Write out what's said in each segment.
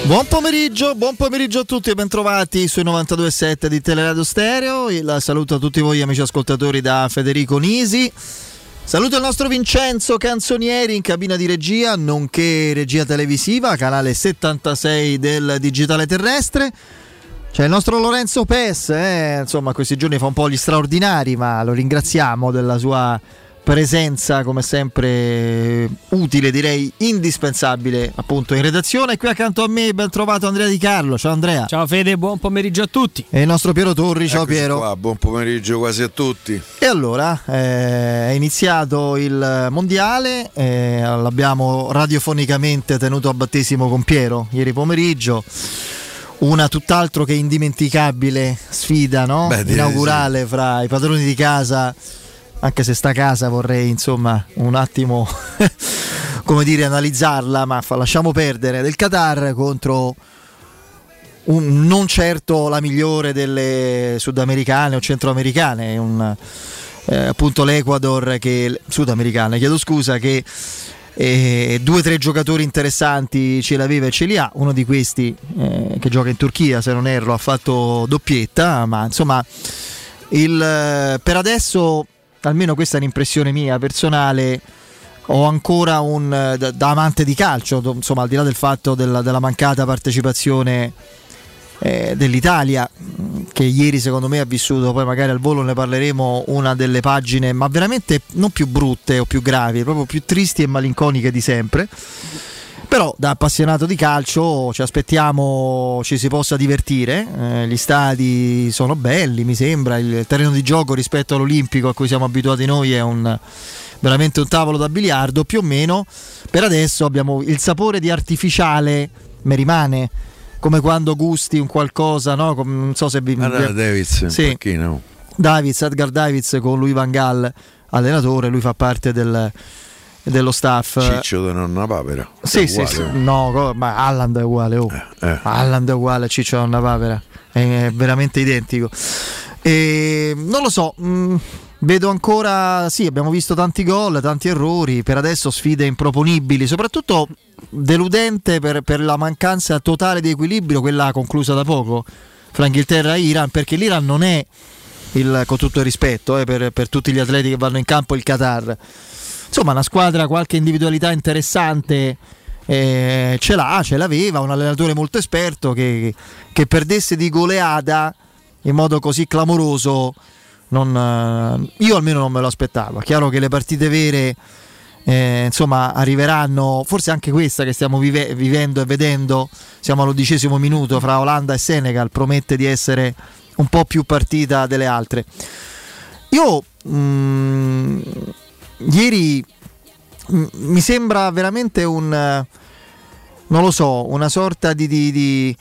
Buon pomeriggio a tutti e bentrovati sui 92.7 di Teleradio Stereo. Il saluto a tutti voi amici ascoltatori da Federico Nisi. Saluto il nostro Vincenzo Canzonieri in cabina di regia, nonché regia televisiva, canale 76 del Digitale Terrestre. C'è il nostro Lorenzo Pes, insomma questi giorni fa un po' gli straordinari, ma lo ringraziamo della sua presenza come sempre utile, direi indispensabile appunto in redazione. Qui accanto a me ben trovato Andrea Di Carlo. Ciao Andrea. Ciao Fede, buon pomeriggio a tutti. E il nostro Piero Torri. Ciao Piero. Qua, buon pomeriggio quasi a tutti. E allora è iniziato il mondiale, l'abbiamo radiofonicamente tenuto a battesimo con Piero ieri pomeriggio. Una tutt'altro che indimenticabile sfida, no? Inaugurale, sì, fra i padroni di casa. Anche se sta casa vorrei insomma un attimo come dire analizzarla, ma lasciamo perdere, del Qatar contro non certo la migliore delle sudamericane o centroamericane, appunto l'Ecuador sudamericane, chiedo scusa, che 2 o 3 giocatori interessanti ce l'aveva e ce li ha. Uno di questi che gioca in Turchia, se non erro, ha fatto doppietta, ma insomma per adesso, almeno questa è un'impressione mia personale, ho ancora da amante di calcio, insomma, al di là del fatto della mancata partecipazione dell'Italia, che ieri secondo me ha vissuto, poi magari al volo ne parleremo, una delle pagine ma veramente non più brutte o più gravi, proprio più tristi e malinconiche di sempre. Però da appassionato di calcio ci aspettiamo ci si possa divertire, gli stadi sono belli, mi sembra, il terreno di gioco rispetto all'Olimpico a cui siamo abituati noi è veramente un tavolo da biliardo, più o meno. Per adesso abbiamo il sapore di artificiale, mi rimane, come quando gusti un qualcosa, no? Non so se vi... Davids, sì. No? Edgar Davids con Louis van Gaal allenatore, lui fa parte dello staff. Ciccio da Nonna Papera. Sì, no, ma Haaland è uguale. Haaland è uguale a Ciccio da Nonna Papera, è veramente identico. E non lo so, vedo ancora, sì, abbiamo visto tanti gol, tanti errori, per adesso sfide improponibili, soprattutto deludente per la mancanza totale di equilibrio, quella conclusa da poco fra Inghilterra e Iran, perché l'Iran non è con tutto il rispetto per tutti gli atleti che vanno in campo, il Qatar. Insomma, una squadra, qualche individualità interessante ce l'aveva, un allenatore molto esperto che perdesse di goleada in modo così clamoroso, io almeno non me lo aspettavo. Chiaro che le partite vere insomma arriveranno, forse anche questa che stiamo vivendo e vedendo, siamo all'11° minuto fra Olanda e Senegal, promette di essere un po' più partita delle altre. Io ieri mi sembra veramente non lo so, una sorta di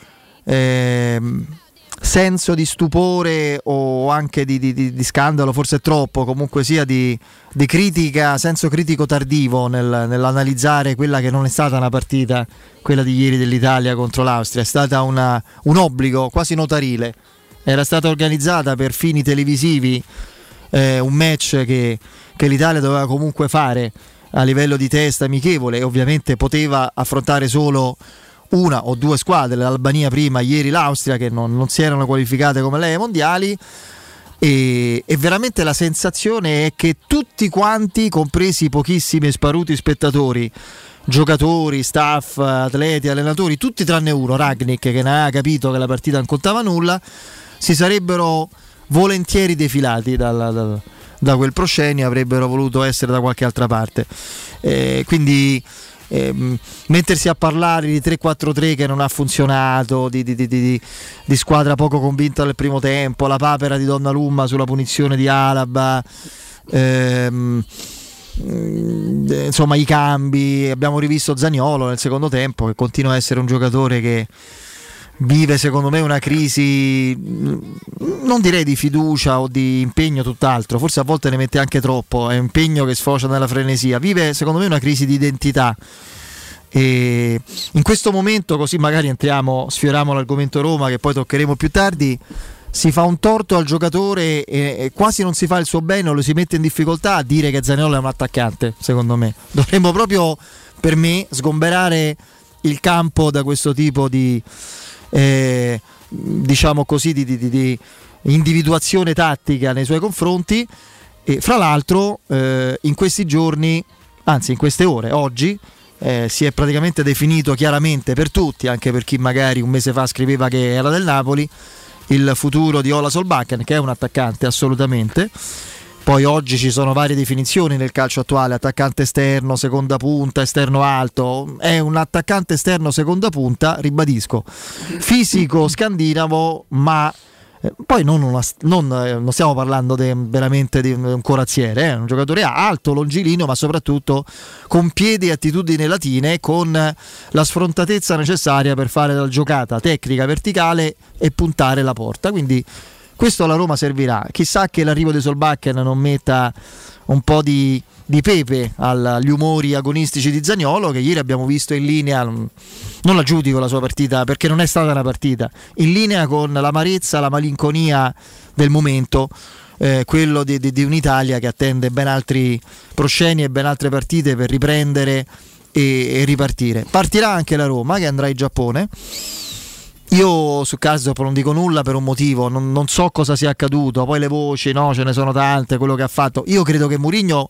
senso di stupore o anche di scandalo, forse troppo, comunque sia di critica, senso critico tardivo nell'analizzare quella che non è stata una partita, quella di ieri dell'Italia contro l'Austria. È stata un obbligo quasi notarile, era stata organizzata per fini televisivi, un match che l'Italia doveva comunque fare a livello di testa amichevole, e ovviamente poteva affrontare solo una o 2 squadre, l'Albania prima, ieri l'Austria, che non si erano qualificate come lei ai mondiali, e veramente la sensazione è che tutti quanti, compresi i pochissimi e sparuti spettatori, giocatori, staff, atleti, allenatori, tutti tranne uno, Rangnick, che ne aveva capito che la partita non contava nulla, si sarebbero volentieri defilati da quel proscenio, avrebbero voluto essere da qualche altra parte, quindi mettersi a parlare di 3-4-3 che non ha funzionato, di squadra poco convinta nel primo tempo, la papera di Donnarumma sulla punizione di Alaba, insomma i cambi, abbiamo rivisto Zaniolo nel secondo tempo, che continua a essere un giocatore che vive secondo me una crisi, non direi di fiducia o di impegno, tutt'altro, forse a volte ne mette anche troppo, è un impegno che sfocia nella frenesia, vive secondo me una crisi di identità, e in questo momento, così magari sfioriamo l'argomento Roma che poi toccheremo più tardi, si fa un torto al giocatore e quasi non si fa il suo bene o lo si mette in difficoltà a dire che Zaniolo è un attaccante. Secondo me dovremmo proprio, per me, sgomberare il campo da questo tipo di diciamo così di individuazione tattica nei suoi confronti. E fra l'altro in questi giorni, anzi in queste ore, oggi si è praticamente definito chiaramente per tutti, anche per chi magari un mese fa scriveva che era del Napoli, il futuro di Ola Solbakken, che è un attaccante assolutamente. Poi oggi ci sono varie definizioni nel calcio attuale: attaccante esterno, seconda punta, esterno alto. È un attaccante esterno seconda punta, ribadisco, fisico scandinavo, ma poi non stiamo parlando veramente di un corazziere, un giocatore alto, longilineo, ma soprattutto con piedi e attitudini latine, con la sfrontatezza necessaria per fare la giocata tecnica verticale e puntare la porta. Quindi questo alla Roma servirà. Chissà che l'arrivo di Solbakken non metta un po' di pepe agli umori agonistici di Zaniolo, che ieri abbiamo visto in linea, non la giudico la sua partita perché non è stata una partita, in linea con l'amarezza, la malinconia del momento, quello di un'Italia che attende ben altri prosceni e ben altre partite per riprendere e ripartire. Partirà anche la Roma, che andrà in Giappone. Io su Karsdorp non dico nulla per un motivo, non so cosa sia accaduto, poi le voci, no, ce ne sono tante, quello che ha fatto. Io credo che Mourinho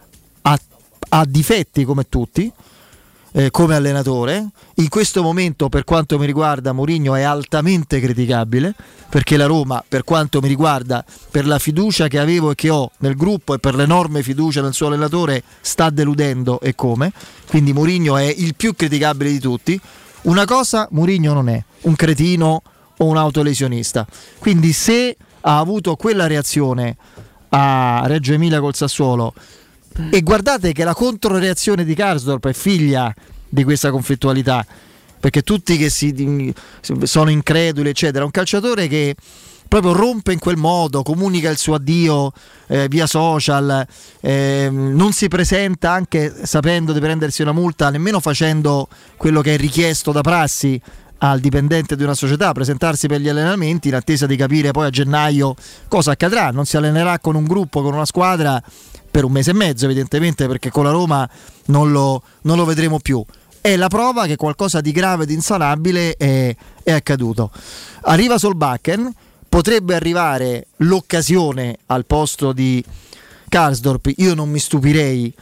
ha difetti come tutti, come allenatore. In questo momento, per quanto mi riguarda, Mourinho è altamente criticabile, perché la Roma, per quanto mi riguarda, per la fiducia che avevo e che ho nel gruppo e per l'enorme fiducia nel suo allenatore, sta deludendo, e come. Quindi Mourinho è il più criticabile di tutti. Una cosa Mourinho non è un cretino o un autolesionista, quindi se ha avuto quella reazione a Reggio Emilia col Sassuolo, e guardate che la controreazione di Karsdorp è figlia di questa conflittualità, perché tutti che sono increduli eccetera, un calciatore che proprio rompe in quel modo, comunica il suo addio via social, non si presenta anche sapendo di prendersi una multa, nemmeno facendo quello che è richiesto da prassi al dipendente di una società, presentarsi per gli allenamenti in attesa di capire poi a gennaio cosa accadrà. Non si allenerà con un gruppo, con una squadra per un mese e mezzo evidentemente, perché con la Roma non lo vedremo più. È la prova che qualcosa di grave, di insanabile è accaduto. Arriva Solbakken, potrebbe arrivare l'occasione al posto di Karsdorp. Io non mi stupirei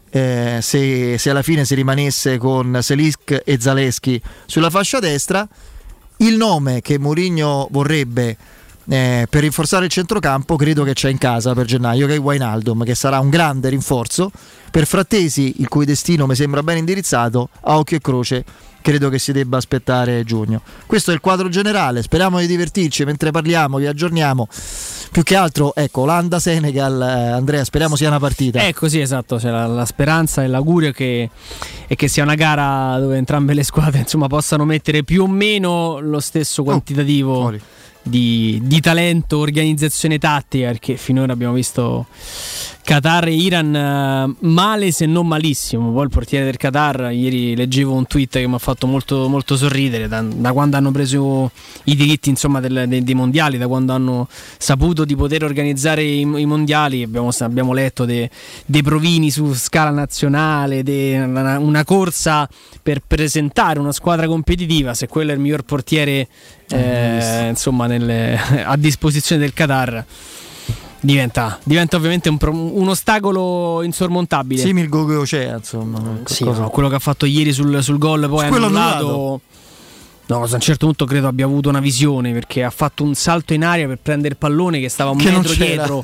se alla fine si rimanesse con Selic e Zalewski sulla fascia destra. Il nome che Mourinho vorrebbe per rinforzare il centrocampo credo che c'è in casa per gennaio, che è Wijnaldum, che sarà un grande rinforzo. Per Frattesi, il cui destino mi sembra ben indirizzato, a occhio e croce credo che si debba aspettare giugno. Questo è il quadro generale, speriamo di divertirci mentre parliamo, vi aggiorniamo. Più che altro, ecco, Olanda-Senegal, Andrea, speriamo sia una partita. Sì, esatto, c'è la speranza e l'augurio che sia una gara dove entrambe le squadre, insomma, possano mettere più o meno lo stesso quantitativo di talento, organizzazione tattica, perché finora abbiamo visto Qatar e Iran male se non malissimo. Poi il portiere del Qatar, ieri leggevo un tweet che mi ha fatto molto, molto sorridere, da quando hanno preso i diritti, insomma, dei mondiali, da quando hanno saputo di poter organizzare i mondiali. Abbiamo letto dei provini su scala nazionale, una corsa per presentare una squadra competitiva. Se quello è il miglior portiere insomma a disposizione del Qatar, diventa ovviamente un ostacolo insormontabile. Simil Gogo-Ocea, insomma. Sì, no, quello che ha fatto ieri sul gol poi annullato. No, a un certo punto credo abbia avuto una visione, perché ha fatto un salto in aria per prendere il pallone che stava un metro dietro.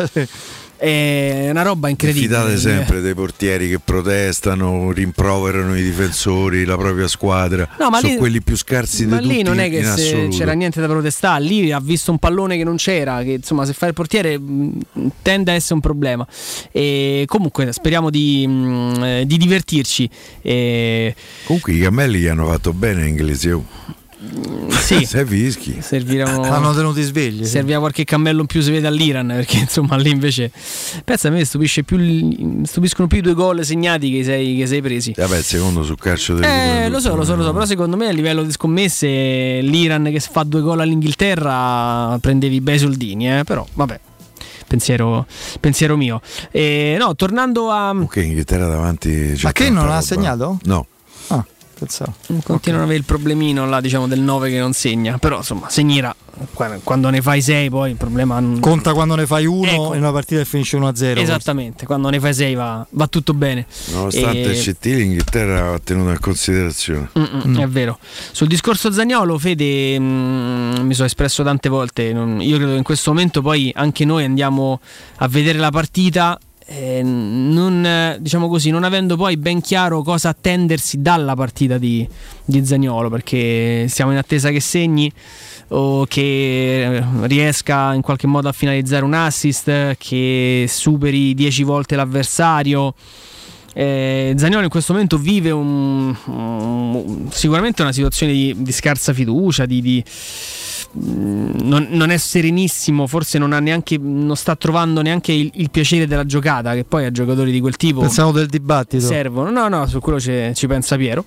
È una roba incredibile. Fidate sempre dei portieri che protestano, rimproverano i difensori, la propria squadra. No, ma sono quelli più scarsi di tutti. Ma lì non è che c'era niente da protestare, lì ha visto un pallone che non c'era, che insomma se fai il portiere tende a essere un problema. E comunque speriamo di divertirci. Comunque i cammelli gli hanno fatto bene in inglese. Sì, sei fischi. Hanno tenuti svegli. Serviva qualche cammello in più, si vede all'Iran, perché insomma lì invece pensa, a me stupiscono più i 2 gol segnati che sei presi. Vabbè, il secondo sul calcio del lo so, però secondo me a livello di scommesse l'Iran che fa 2 gol all'Inghilterra prendevi i bei soldini, però vabbè. Pensiero mio. No, tornando a Ok, Inghilterra davanti. Ma che non ha segnato? No. pensavo. Continuano ad avere il problemino là, diciamo, del 9 che non segna, però insomma segnerà. Quando ne fai 6 poi il problema conta quando ne fai 1 in una partita e finisce 1-0. Esattamente, forse. Quando ne fai 6 va tutto bene. Nonostante il CT l'Inghilterra va tenuto in considerazione. È vero. Sul discorso Zaniolo, Fede, mi sono espresso tante volte, io credo che in questo momento poi anche noi andiamo a vedere la partita diciamo così, non avendo poi ben chiaro cosa attendersi dalla partita di Zaniolo, perché siamo in attesa che segni o che riesca in qualche modo a finalizzare un assist, che superi 10 volte l'avversario. Zaniolo in questo momento vive sicuramente una situazione di scarsa fiducia, non è serenissimo, forse non sta trovando neanche il piacere della giocata, che poi a giocatori di quel tipo pensavo del dibattito servono. No, su quello ci pensa Piero.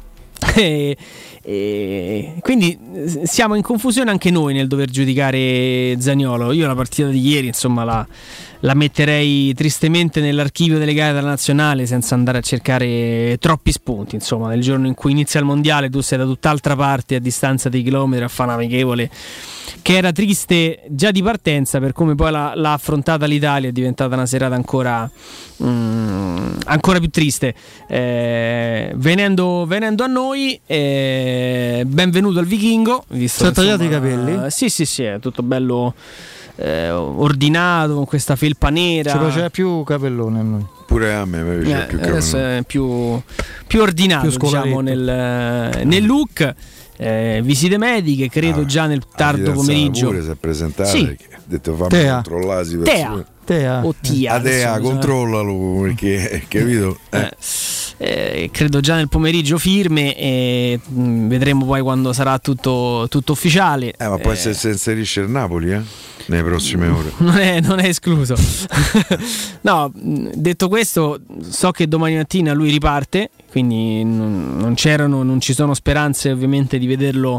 Quindi siamo in confusione anche noi nel dover giudicare Zaniolo. Io la partita di ieri insomma la metterei tristemente nell'archivio delle gare della nazionale, senza andare a cercare troppi spunti. Insomma, nel giorno in cui inizia il mondiale tu sei da tutt'altra parte, a distanza di chilometri, a fare amichevole, che era triste già di partenza. Per come poi l'ha affrontata l'Italia è diventata una serata ancora più triste. Venendo a noi, benvenuto al Vichingo. Si è tagliato i capelli? Sì, è tutto bello ordinato, con questa felpa nera. Ci piaceva più capellone a noi. Pure a me piaceva più capellone. Adesso è più ordinato, più diciamo, nel look. Visite mediche, credo già nel tardo pomeriggio. Pure si è presentata, sì. Perché ha detto fammi controllare. Tea, controllalo, perché capito? Credo già nel pomeriggio firme, e vedremo poi quando sarà tutto ufficiale. Ma può essere se inserisce il Napoli nelle prossime ore. Non è escluso. No, detto questo, so che domani mattina lui riparte, quindi non ci sono speranze ovviamente di vederlo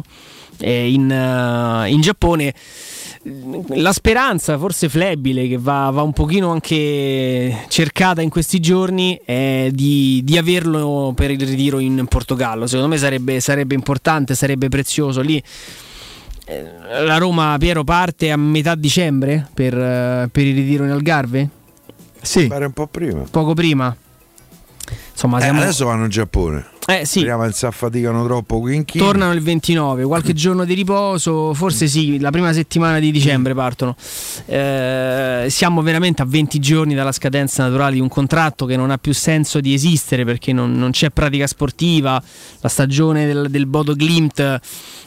in Giappone. La speranza, forse flebile, che va un pochino anche cercata in questi giorni, è di averlo per il ritiro in Portogallo. Secondo me sarebbe importante, sarebbe prezioso. Lì la Roma, Piero, parte a metà dicembre per il ritiro in Algarve? Sì, pare un po' prima. Poco prima. Insomma, adesso vanno in Giappone. Sì. Speriamo che si affaticano troppo qui in China. Tornano il 29, qualche giorno di riposo, forse sì, la prima settimana di dicembre partono. Siamo veramente a 20 giorni dalla scadenza naturale di un contratto che non ha più senso di esistere, perché non c'è pratica sportiva. La stagione del Bodo Glimt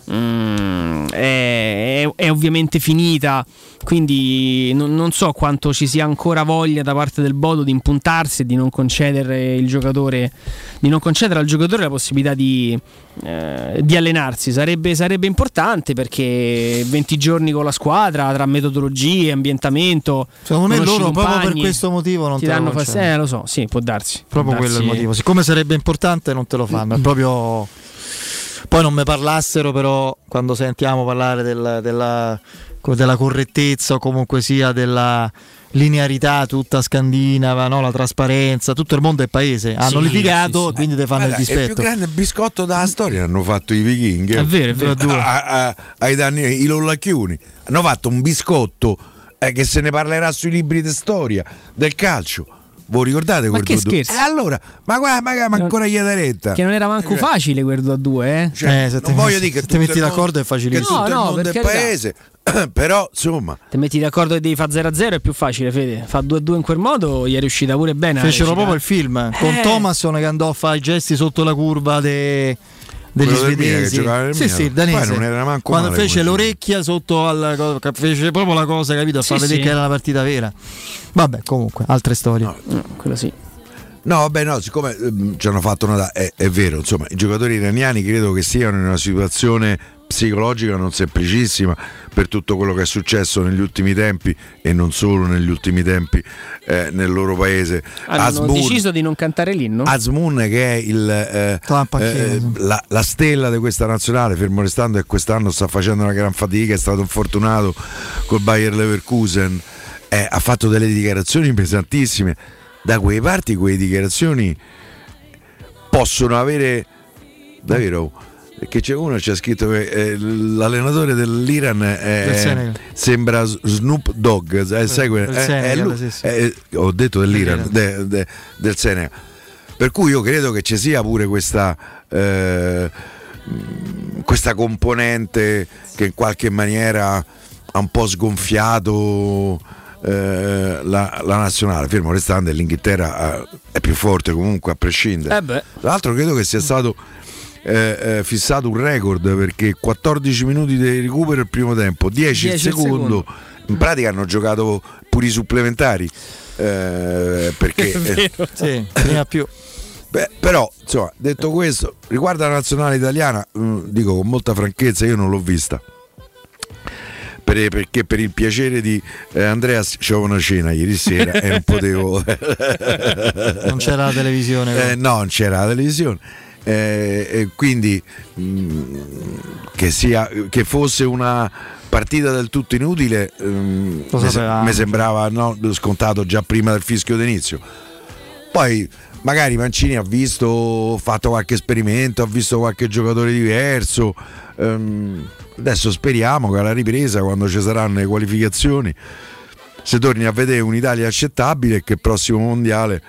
è ovviamente finita, quindi non so quanto ci sia ancora voglia da parte del Bodo di impuntarsi e di non concedere al giocatore la possibilità di allenarsi. Sarebbe importante, perché 20 giorni con la squadra, tra metodologie, ambientamento, secondo me loro proprio per questo motivo non ti te danno fastidio. Lo so, sì, può darsi. Proprio quello è il motivo. Siccome sarebbe importante non te lo fanno, è proprio. Poi non me parlassero, però quando sentiamo parlare della correttezza, o comunque sia della linearità tutta scandinava, no? La trasparenza, tutto il mondo è paese, hanno litigato, sì. Quindi te fanno il dispetto. Il più grande biscotto della storia hanno fatto i vichinghi, è vero. Ai danni i lollacchioni hanno fatto un biscotto che se ne parlerà sui libri di storia del calcio. Voi ricordate quel 2-2? Scherzo? Allora, ma ancora gli retta. Che non era manco facile quel 2-2, Cioè, non voglio dire che se ti metti d'accordo è facilissimo. Che tutto il mondo è paese. Però insomma, ti metti d'accordo che devi fare 0-0 è più facile, Fede. Fa 2-2 in quel modo gli è riuscita pure bene. Fecero proprio il film con Thomasson che andò a fare i gesti sotto la curva degli svedesi. Sì, danese. Non era manco quando male, fece l'orecchia sotto fece proprio la cosa, capito? A far vedere che era la partita vera. Vabbè, comunque, altre storie. No, quello sì. No, vabbè, no, siccome ci hanno fatto notare, è vero, insomma, i giocatori iraniani credo che siano in una situazione psicologica non semplicissima per tutto quello che è successo negli ultimi tempi, e non solo negli ultimi tempi nel loro paese. Hanno deciso di non cantare l'inno. Azmoun, che è la stella di questa nazionale, fermo restando che quest'anno sta facendo una gran fatica, è stato infortunato col Bayer Leverkusen, ha fatto delle dichiarazioni pesantissime. Da quelle parti quelle dichiarazioni possono avere davvero, perché c'è uno c'è scritto che l'allenatore dell'Iran sembra Snoop Dogg, ho detto dell'Iran, del Senegal, per cui io credo che ci sia pure questa componente che in qualche maniera ha un po' sgonfiato la nazionale, fermo restando che l'Inghilterra è più forte comunque a prescindere. Tra l'altro credo che sia stato fissato un record, perché 14 minuti di recupero il primo tempo, 10 il secondo. In pratica hanno giocato pure i supplementari, perché sì, prima più. Però insomma, detto questo, riguardo alla nazionale italiana, dico con molta franchezza, io non l'ho vista, perché per il piacere di Andrea c'avevo una cena ieri sera e non potevo non c'era la televisione, no, non c'era la televisione, e quindi che fosse una partita del tutto inutile, mi sembrava scontato già prima del fischio d'inizio. Poi magari Mancini ha fatto qualche esperimento, ha visto qualche giocatore diverso, adesso speriamo che alla ripresa, quando ci saranno le qualificazioni, si torni a vedere un'Italia accettabile e che il prossimo mondiale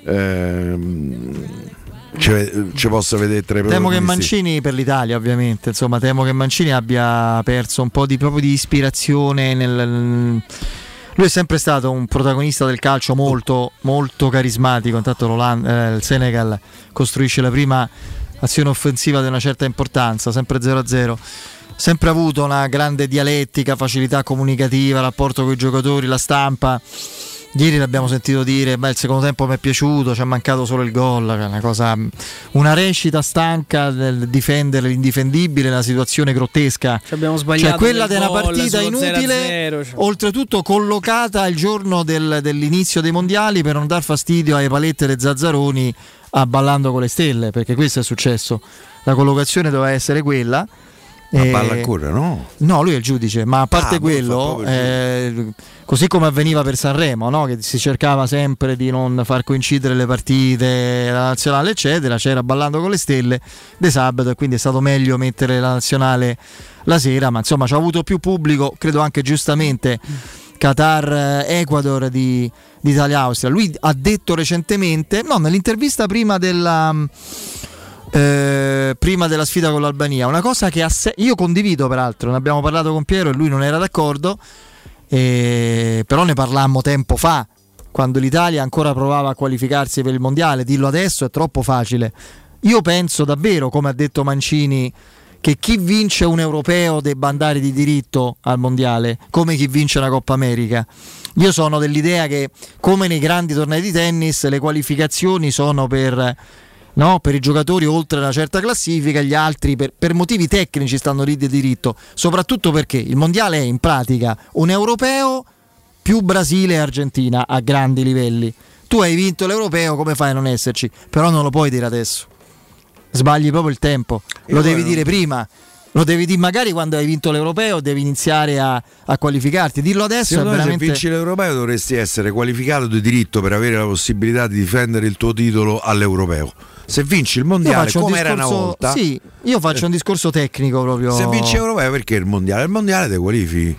ci possa vedere tra i protagonisti. Temo che Mancini, per l'Italia ovviamente, insomma, temo che Mancini abbia perso un po' proprio di ispirazione lui è sempre stato un protagonista del calcio molto, molto carismatico. Intanto il Senegal costruisce la prima azione offensiva di una certa importanza, sempre 0-0. Sempre avuto una grande dialettica, facilità comunicativa, rapporto con i giocatori, la stampa. Ieri l'abbiamo sentito dire, il secondo tempo mi è piaciuto, ci è mancato solo il gol, una recita stanca nel difendere l'indifendibile, una situazione grottesca. Abbiamo sbagliato, cioè quella di una partita inutile, oltretutto collocata il giorno dell'inizio dei mondiali per non dar fastidio ai Palette e ai Zazzaroni a Ballando con le Stelle, perché questo è successo. La collocazione doveva essere quella. Ma balla ancora, no? No, lui è il giudice, ma a parte quello, così come avveniva per Sanremo, no? Che si cercava sempre di non far coincidere le partite, la nazionale eccetera, c'era Ballando con le Stelle di sabato e quindi è stato meglio mettere la nazionale la sera, ma insomma c'ha avuto più pubblico, credo anche giustamente, Qatar, Ecuador di Italia-Austria. Lui ha detto recentemente, nell'intervista prima della sfida con l'Albania, una cosa che io condivido, peraltro ne abbiamo parlato con Piero e lui non era d'accordo, però ne parlammo tempo fa, quando l'Italia ancora provava a qualificarsi per il mondiale. Dirlo adesso è troppo facile. Io penso davvero, come ha detto Mancini, che chi vince un europeo debba andare di diritto al mondiale, come chi vince una Coppa America. Io sono dell'idea che, come nei grandi tornei di tennis, le qualificazioni sono per i giocatori oltre una certa classifica, gli altri per motivi tecnici stanno lì di diritto, soprattutto perché il mondiale è in pratica un europeo più Brasile e Argentina a grandi livelli. Tu hai vinto l'europeo, come fai a non esserci? Però non lo puoi dire adesso, sbagli proprio il tempo, lo devi dire prima, lo devi dire magari quando hai vinto l'europeo, devi iniziare a qualificarti. Dirlo adesso è veramente... Se vinci l'europeo dovresti essere qualificato di diritto per avere la possibilità di difendere il tuo titolo all'europeo. Se vinci il mondiale, come era una volta, sì, io faccio un discorso tecnico proprio. Se vinci l'europeo, perché il mondiale ti qualifichi.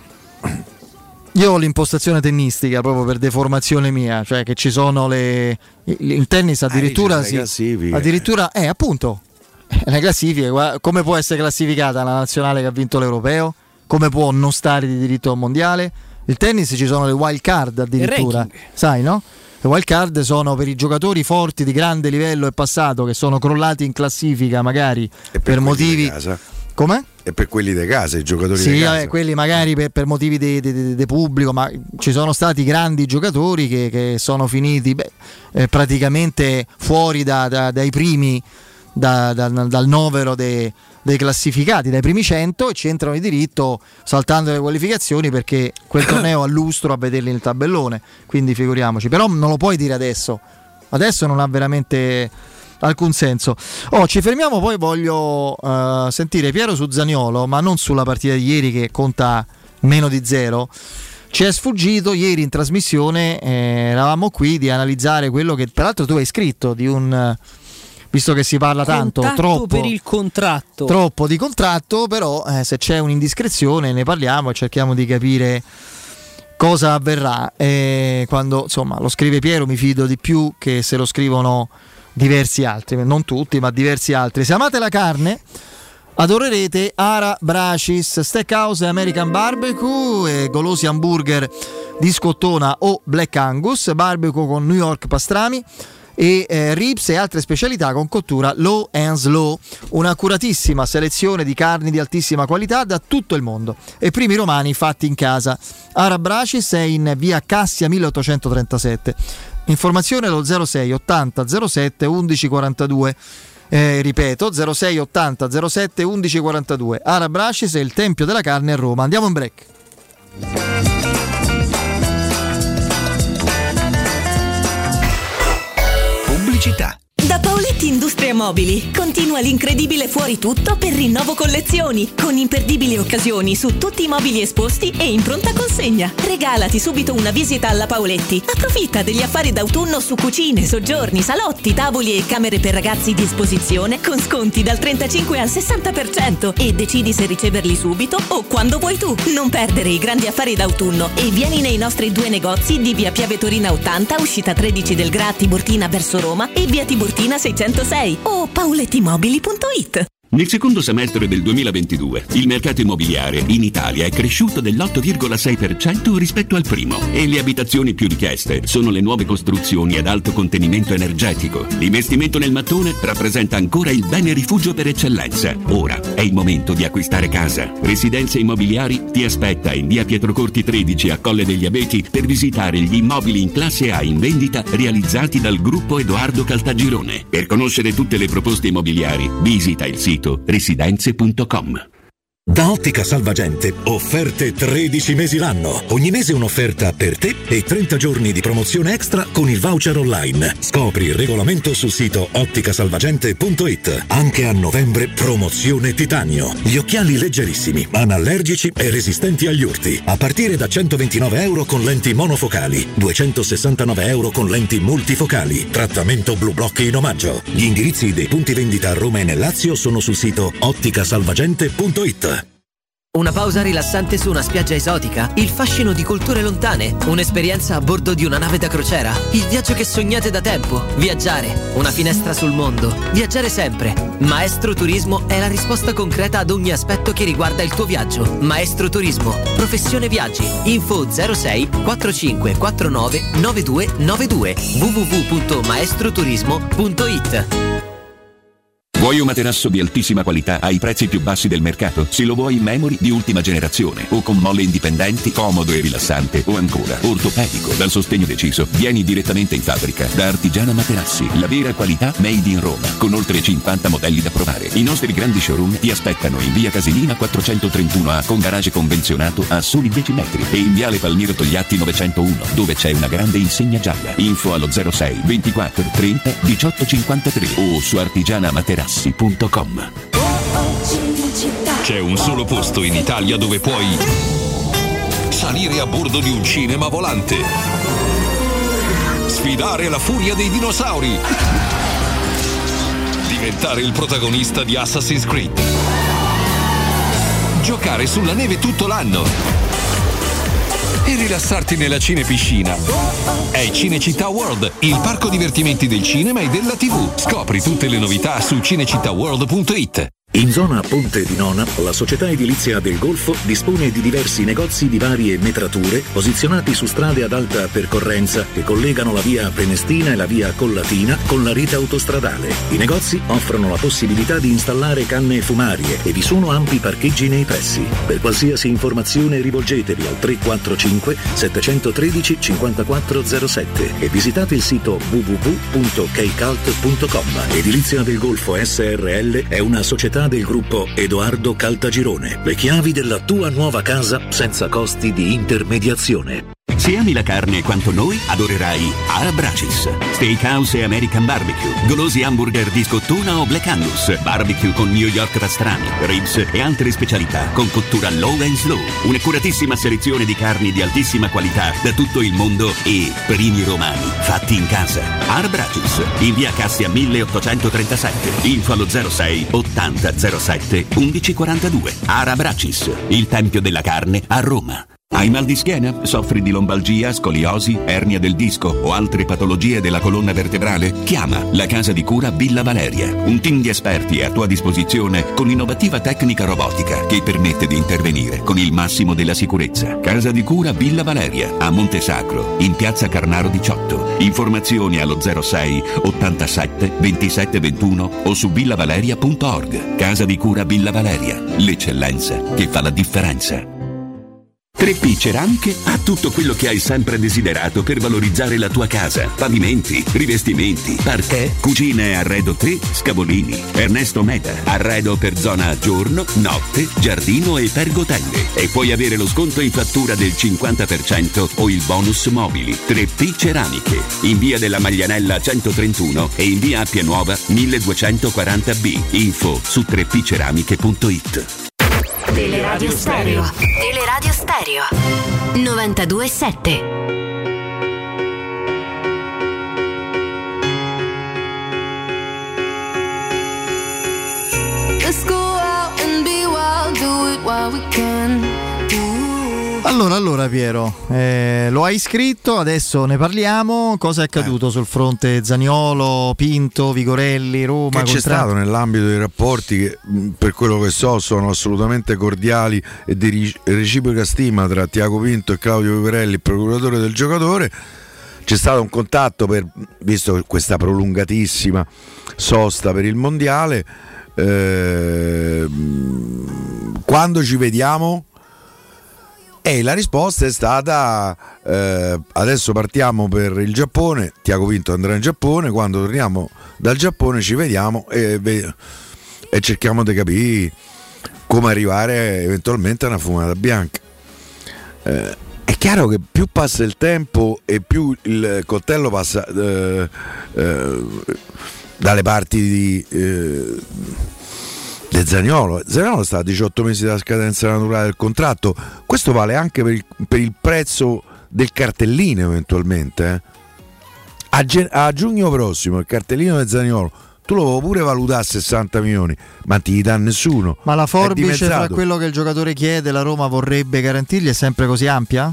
Io ho l'impostazione tennistica proprio per deformazione mia, cioè che ci sono il tennis addirittura addirittura appunto le classifiche. Come può essere classificata la nazionale che ha vinto l'europeo? Come può non stare di diritto al mondiale? Il tennis ci sono le wild card addirittura, sai, no? Le wild card sono per i giocatori forti di grande livello e passato, che sono crollati in classifica magari per motivi. Come? E per quelli di casa, i giocatori di casa. Sì, quelli magari per motivi di pubblico, ma ci sono stati grandi giocatori che sono finiti praticamente fuori dai primi, dal novero dei classificati, dai primi 100, e ci entrano di diritto saltando le qualificazioni perché quel torneo ha lustro a vederli nel tabellone, quindi figuriamoci. Però non lo puoi dire adesso non ha veramente alcun senso. Ci fermiamo, poi voglio sentire Piero su Zaniolo, ma non sulla partita di ieri che conta meno di 0. Ci è sfuggito ieri in trasmissione, eravamo qui di analizzare quello che peraltro tu hai scritto, di un visto che si parla tanto, troppo per il contratto, troppo di contratto, però se c'è un'indiscrezione ne parliamo e cerchiamo di capire cosa avverrà. Quando insomma lo scrive Piero mi fido di più che se lo scrivono diversi altri, non tutti ma diversi altri. Se amate la carne adorerete Ara Bracis, Steakhouse e American Barbecue e golosi hamburger di scottona o Black Angus, barbecue con New York pastrami e ribs e altre specialità con cottura low and slow, un'accuratissima selezione di carni di altissima qualità da tutto il mondo e primi romani fatti in casa. Ara Bracis è in via Cassia 1837, informazione allo 06 80 07 11 42. Ripeto 06 80 07 11 42. Ara Bracis è il tempio della carne a Roma. Andiamo in break. Pubblicità. Da Paoletti Industria Mobili continua l'incredibile fuori tutto per rinnovo collezioni, con imperdibili occasioni su tutti i mobili esposti e in pronta consegna. Regalati subito una visita alla Paoletti. Approfitta degli affari d'autunno su cucine, soggiorni, salotti, tavoli e camere per ragazzi di esposizione con sconti dal 35 al 60% e decidi se riceverli subito o quando vuoi tu. Non perdere i grandi affari d'autunno e vieni nei nostri 2 negozi di via Piave Torina 80, uscita 13 del Gra Tiburtina verso Roma e via Tiburtina 606 o paulettimobili.it. Nel secondo semestre del 2022 il mercato immobiliare in Italia è cresciuto dell'8,6% rispetto al primo e le abitazioni più richieste sono le nuove costruzioni ad alto contenimento energetico. L'investimento nel mattone rappresenta ancora il bene rifugio per eccellenza. Ora è il momento di acquistare casa. Residenze Immobiliari ti aspetta in via Pietrocorti 13 a Colle degli Abeti per visitare gli immobili in classe A in vendita realizzati dal gruppo Edoardo Caltagirone. Per conoscere tutte le proposte immobiliari visita il sito residenze.com. Da Ottica Salvagente, offerte 13 mesi l'anno. Ogni mese un'offerta per te e 30 giorni di promozione extra con il voucher online. Scopri il regolamento sul sito otticasalvagente.it. Anche a novembre promozione titanio. Gli occhiali leggerissimi, anallergici e resistenti agli urti. A partire da €129 con lenti monofocali, €269 con lenti multifocali. Trattamento Blue Block in omaggio. Gli indirizzi dei punti vendita a Roma e nel Lazio sono sul sito otticasalvagente.it. Una pausa rilassante su una spiaggia esotica? Il fascino di culture lontane? Un'esperienza a bordo di una nave da crociera? Il viaggio che sognate da tempo? Viaggiare, una finestra sul mondo, viaggiare sempre. Maestro Turismo è la risposta concreta ad ogni aspetto che riguarda il tuo viaggio. Maestro Turismo, professione viaggi. Info 06 45 49 9292 www.maestroturismo.it. Vuoi un materasso di altissima qualità ai prezzi più bassi del mercato? Se lo vuoi in memory di ultima generazione o con molle indipendenti, comodo e rilassante o ancora ortopedico dal sostegno deciso, vieni direttamente in fabbrica da Artigiana Materassi, la vera qualità made in Roma, con oltre 50 modelli da provare. I nostri grandi showroom ti aspettano in via Casilina 431A con garage convenzionato a soli 10 metri e in viale Palmiro Togliatti 901 dove c'è una grande insegna gialla. Info allo 06 24 30 18 53 o su artigianamaterassi.com. C'è un solo posto in Italia dove puoi salire a bordo di un cinema volante, sfidare la furia dei dinosauri, diventare il protagonista di Assassin's Creed, giocare sulla neve tutto l'anno e rilassarti nella cinepiscina. È Cinecittà World, il parco divertimenti del cinema e della TV. Scopri tutte le novità su cinecittàworld.it. In zona Ponte di Nona, la società edilizia del Golfo dispone di diversi negozi di varie metrature posizionati su strade ad alta percorrenza che collegano la via Prenestina e la via Collatina con la rete autostradale. I negozi offrono la possibilità di installare canne fumarie e vi sono ampi parcheggi nei pressi. Per qualsiasi informazione rivolgetevi al 345 713 5407 e visitate il sito www.kcalt.com. Edilizia del Golfo SRL è una società del gruppo Edoardo Caltagirone. Le chiavi della tua nuova casa senza costi di intermediazione. Se ami la carne quanto noi, adorerai Arabracis. Steakhouse e American Barbecue, golosi hamburger di scottuna o Black Angus, barbecue con New York pastrami, ribs e altre specialità con cottura low and slow. Un'accuratissima selezione di carni di altissima qualità da tutto il mondo e primi romani fatti in casa. Arabracis, in via Cassia 1837, info allo 06 80 07 1142. Arabracis, il tempio della carne a Roma. Hai mal di schiena? Soffri di lombalgia, scoliosi, ernia del disco o altre patologie della colonna vertebrale? Chiama la Casa di Cura Villa Valeria. Un team di esperti è a tua disposizione con l'innovativa tecnica robotica che permette di intervenire con il massimo della sicurezza. Casa di Cura Villa Valeria, a Montesacro, in piazza Carnaro 18. Informazioni allo 06 87 27 21 o su villavaleria.org. Casa di Cura Villa Valeria, l'eccellenza che fa la differenza. 3P Ceramiche ha tutto quello che hai sempre desiderato per valorizzare la tua casa. Pavimenti, rivestimenti, parquet, cucine e arredo 3, Scavolini. Ernesto Meda, arredo per zona giorno, notte, giardino e pergotelle. E puoi avere lo sconto in fattura del 50% o il bonus mobili. 3P Ceramiche, in via della Maglianella 131 e in via Appia Nuova 1240B. Info su 3pceramiche.it. Teleradio Stereo. Teleradio Stereo 92.7. Let's go out and be wild, do it while we can. Allora Piero, lo hai scritto, adesso ne parliamo. Cosa è accaduto sul fronte Zaniolo, Pinto, Vigorelli, Roma? Che c'è stato nell'ambito dei rapporti che, per quello che so, sono assolutamente cordiali e di reciproca stima tra Tiago Pinto e Claudio Vigorelli, il procuratore del giocatore. C'è stato un contatto visto questa prolungatissima sosta per il mondiale. Quando ci vediamo? E la risposta è stata adesso partiamo per il Giappone, Tiago Pinto andrà in Giappone, quando torniamo dal Giappone ci vediamo e cerchiamo di capire come arrivare eventualmente a una fumata bianca. È chiaro che più passa il tempo e più il coltello passa dalle parti di Zaniolo sta a 18 mesi dalla scadenza naturale del contratto. Questo vale anche per il prezzo del cartellino eventualmente. A giugno prossimo il cartellino di Zaniolo tu lo puoi pure valutare a 60 milioni, ma ti dà nessuno. Ma la forbice tra quello che il giocatore chiede e la Roma vorrebbe garantirgli è sempre così ampia?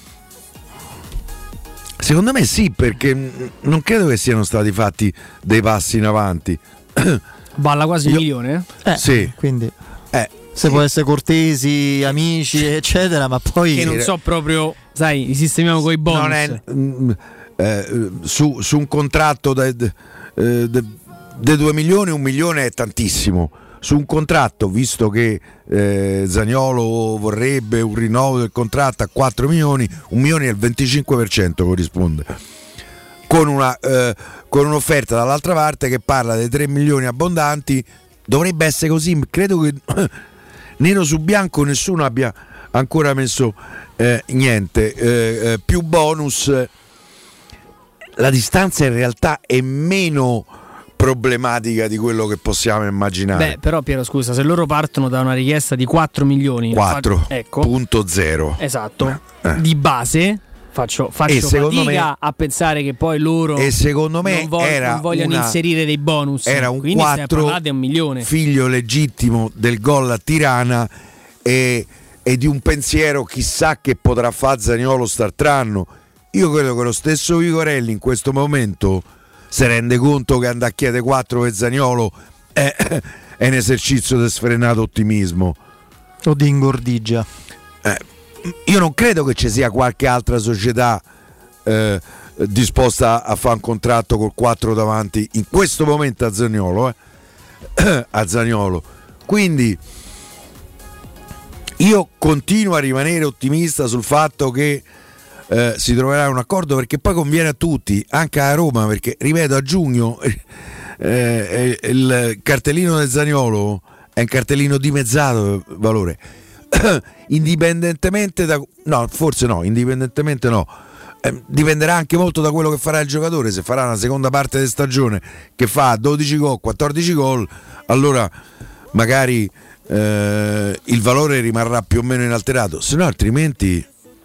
Secondo me sì, perché non credo che siano stati fatti dei passi in avanti. Valla quasi un milione? Sì. Quindi se può essere cortesi, amici, eccetera, ma poi che non so proprio, sai, sistemiamo coi bonus. Non è, su un contratto da 2 milioni, 1 milione è tantissimo. Su un contratto, visto che Zaniolo vorrebbe un rinnovo del contratto a 4 milioni, 1 milione è il 25% corrisponde. Con un'offerta dall'altra parte che parla dei 3 milioni abbondanti, dovrebbe essere così. Credo che nero su bianco nessuno abbia ancora messo niente. Più bonus, la distanza in realtà è meno problematica di quello che possiamo immaginare. Beh, però Piero, scusa, se loro partono da una richiesta di 4 milioni 4.0 esatto, di base faccio fatica a pensare che poi loro secondo me non vogliono inserire dei bonus. Era un quindi 4 di 1 milione, figlio legittimo del gol a Tirana e di un pensiero chissà che potrà fare Zaniolo st'altro. Io credo che lo stesso Vigorelli in questo momento si rende conto che andare a chiedere 4 per Zaniolo è un esercizio di sfrenato ottimismo o di ingordigia. Io non credo che ci sia qualche altra società disposta a fare un contratto col 4 davanti in questo momento a Zaniolo. Quindi io continuo a rimanere ottimista sul fatto che si troverà un accordo, perché poi conviene a tutti, anche a Roma, perché ripeto, a giugno il cartellino del Zaniolo è un cartellino dimezzato valore. indipendentemente da indipendentemente no. Dipenderà anche molto da quello che farà il giocatore. Se farà una seconda parte di stagione che fa 12 gol, 14 gol, allora magari il valore rimarrà più o meno inalterato, se no altrimenti,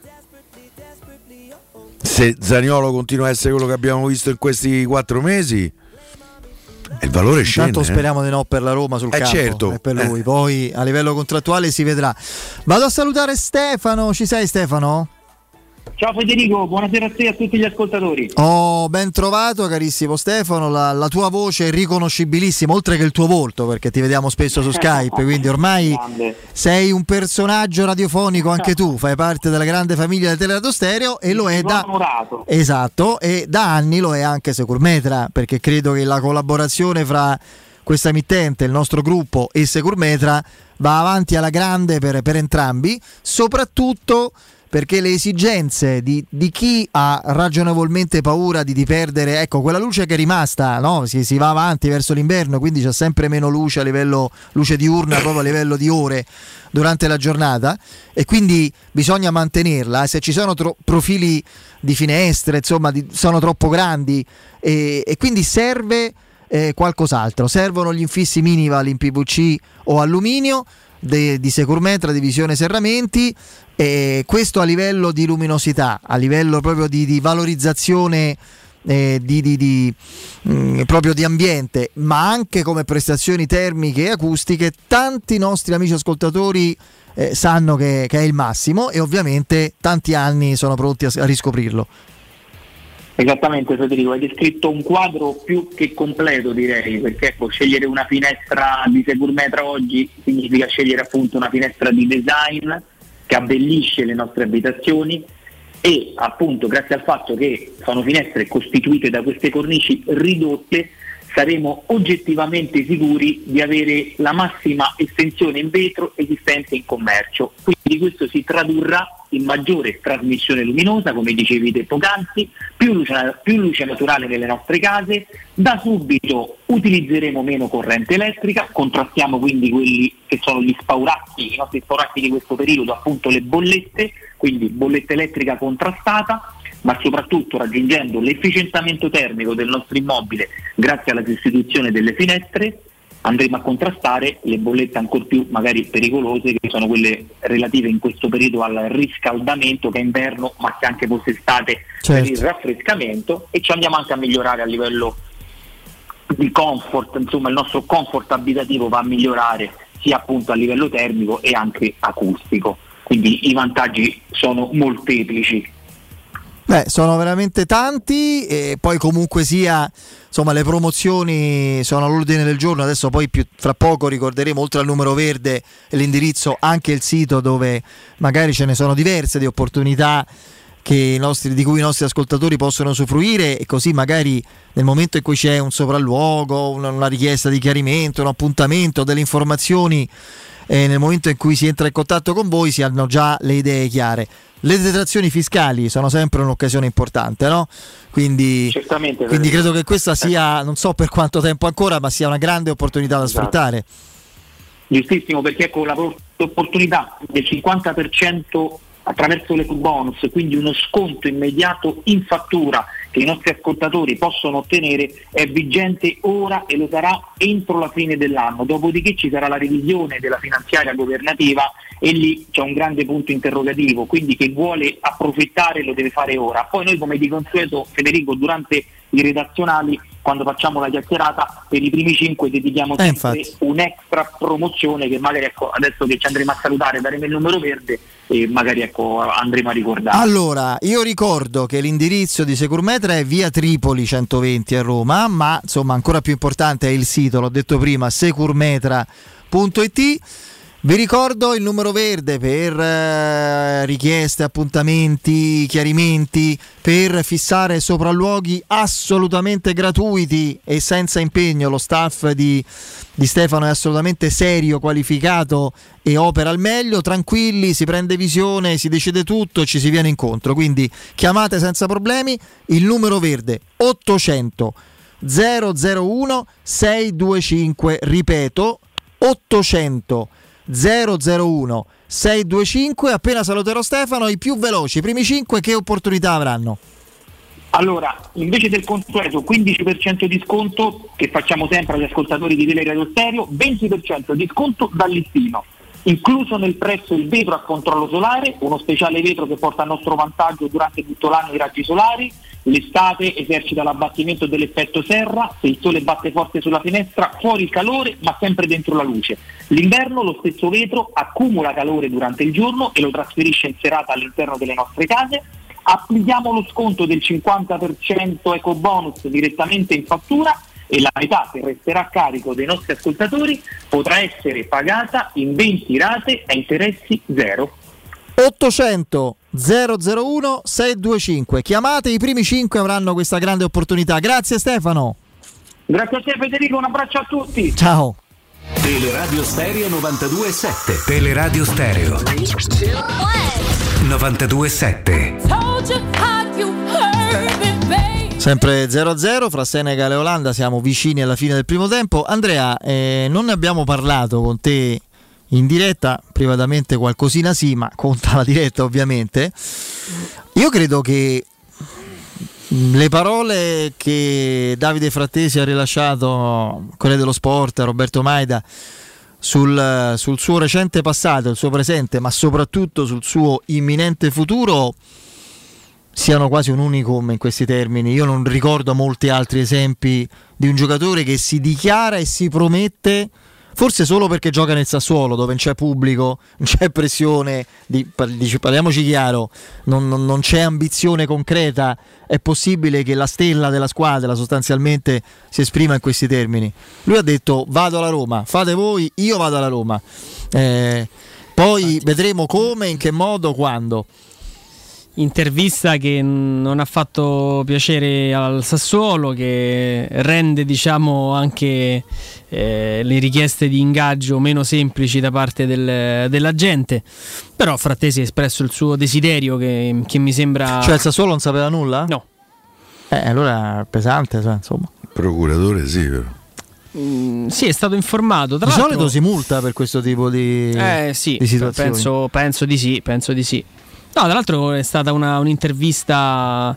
se Zaniolo continua a essere quello che abbiamo visto in questi 4 mesi, il valore scende. Intanto speriamo di no per la Roma sul campo, certo. E per lui poi a livello contrattuale si vedrà. Vado a salutare Stefano. Ci sei, Stefano? Ciao Federico, buonasera a te e a tutti gli ascoltatori. Oh, ben trovato carissimo Stefano, la tua voce è riconoscibilissima, oltre che il tuo volto, perché ti vediamo spesso su Skype, quindi ormai sei un personaggio radiofonico anche tu, fai parte della grande famiglia del Teleradio Stereo e lo è da onorato. Esatto, e da anni lo è anche Securmetra, perché credo che la collaborazione fra questa emittente, il nostro gruppo e Securmetra va avanti alla grande per entrambi, soprattutto perché le esigenze di chi ha ragionevolmente paura di perdere, ecco, quella luce che è rimasta, no? Si va avanti verso l'inverno, quindi c'è sempre meno luce a livello luce diurna, proprio a livello di ore durante la giornata, e quindi bisogna mantenerla. Se ci sono profili di finestre, insomma, sono troppo grandi, e quindi serve qualcos'altro. Servono gli infissi Minival in PVC o alluminio di Securmetra, divisione serramenti, e questo a livello di luminosità, a livello proprio di valorizzazione proprio di ambiente, ma anche come prestazioni termiche e acustiche. Tanti nostri amici ascoltatori sanno che è il massimo, e ovviamente tanti anni sono pronti a riscoprirlo. Esattamente Federico, hai descritto un quadro più che completo, direi, perché ecco, scegliere una finestra di Securmetra oggi significa scegliere appunto una finestra di design che abbellisce le nostre abitazioni, e appunto grazie al fatto che sono finestre costituite da queste cornici ridotte saremo oggettivamente sicuri di avere la massima estensione in vetro esistente in commercio. Quindi questo si tradurrà in maggiore trasmissione luminosa, come dicevi te poc'anzi, più luce naturale nelle nostre case. Da subito utilizzeremo meno corrente elettrica, contrastiamo quindi quelli che sono i nostri spauracchi di questo periodo, appunto le bollette, quindi bolletta elettrica contrastata, ma soprattutto raggiungendo l'efficientamento termico del nostro immobile grazie alla sostituzione delle finestre. Andremo a contrastare le bollette ancor più magari pericolose, che sono quelle relative in questo periodo al riscaldamento, che è inverno ma che anche fosse estate, certo, per il raffrescamento, e ci andiamo anche a migliorare a livello di comfort, insomma il nostro comfort abitativo va a migliorare sia appunto a livello termico e anche acustico, quindi i vantaggi sono molteplici. Sono veramente tanti, e poi comunque sia, insomma, le promozioni sono all'ordine del giorno. Adesso poi fra poco ricorderemo, oltre al numero verde e l'indirizzo, anche il sito, dove magari ce ne sono diverse di opportunità di cui i nostri ascoltatori possono usufruire, e così magari nel momento in cui c'è un sopralluogo, una richiesta di chiarimento, un appuntamento, delle informazioni, nel momento in cui si entra in contatto con voi si hanno già le idee chiare. Le detrazioni fiscali sono sempre un'occasione importante, no? Quindi credo che questa sia, non so per quanto tempo ancora, ma sia una grande opportunità da sfruttare. Giustissimo, perché ecco l'opportunità del 50% attraverso l'ecobonus, quindi uno sconto immediato in fattura che i nostri ascoltatori possono ottenere, è vigente ora e lo sarà entro la fine dell'anno. Dopodiché ci sarà la revisione della finanziaria governativa, e lì c'è un grande punto interrogativo, quindi chi vuole approfittare lo deve fare ora. Poi noi, come di consueto, Federico, durante i redazionali, quando facciamo la chiacchierata, per i primi 5 dedichiamo sempre un'extra promozione, che magari adesso che ci andremo a salutare daremo il numero verde e magari andremo a ricordare. Allora, io ricordo che l'indirizzo di Securmetra è via Tripoli 120 a Roma, ma insomma ancora più importante è il sito, l'ho detto prima, securmetra.it. Vi ricordo il numero verde per richieste, appuntamenti, chiarimenti, per fissare sopralluoghi assolutamente gratuiti e senza impegno. Lo staff di Stefano è assolutamente serio, qualificato e opera al meglio. Tranquilli, si prende visione, si decide tutto, ci si viene incontro. Quindi chiamate senza problemi. Il numero verde 800 001 625, ripeto 800 001 625. Appena saluterò Stefano, i più veloci, i primi 5 che opportunità avranno? Allora, invece del consueto 15% di sconto che facciamo sempre agli ascoltatori di Teleradio Stereo, 20% di sconto dal listino, incluso nel prezzo il vetro a controllo solare, uno speciale vetro che porta a nostro vantaggio durante tutto l'anno i raggi solari. L'estate esercita l'abbattimento dell'effetto serra, se il sole batte forte sulla finestra, fuori il calore ma sempre dentro la luce. L'inverno lo stesso vetro accumula calore durante il giorno e lo trasferisce in serata all'interno delle nostre case. Applichiamo lo sconto del 50% ecobonus direttamente in fattura e la metà che resterà a carico dei nostri ascoltatori potrà essere pagata in 20 rate a interessi zero. 800 001 625. Chiamate, i primi 5 avranno questa grande opportunità. Grazie Stefano. Grazie a te Federico, un abbraccio a tutti. Ciao. Teleradio Stereo 92.7. Teleradio Stereo 92.7. Sempre 0-0 fra Senegal e Olanda, siamo vicini alla fine del primo tempo. Andrea, non ne abbiamo parlato con te in diretta, privatamente qualcosina sì, ma conta la diretta ovviamente. Io credo che le parole che Davide Frattesi ha rilasciato, quelle dello Sport, a Roberto Maida, sul suo recente passato, il suo presente, ma soprattutto sul suo imminente futuro, siano quasi un unicum in questi termini. Io non ricordo molti altri esempi di un giocatore che si dichiara e si promette, forse solo perché gioca nel Sassuolo, dove non c'è pubblico, non c'è pressione, parliamoci chiaro, non c'è ambizione concreta. È possibile che la stella della squadra sostanzialmente si esprima in questi termini. Lui ha detto: vado alla Roma, fate voi, io vado alla Roma, poi vedremo come, in che modo, quando. Intervista che non ha fatto piacere al Sassuolo, che rende, diciamo, anche le richieste di ingaggio meno semplici da parte della gente. Però Frattesi ha espresso il suo desiderio che mi sembra... Cioè il Sassuolo non sapeva nulla? No. Allora pesante, insomma. Il procuratore sì, però. Sì, è stato informato. Tra di l'altro, solito si multa per questo tipo di situazioni. Penso di sì. No, tra l'altro è stata un'intervista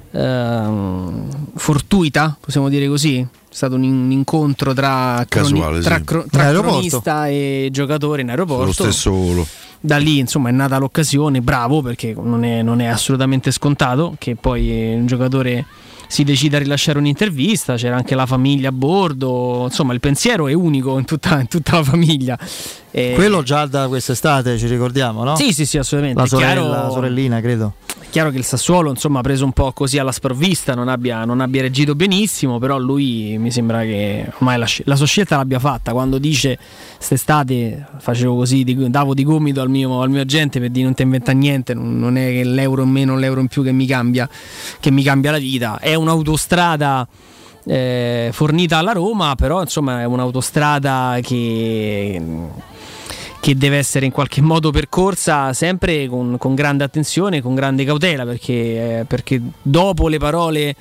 fortuita, possiamo dire così. È stato un incontro tra cronista e giocatore in aeroporto. Sullo stesso volo. Da lì, insomma, è nata l'occasione. Bravo, perché non è assolutamente scontato che poi un giocatore si decida a rilasciare un'intervista. C'era anche la famiglia a bordo, insomma il pensiero è unico in tutta la famiglia. Quello già da quest'estate, ci ricordiamo, no? Sì, assolutamente. La sorellina, credo. È chiaro che il Sassuolo, insomma, ha preso un po' così alla sprovvista, non abbia reagito benissimo, però lui mi sembra che ormai la sua scelta l'abbia fatta. Quando dice quest'estate facevo così, davo di gomito al mio agente per dire non ti inventa niente, non è che l'euro in meno, l'euro in più che mi cambia la vita. È un'autostrada fornita alla Roma, però insomma è un'autostrada che deve essere in qualche modo percorsa sempre con grande attenzione, con grande cautela, perché dopo le parole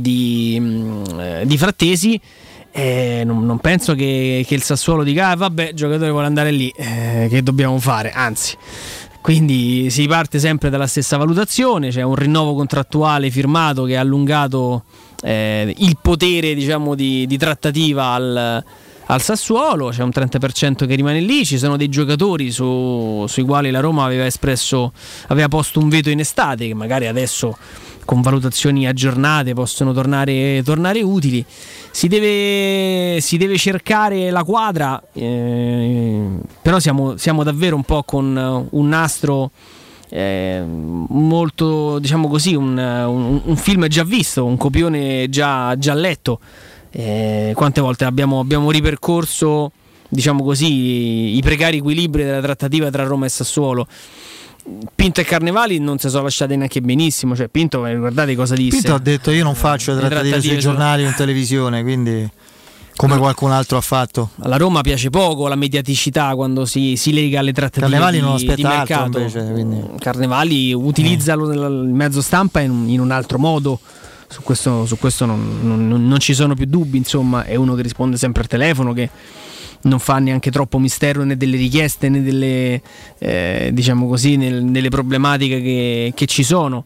di Frattesi non penso che il Sassuolo dica vabbè, il giocatore vuole andare lì, che dobbiamo fare, anzi. Quindi si parte sempre dalla stessa valutazione, c'è un rinnovo contrattuale firmato che ha allungato il potere, diciamo, di trattativa al Sassuolo, c'è un 30% che rimane lì, ci sono dei giocatori sui quali la Roma aveva posto un veto in estate, che magari adesso con valutazioni aggiornate possono tornare utili. Si deve cercare la quadra, però siamo davvero un po' con un nastro molto, diciamo così, un film già visto, un copione già letto. Quante volte abbiamo ripercorso, diciamo così, i precari equilibri della trattativa tra Roma e Sassuolo. Pinto e Carnevali non si sono lasciati neanche benissimo, cioè Pinto, guardate cosa disse. Pinto ha detto io non faccio le trattative sui giornali o in televisione, quindi come qualcun altro ha fatto. Alla Roma piace poco la mediaticità quando si lega alle trattative. Carnevali non aspetta di mercato. Altro invece, quindi. Carnevali utilizza il mezzo stampa in un altro modo. Su questo non ci sono più dubbi, insomma, è uno che risponde sempre al telefono, che non fa neanche troppo mistero né delle richieste né delle diciamo così nelle problematiche che ci sono.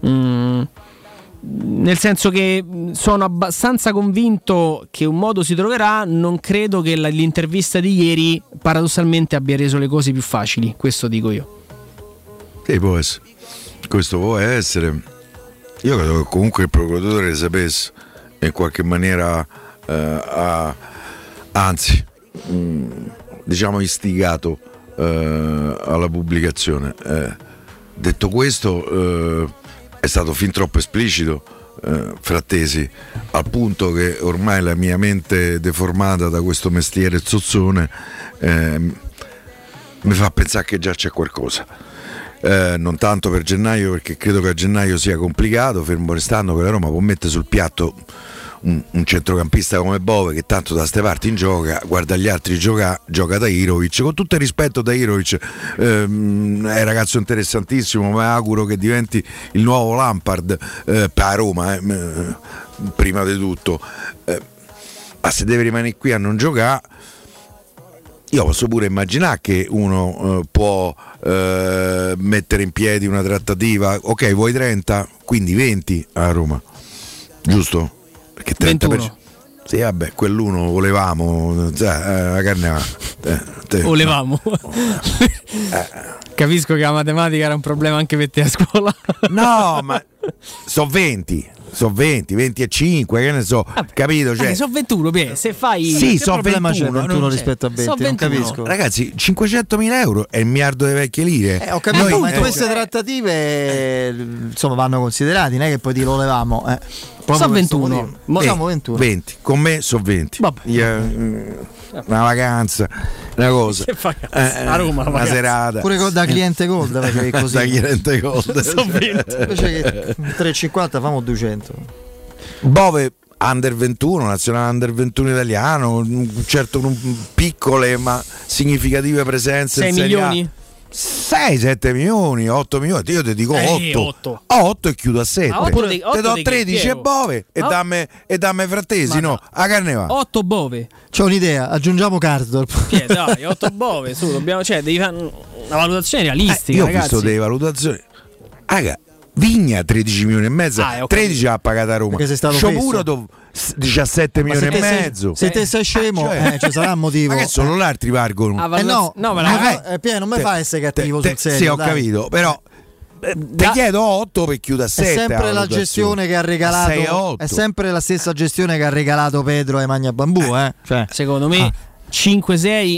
Nel senso che sono abbastanza convinto che un modo si troverà. Non credo che l'intervista di ieri paradossalmente abbia reso le cose più facili, questo dico io. Sì, può essere. Questo può essere. Io credo che comunque il procuratore sapesse e in qualche maniera anzi diciamo istigato alla pubblicazione. Detto questo, è stato fin troppo esplicito, Frattesi, al punto che ormai la mia mente deformata da questo mestiere zozzone mi fa pensare che già c'è qualcosa. Non tanto per gennaio, perché credo che a gennaio sia complicato, fermo restando che la Roma può mettere sul piatto un centrocampista come Bove, che tanto da ste parti in gioca, guarda gli altri gioca Tahirovic, con tutto il rispetto. Tahirovic è un ragazzo interessantissimo, ma auguro che diventi il nuovo Lampard per la Roma, prima di tutto, ma se deve rimanere qui a non giocare, io posso pure immaginare che uno può mettere in piedi una trattativa. Ok, vuoi 30? Quindi 20 a Roma, giusto? Perché 30%. Sì, vabbè, quell'uno volevamo, la carne volevamo. Capisco che la matematica era un problema anche per te a scuola. No, ma sono 20 e 5, che ne so, capito? Cioè, sono 21, se fai. Sì, sono 21 rispetto a 20, non capisco. Ragazzi, 500.000 euro è il miliardo di vecchie lire. Ho capito, ma queste trattative insomma vanno considerate, non è che poi ti lo levamo. Sono 21. Siamo 21. 20, con me sono 20. Una vacanza, una cosa. A Roma, una serata. Pure da cliente Gold, così. Da cliente Gold. Sono 20. Invece che 3,50 famo 200. Bove under 21, nazionale under 21 italiano, certo piccole ma significative presenze. 6 milioni? 6-7 milioni, 8 milioni, io ti dico 8 e chiudo a 7. Ti do 13 e Bove e dammi Frattesi, no? A Carnevale 8 Bove. C'ho un'idea, aggiungiamo Karsdorp. Dai, 8 Bove, su, dobbiamo, devi fare una valutazione realistica, io ragazzi. Ho visto delle valutazioni. Raga, Vigna 13 milioni e mezzo, 13 ha pagato a Roma. Sciopuro 17 milioni e mezzo. Se te sei scemo, ci sarà un motivo. Ma che solo l'altri valgono? No, Piero, non mi fa essere cattivo sul serio. Sì, ho capito, però ti chiedo 8 per chiudere a 7. È sempre la gestione che ha regalato. È sempre la stessa gestione che ha regalato Pedro ai Magna Bambù, Cioè, secondo me 5-6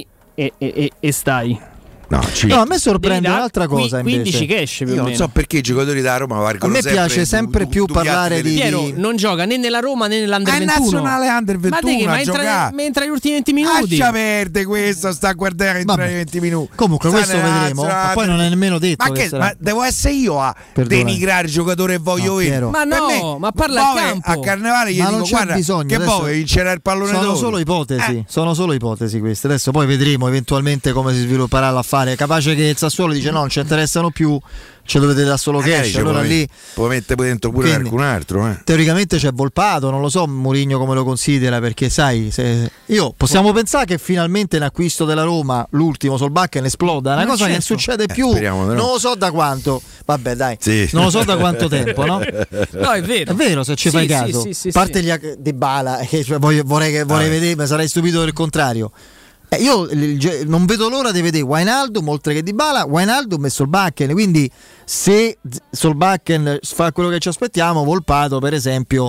e stai. No, a me sorprende un'altra cosa 15 cash più o meno. Non so perché i giocatori da Roma valgono. A me piace sempre più parlare di Piero non gioca né nella Roma né nell'Under 21. Nazionale Under 21 ma entra gli ultimi 20 minuti. Lascia perde questo, sta a guardare entra i 20 minuti. Comunque questo vedremo, ma poi non è nemmeno detto ma devo essere io a denigrare il giocatore che voglio vedere. Ma no, ma parla al campo. A Carnevale gli dico guarda che poi vincerà il pallone d'oro. Sono solo ipotesi queste. Adesso poi vedremo eventualmente come si svilupperà l'affare. Capace che il Sassuolo dice no, non ci interessano più, ci dovete dare solo cash, allora lì può mettere dentro pure qualcun altro. Teoricamente c'è Volpato, non lo so Mourinho come lo considera, perché sai, possiamo pensare che finalmente in acquisto della Roma l'ultimo Solbakken esploda, una cosa che non succede più, non lo so da quanto, vabbè dai, non lo so da quanto tempo, no? No, è vero se ci fai caso, a parte Dybala, vorrei vedere, ma sarei stupito del contrario. Io non vedo l'ora di vedere Wijnaldum oltre che Dybala, Wijnaldum e Solbakken, quindi se Solbakken fa quello che ci aspettiamo, Volpato per esempio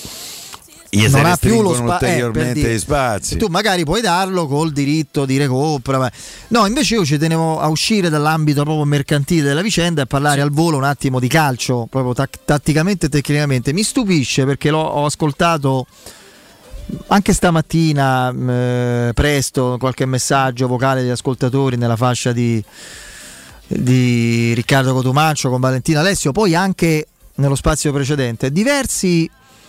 non ha più lo spazi. Tu magari puoi darlo col diritto di recupero, no, invece io ci tenevo a uscire dall'ambito proprio mercantile della vicenda e a parlare al volo un attimo di calcio, proprio tatticamente e tecnicamente. Mi stupisce perché ho ascoltato anche stamattina presto qualche messaggio vocale degli ascoltatori nella fascia di Riccardo Cotumaccio con Valentina Alessio, poi anche nello spazio precedente diversi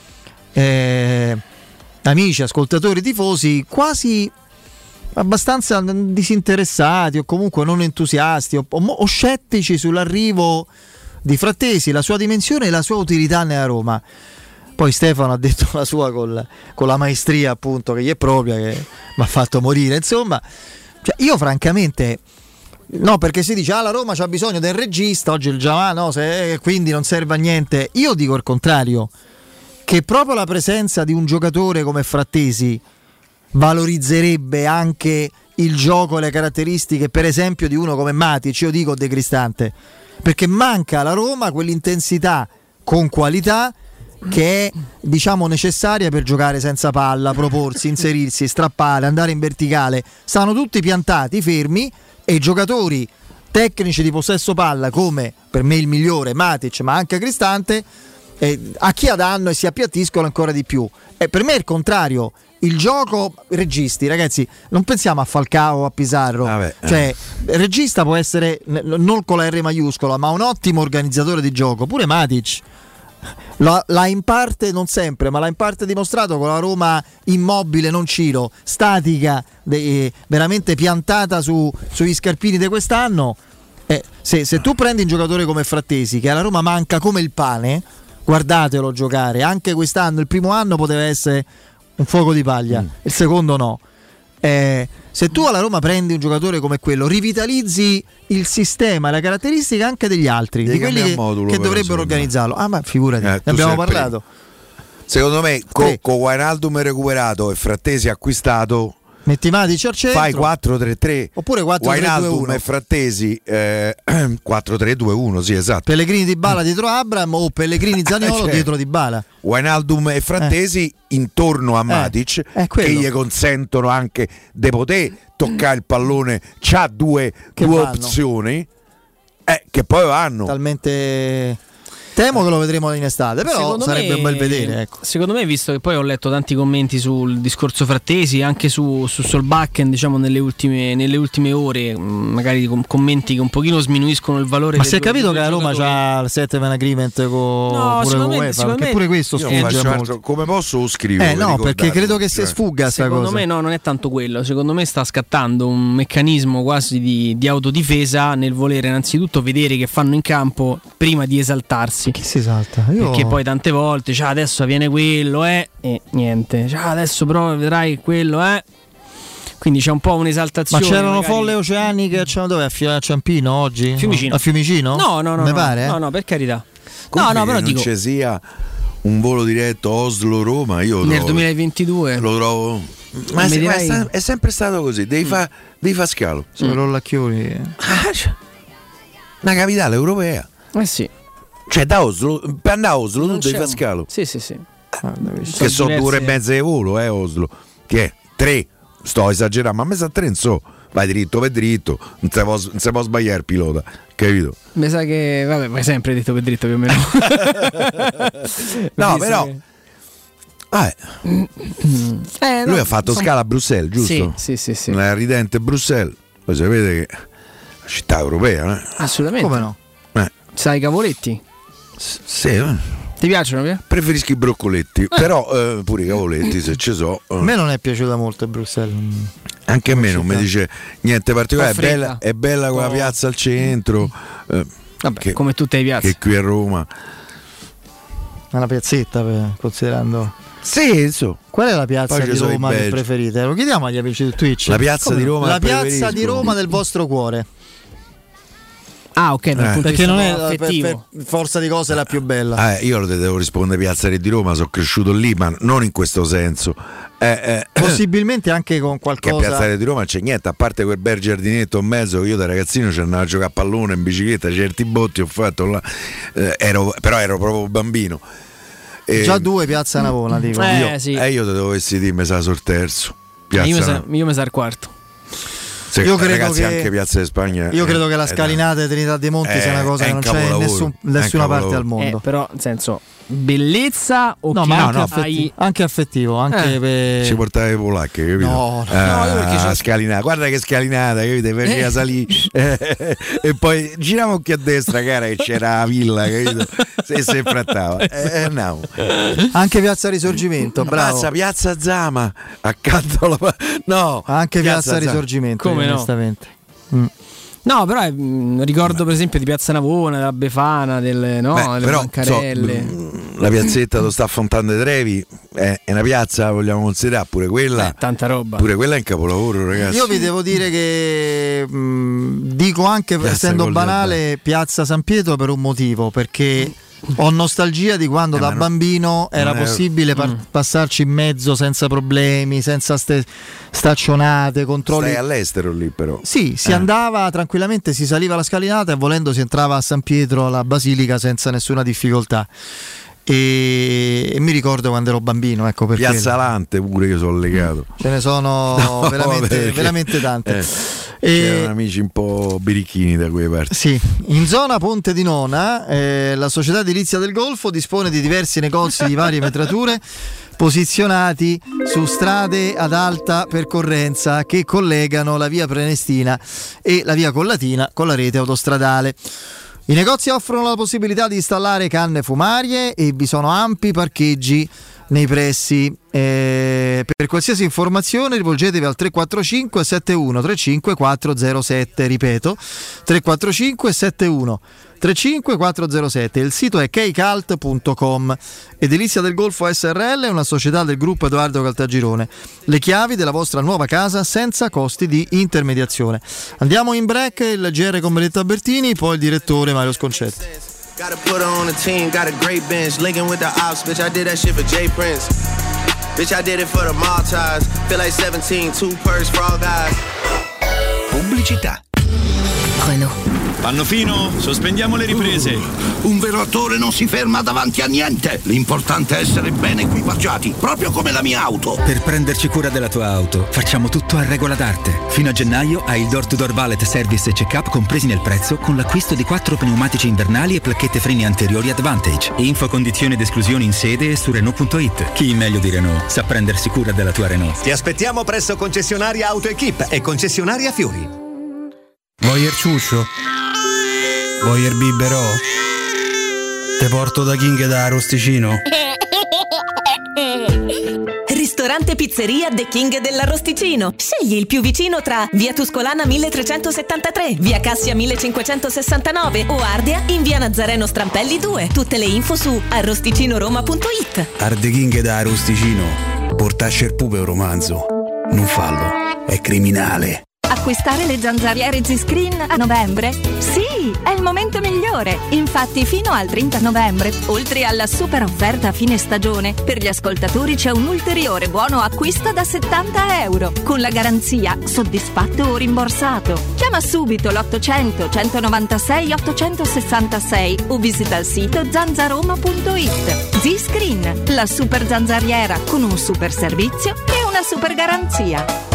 amici, ascoltatori, tifosi quasi abbastanza disinteressati o comunque non entusiasti o scettici sull'arrivo di Frattesi, la sua dimensione e la sua utilità nella Roma. Poi Stefano ha detto la sua con la maestria appunto che gli è propria, che mi ha fatto morire, insomma. Cioè, io francamente no, perché si dice la Roma c'ha bisogno del regista, oggi il Giamà no, quindi non serve a niente. Io dico il contrario, che proprio la presenza di un giocatore come Frattesi valorizzerebbe anche il gioco e le caratteristiche, per esempio, di uno come Matic, io dico De Cristante, perché manca alla Roma quell'intensità con qualità che è, diciamo, necessaria per giocare senza palla, proporsi, inserirsi, strappare, andare in verticale. Stanno tutti piantati, fermi, e i giocatori tecnici di possesso palla, come per me il migliore Matic, ma anche Cristante, a chi danno e si appiattiscono ancora di più. Per me è il contrario. Il gioco registi, ragazzi, non pensiamo a Falcao o a Pizarro. Cioè, regista può essere non con la R maiuscola, ma un ottimo organizzatore di gioco. Pure Matic l'ha in parte, non sempre, ma l'ha in parte dimostrato con la Roma immobile, non Ciro, statica, veramente piantata sugli scarpini di quest'anno. Se tu prendi un giocatore come Frattesi, che alla Roma manca come il pane, guardatelo giocare. Anche quest'anno, il primo anno poteva essere un fuoco di paglia, il secondo no. Se tu alla Roma prendi un giocatore come quello, rivitalizzi il sistema e la caratteristica anche degli altri, di quelli che dovrebbero organizzarlo. Ma figurati, ne abbiamo parlato. Secondo me con Wijnaldum recuperato e Frattesi acquistato, metti Matic al centro, fai 4-3-3 oppure 4-3-2-1, Wijnaldum e Frattesi 4-3-2-1, sì, esatto. Pellegrini Dybala dietro Abraham o Pellegrini Zaniolo dietro Dybala. Wijnaldum e Frattesi intorno a Matic, che gli consentono anche di poter toccare il pallone. C'ha due opzioni che poi vanno talmente. Temo che lo vedremo in estate, però secondo sarebbe un bel vedere. Ecco. Secondo me, visto che poi ho letto tanti commenti sul discorso Frattesi, anche su Solbakken, diciamo nelle ultime ore, magari commenti che un pochino sminuiscono il valore. Ma si è capito che la Roma c'ha il settlement agreement con UEFA, perché pure questo sfugge molto. Come posso scrivere? No, perché credo che si sfugga sta cosa. Secondo me no, non è tanto quello. Secondo me sta scattando un meccanismo quasi di autodifesa nel volere innanzitutto vedere che fanno in campo prima di esaltarsi. Chi si esalta? Perché poi tante volte adesso viene quello e niente, adesso però vedrai quello quindi c'è un po' un'esaltazione. Ma c'erano magari. folle oceaniche dove? A Ciampino oggi? Fiumicino. A Fiumicino? No, mi pare? No, per carità. Come però non dico, ci sia un volo diretto Oslo-Roma, io nel 2022 lo trovo. Ma è sempre stato così, devi fa scalo. Sono Rollacchioni. Una capitale europea. Sì. Cioè da Oslo, per andare a Oslo tu devi fare scalo. Sì. Che sono 2 ore e mezza di volo, Oslo. Che è 3, sto esagerando, ma a me sa 3 non so. Vai dritto per dritto, non si può sbagliare il pilota, capito? Mi sa che, vabbè, vai sempre dritto per dritto più o meno. No, però lui ha fatto scala a Bruxelles, giusto? Sì. Nella ridente Bruxelles. Voi sapete che è una città europea, Assolutamente. Come no? Sai i cavoletti? Sì. Ti piacciono? Preferisco i broccoletti, però pure i cavoletti se ci so. A me non è piaciuta molto Bruxelles. Anche a me non mi dice niente particolare. È bella quella piazza al centro. Vabbè, come tutte le piazze. Che qui a Roma. È una piazzetta, considerando. Sì, so. Qual è la piazza di Roma che preferite? Lo chiediamo agli amici di Twitch. La piazza di Roma. La piazza di Roma del vostro cuore. Ok, dal punto perché non è affettivo. Per forza di cose la più bella. Io lo devo rispondere Piazza Re di Roma, sono cresciuto lì, ma non in questo senso. Possibilmente anche con qualcosa. Che a Piazza Re di Roma c'è niente, a parte quel bel giardinetto in mezzo che io da ragazzino ci andavo a giocare a pallone in bicicletta, certi botti ho fatto là. Però ero proprio bambino. Già 2 Piazza Navona, dico. Io sì. te dovessi dire mi sa sul terzo. Io mi sa il quarto. Io credo ragazzi, che anche Piazza di Spagna. Io credo che la scalinata di Trinità dei Monti sia una cosa che non c'è in nessuna parte al mondo. Però, nel senso, bellezza o anche affettivo, anche per... Ci portava i polacchi, capito? No, perché scalinata, guarda che scalinata, capite? Faceva salire e poi giriamo occhio a destra, cara, che c'era la villa, capito? Se si frattava. No. Anche Piazza Risorgimento, bravo. Piazza Zama, accanto alla... No, anche Piazza Risorgimento, come onestamente. No, però ricordo per esempio di Piazza Navona, della Befana, delle Bancarelle. la piazzetta dove sta Fontana dei Trevi è una piazza, vogliamo considerare pure quella, tanta roba, pure quella è un capolavoro, ragazzi. Io vi devo dire che dico anche, Piazza essendo banale, Piazza San Pietro per un motivo, perché ho nostalgia di quando da bambino era possibile passarci in mezzo senza problemi, senza staccionate, controlli. Stai all'estero lì però. Sì, si andava tranquillamente, si saliva la scalinata e volendo si entrava a San Pietro, alla Basilica, senza nessuna difficoltà. E mi ricordo quando ero bambino, ecco perché. Piazza Lante pure io sono legato. Ce ne sono veramente tante. C'erano amici un po' birichini da quelle parti. Sì, in zona Ponte di Nona la società edilizia del Golfo dispone di diversi negozi di varie metrature posizionati su strade ad alta percorrenza che collegano la via Prenestina e la via Collatina con la rete autostradale. I negozi offrono la possibilità di installare canne fumarie e vi sono ampi parcheggi nei pressi. Per qualsiasi informazione rivolgetevi al 345 71 35 407, ripeto 345 71 35 407. Il sito è keycalt.com. Edilizia del Golfo SRL è una società del gruppo Edoardo Caltagirone. Le chiavi della vostra nuova casa senza costi di intermediazione. Andiamo in break, il GR con Benedetta Bertini, poi il direttore Mario Sconcetti. Gotta put her on the team, got a great bench, linking with the ops, bitch, I did that shit for Jay Prince. Bitch, I did it for the Maltese, feel like 17, two purse for all guys. Pubblicità. Renault. Pannofino, sospendiamo le riprese. Un vero attore non si ferma davanti a niente. L'importante è essere ben equipaggiati, proprio come la mia auto. Per prenderci cura della tua auto, facciamo tutto a regola d'arte. Fino a gennaio hai il door-to-door valet service e check-up compresi nel prezzo con l'acquisto di 4 pneumatici invernali e placchette freni anteriori Advantage. Info, condizioni ed esclusioni in sede e su Renault.it. Chi meglio di Renault sa prendersi cura della tua Renault. Ti aspettiamo presso concessionaria AutoEquip e concessionaria Fiori. Voyer ciuscio? Voyer biberò? Te porto da King e da Arrosticino? Ristorante Pizzeria The King dell'Arrosticino. Scegli il più vicino tra via Tuscolana 1373, via Cassia 1569 o Ardea in via Nazareno Strampelli 2. Tutte le info su arrosticinoroma.it. Arde King da Arrosticino. Portasce il pupe un romanzo. Non fallo, è criminale. Acquistare le zanzariere Z-Screen a novembre? Sì, è il momento migliore. Infatti fino al 30 novembre, oltre alla super offerta a fine stagione, per gli ascoltatori c'è un ulteriore buono acquisto da €70 con la garanzia soddisfatto o rimborsato. Chiama subito l'800 196 866 o visita il sito zanzaroma.it. Z-Screen, la super zanzariera con un super servizio e una super garanzia.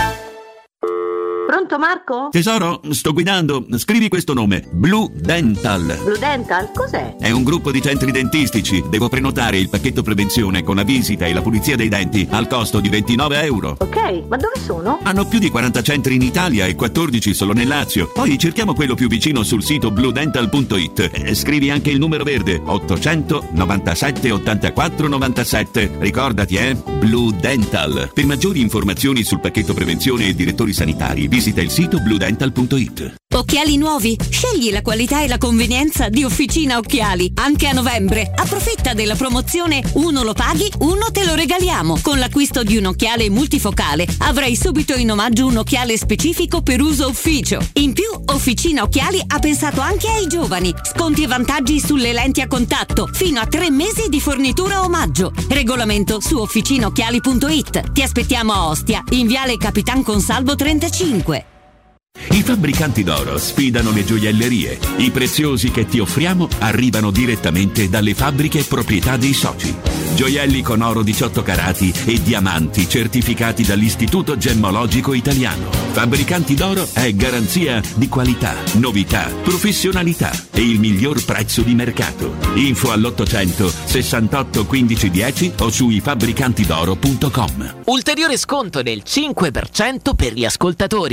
Pronto Marco? Tesoro, sto guidando. Scrivi questo nome: Blue Dental. Blue Dental? Cos'è? È un gruppo di centri dentistici. Devo prenotare il pacchetto prevenzione con la visita e la pulizia dei denti al costo di €29. Ok, ma dove sono? Hanno più di 40 centri in Italia e 14 solo nel Lazio. Poi cerchiamo quello più vicino sul sito bluedental.it. Scrivi anche il numero verde: 800 97 84 97. Ricordati, Blue Dental. Per maggiori informazioni sul pacchetto prevenzione e direttori sanitari, visita il sito bluedental.it. Occhiali nuovi? Scegli la qualità e la convenienza di Officina Occhiali. Anche a novembre. Approfitta della promozione uno lo paghi, uno te lo regaliamo. Con l'acquisto di un occhiale multifocale avrai subito in omaggio un occhiale specifico per uso ufficio. In più, Officina Occhiali ha pensato anche ai giovani. Sconti e vantaggi sulle lenti a contatto. Fino a 3 mesi di fornitura omaggio. Regolamento su officinaocchiali.it. Ti aspettiamo a Ostia, in viale Capitan Consalvo 35. I fabbricanti d'oro sfidano le gioiellerie. I preziosi che ti offriamo arrivano direttamente dalle fabbriche proprietà dei soci. Gioielli con oro 18 carati e diamanti certificati dall'Istituto Gemmologico Italiano. Fabbricanti d'oro è garanzia di qualità, novità, professionalità e il miglior prezzo di mercato. Info all'800 68 15 10 o su ifabbricantidoro.com. Ulteriore sconto del 5% per gli ascoltatori.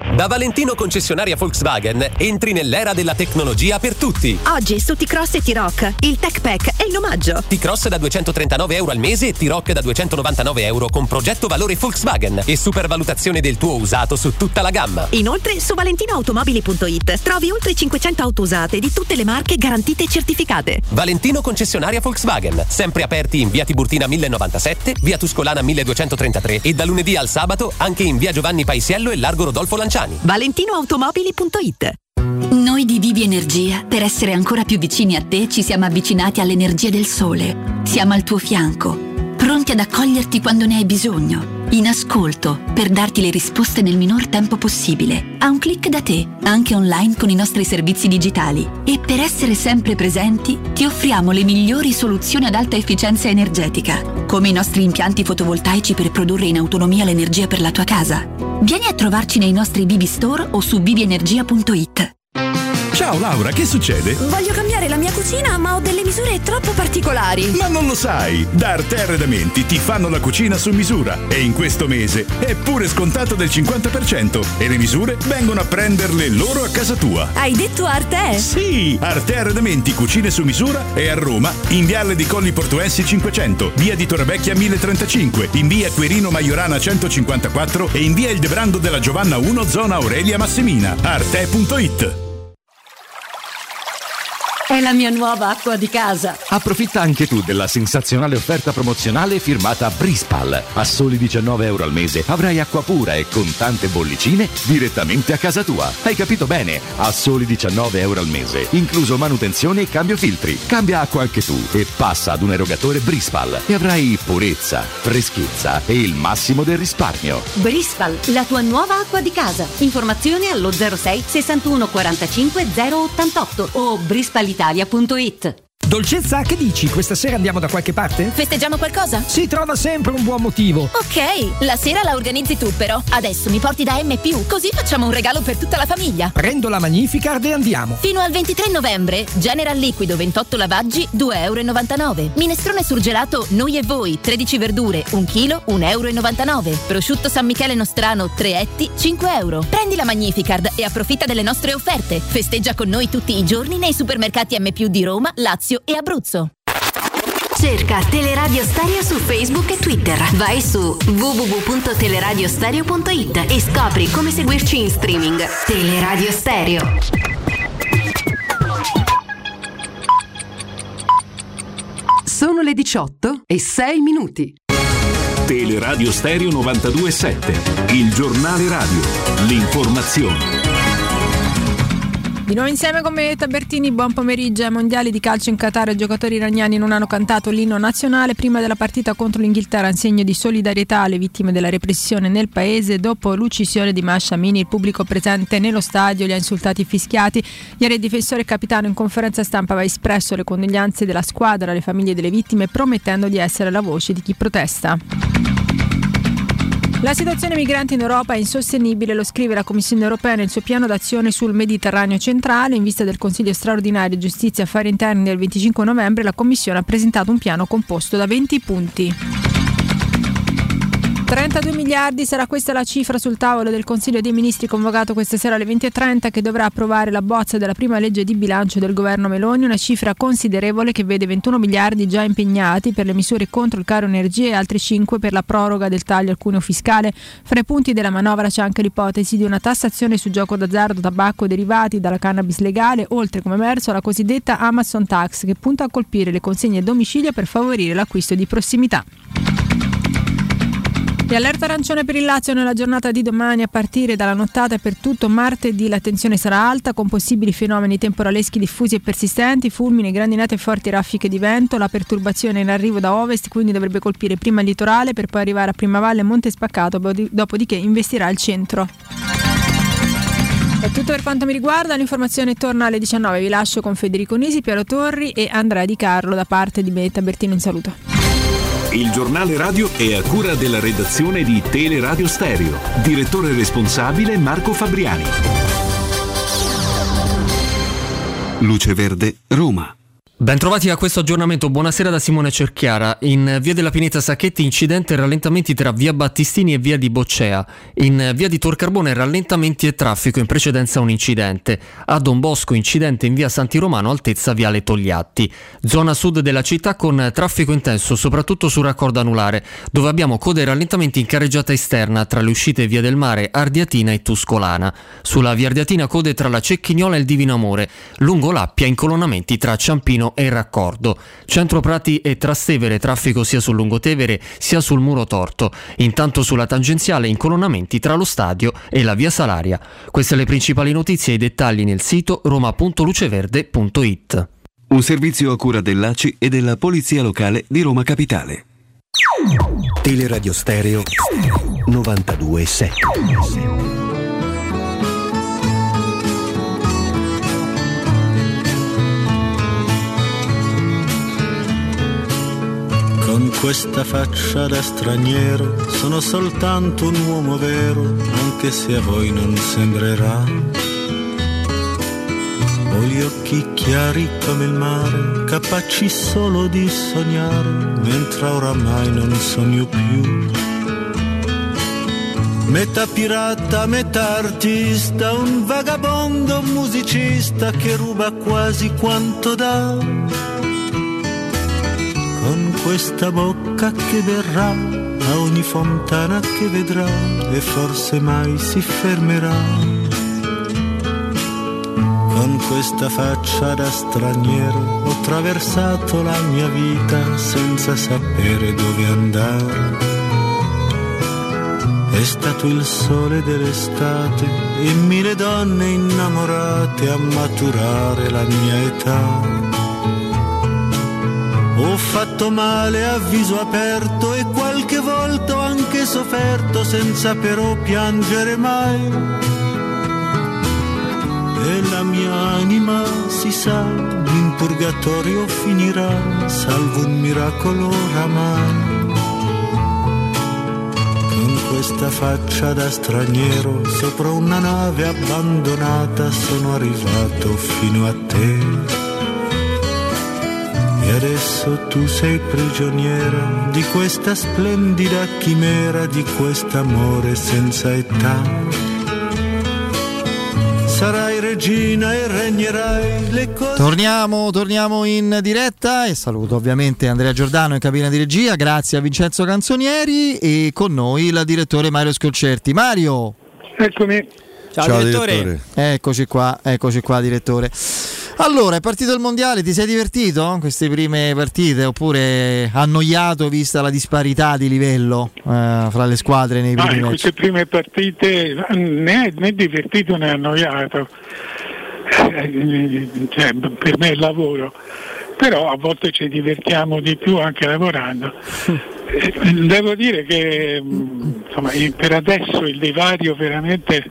Da Valentino concessionaria Volkswagen entri nell'era della tecnologia per tutti. Oggi su T-Cross e T-Rock il Tech Pack è in omaggio. T-Cross da €239 al mese e T-Rock da €299 con progetto valore Volkswagen e supervalutazione del tuo usato su tutta la gamma. Inoltre su valentinoautomobili.it trovi oltre 500 auto usate di tutte le marche garantite e certificate. Valentino concessionaria Volkswagen, sempre aperti in via Tiburtina 1097, via Tuscolana 1233 e da lunedì al sabato anche in via Giovanni Paisiello e largo Rodolfo Lanciani. valentinoautomobili.it. Noi di Vivi Energia, per essere ancora più vicini a te, ci siamo avvicinati all'energia del sole. Siamo al tuo fianco, pronti ad accoglierti quando ne hai bisogno, in ascolto, per darti le risposte nel minor tempo possibile, a un click da te, anche online con i nostri servizi digitali. E per essere sempre presenti, ti offriamo le migliori soluzioni ad alta efficienza energetica, come i nostri impianti fotovoltaici per produrre in autonomia l'energia per la tua casa. Vieni a trovarci nei nostri Vivi Store o su vivienergia.it. Ciao Laura, che succede? Voglio cambiare la mia cucina, ma ho delle misure troppo particolari. Ma non lo sai! Da Arte Arredamenti ti fanno la cucina su misura e in questo mese è pure scontato del 50% e le misure vengono a prenderle loro a casa tua. Hai detto Arte? Sì! Arte Arredamenti Cucine su misura è a Roma, in Viale di Colli Portuensi 500, via di Torrevecchia 1035, in via Quirino Maiorana 154 e in via Il Debrando della Giovanna 1, zona Aurelia Massimina. Arte.it. È la mia nuova acqua di casa. Approfitta anche tu della sensazionale offerta promozionale firmata Brispal. A soli €19 al mese avrai acqua pura e con tante bollicine direttamente a casa tua. Hai capito bene? A soli €19 al mese, incluso manutenzione e cambio filtri. Cambia acqua anche tu e passa ad un erogatore Brispal e avrai purezza, freschezza e il massimo del risparmio. Brispal, la tua nuova acqua di casa. Informazioni allo 06 61 45 088 o brispalitalia.it. Dolcezza, che dici? Questa sera andiamo da qualche parte? Festeggiamo qualcosa? Si trova sempre un buon motivo. Ok, la sera la organizzi tu però. Adesso mi porti da M+, così facciamo un regalo per tutta la famiglia. Prendo la Magnificard e andiamo. Fino al 23 novembre, General Liquido 28 lavaggi, €2,99. Minestrone surgelato Noi e Voi, 13 verdure, 1 chilo, €1,99. Prosciutto San Michele Nostrano, 3 etti, €5. Prendi la Magnificard e approfitta delle nostre offerte. Festeggia con noi tutti i giorni nei supermercati M+ di Roma, Lazio e Abruzzo. Cerca Teleradio Stereo su Facebook e Twitter. Vai su www.teleradiostereo.it e scopri come seguirci in streaming. Teleradio Stereo. Sono le 18:06. Teleradio Stereo 92.7, il giornale radio, l'informazione. Di nuovo insieme con me Tabertini, buon pomeriggio. Ai mondiali di calcio in Qatar i giocatori iraniani non hanno cantato l'inno nazionale prima della partita contro l'Inghilterra in segno di solidarietà alle vittime della repressione nel paese. Dopo l'uccisione di Mahsa Amini, il pubblico presente nello stadio li ha insultati e fischiati. Ieri il difensore capitano in conferenza stampa aveva espresso le condoglianze della squadra alle famiglie delle vittime, promettendo di essere la voce di chi protesta. La situazione migranti in Europa è insostenibile, lo scrive la Commissione europea nel suo piano d'azione sul Mediterraneo centrale. In vista del Consiglio straordinario Giustizia e Affari Interni del 25 novembre, la Commissione ha presentato un piano composto da 20 punti. 32 miliardi sarà questa la cifra sul tavolo del Consiglio dei Ministri convocato questa sera alle 20:30, che dovrà approvare la bozza della prima legge di bilancio del governo Meloni, una cifra considerevole che vede 21 miliardi già impegnati per le misure contro il caro energia e altri 5 per la proroga del taglio al cuneo fiscale. Fra i punti della manovra c'è anche l'ipotesi di una tassazione su gioco d'azzardo, tabacco, derivati dalla cannabis legale, oltre, come emerso, alla cosiddetta Amazon Tax, che punta a colpire le consegne a domicilio per favorire l'acquisto di prossimità. E allerta arancione per il Lazio nella giornata di domani. A partire dalla nottata e per tutto martedì la tensione sarà alta, con possibili fenomeni temporaleschi diffusi e persistenti, fulmini, grandinate e forti raffiche di vento. La perturbazione in arrivo da ovest quindi dovrebbe colpire prima il litorale per poi arrivare a Primavalle e Monte Spaccato, dopodiché investirà il centro. È tutto per quanto mi riguarda, l'informazione torna alle 19. Vi lascio con Federico Nisi, Piero Torri e Andrea Di Carlo. Da parte di Benetta Bertino, un saluto. Il giornale radio è a cura della redazione di Teleradio Stereo. Direttore responsabile Marco Fabriani. Luce Verde, Roma. Bentrovati a questo aggiornamento, buonasera da Simone Cerchiara. In via della Pineta Sacchetti incidente e rallentamenti tra via Battistini e via di Boccea. In via di Tor Carbone rallentamenti e traffico, in precedenza un incidente. A Don Bosco incidente in via Santi Romano altezza viale Togliatti. Zona sud della città con traffico intenso soprattutto sul raccordo anulare, dove abbiamo code e rallentamenti in carreggiata esterna tra le uscite via del Mare, Ardiatina e Tuscolana. Sulla via Ardiatina code tra la Cecchignola e il Divino Amore. Lungo l'Appia incolonnamenti tra Ciampino e Raccordo. Centro Prati e Trastevere traffico sia sul Lungotevere sia sul Muro Torto. Intanto sulla tangenziale incolonnamenti tra lo stadio e la via Salaria. Queste le principali notizie e i dettagli nel sito roma.luceverde.it. Un servizio a cura dell'ACI e della Polizia Locale di Roma Capitale. Teleradio Stereo 92.7. Con questa faccia da straniero sono soltanto un uomo vero, anche se a voi non sembrerà. Ho gli occhi chiari come il mare, capaci solo di sognare, mentre oramai non sogno più. Metà pirata, metà artista, un vagabondo musicista che ruba quasi quanto dà. Con questa bocca che verrà a ogni fontana che vedrà e forse mai si fermerà. Con questa faccia da straniero ho attraversato la mia vita senza sapere dove andare. È stato il sole dell'estate e 1000 donne innamorate a maturare la mia età. Ho fatto male a viso aperto e qualche volta ho anche sofferto senza però piangere mai. E la mia anima, si sa, in purgatorio finirà, salvo un miracolo oramai. Con questa faccia da straniero, sopra una nave abbandonata, sono arrivato fino a te. E adesso tu sei prigioniera di questa splendida chimera, di quest'amore senza età. Sarai regina e regnerai le cose. Torniamo in diretta e saluto ovviamente Andrea Giordano in cabina di regia, grazie a Vincenzo Canzonieri e con noi il direttore Mario Sconcerti. Mario! Eccomi. Ciao direttore. Eccoci qua direttore. Allora, è partito il mondiale, ti sei divertito in queste prime partite oppure annoiato vista la disparità di livello fra le squadre nei primi match? In queste prime partite né divertito né annoiato, cioè, per me è lavoro, però a volte ci divertiamo di più anche lavorando. Devo dire che insomma, per adesso il divario veramente...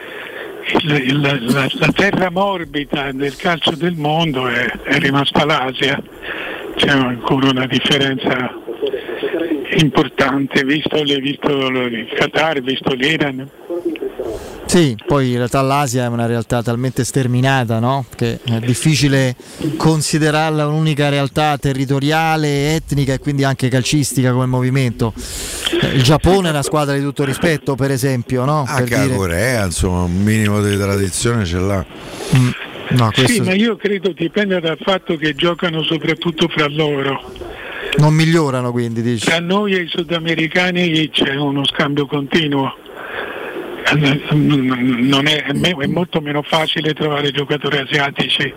La terra morbida del calcio del mondo è rimasta l'Asia, c'è ancora una differenza importante visto il Qatar, visto l'Iran. Sì, poi in realtà l'Asia è una realtà talmente sterminata, no? Che è difficile considerarla un'unica realtà territoriale, etnica e quindi anche calcistica come movimento. Il Giappone è una squadra di tutto rispetto, per esempio, no? Anche la Corea, insomma, un minimo di tradizione ce l'ha. No, sì, ma io credo dipenda dal fatto che giocano soprattutto fra loro. Non migliorano, quindi dici? Tra noi e i sudamericani c'è uno scambio continuo. Non è molto meno facile trovare giocatori asiatici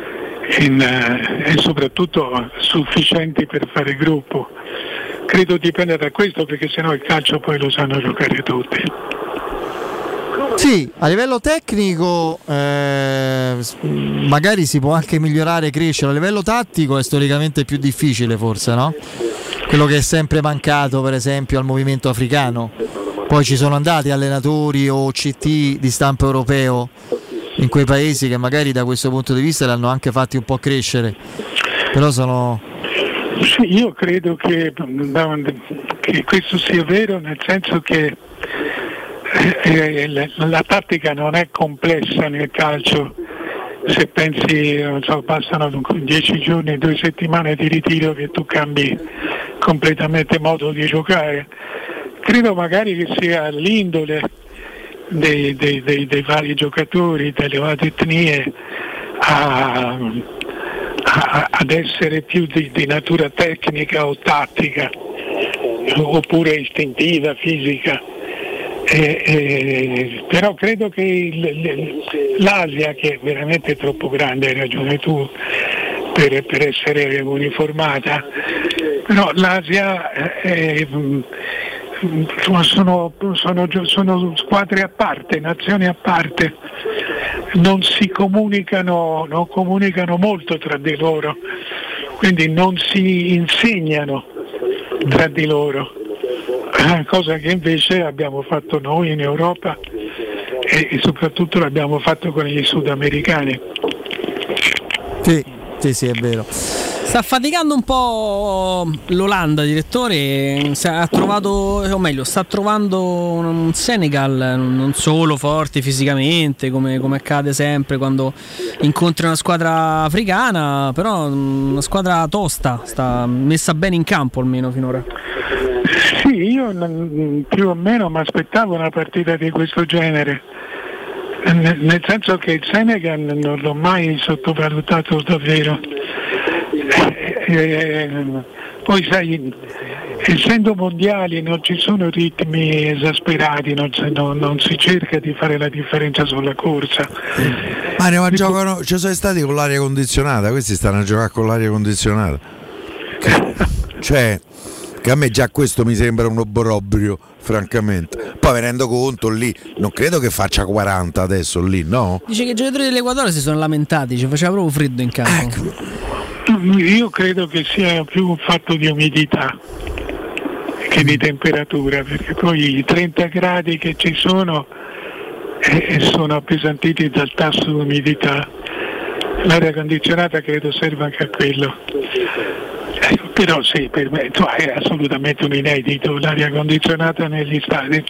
e soprattutto sufficienti per fare gruppo. Credo dipenda da questo, perché sennò il calcio poi lo sanno giocare tutti. Sì, a livello tecnico magari si può anche migliorare e crescere, a livello tattico è storicamente più difficile forse, no? Quello che è sempre mancato per esempio al movimento africano. Poi ci sono andati allenatori o CT di stampo europeo in quei paesi che magari da questo punto di vista li hanno anche fatti un po' crescere, però sono... Sì, io credo che questo sia vero, nel senso che la tattica non è complessa nel calcio, se pensi, non so, passano 10 giorni, 2 settimane di ritiro che tu cambi completamente modo di giocare. Credo magari che sia l'indole dei vari giocatori, delle varie etnie ad essere più di natura tecnica o tattica, oppure istintiva, fisica. Però credo che l'Asia, che è veramente troppo grande, hai ragione tu, per essere uniformata, però l'Asia sono squadre a parte, nazioni a parte, non comunicano molto tra di loro, quindi non si insegnano tra di loro, cosa che invece abbiamo fatto noi in Europa e soprattutto l'abbiamo fatto con gli sudamericani. Sì, è vero. Sta faticando un po' l'Olanda, direttore, sta trovando un Senegal non solo forti fisicamente come accade sempre quando incontri una squadra africana, però una squadra tosta, sta messa bene in campo almeno finora. Sì, io più o meno mi aspettavo una partita di questo genere, nel senso che il Senegal non l'ho mai sottovalutato davvero. Poi sai, essendo mondiali non ci sono ritmi esasperati, non si cerca di fare la differenza sulla corsa. Mario, ma giocano, ci sono stati con l'aria condizionata, questi stanno a giocare con l'aria condizionata. Cioè, che a me già questo mi sembra un obbrobrio, francamente. Poi mi rendo conto, lì non credo che faccia 40 adesso lì, no? Dice che i giocatori dell'Equatore si sono lamentati, ci faceva proprio freddo in campo. Io credo che sia più un fatto di umidità che di temperatura, perché poi i 30 gradi che ci sono sono appesantiti dal tasso di umidità. L'aria condizionata credo serva anche a quello. Però sì, per me è assolutamente un inedito l'aria condizionata negli stadi.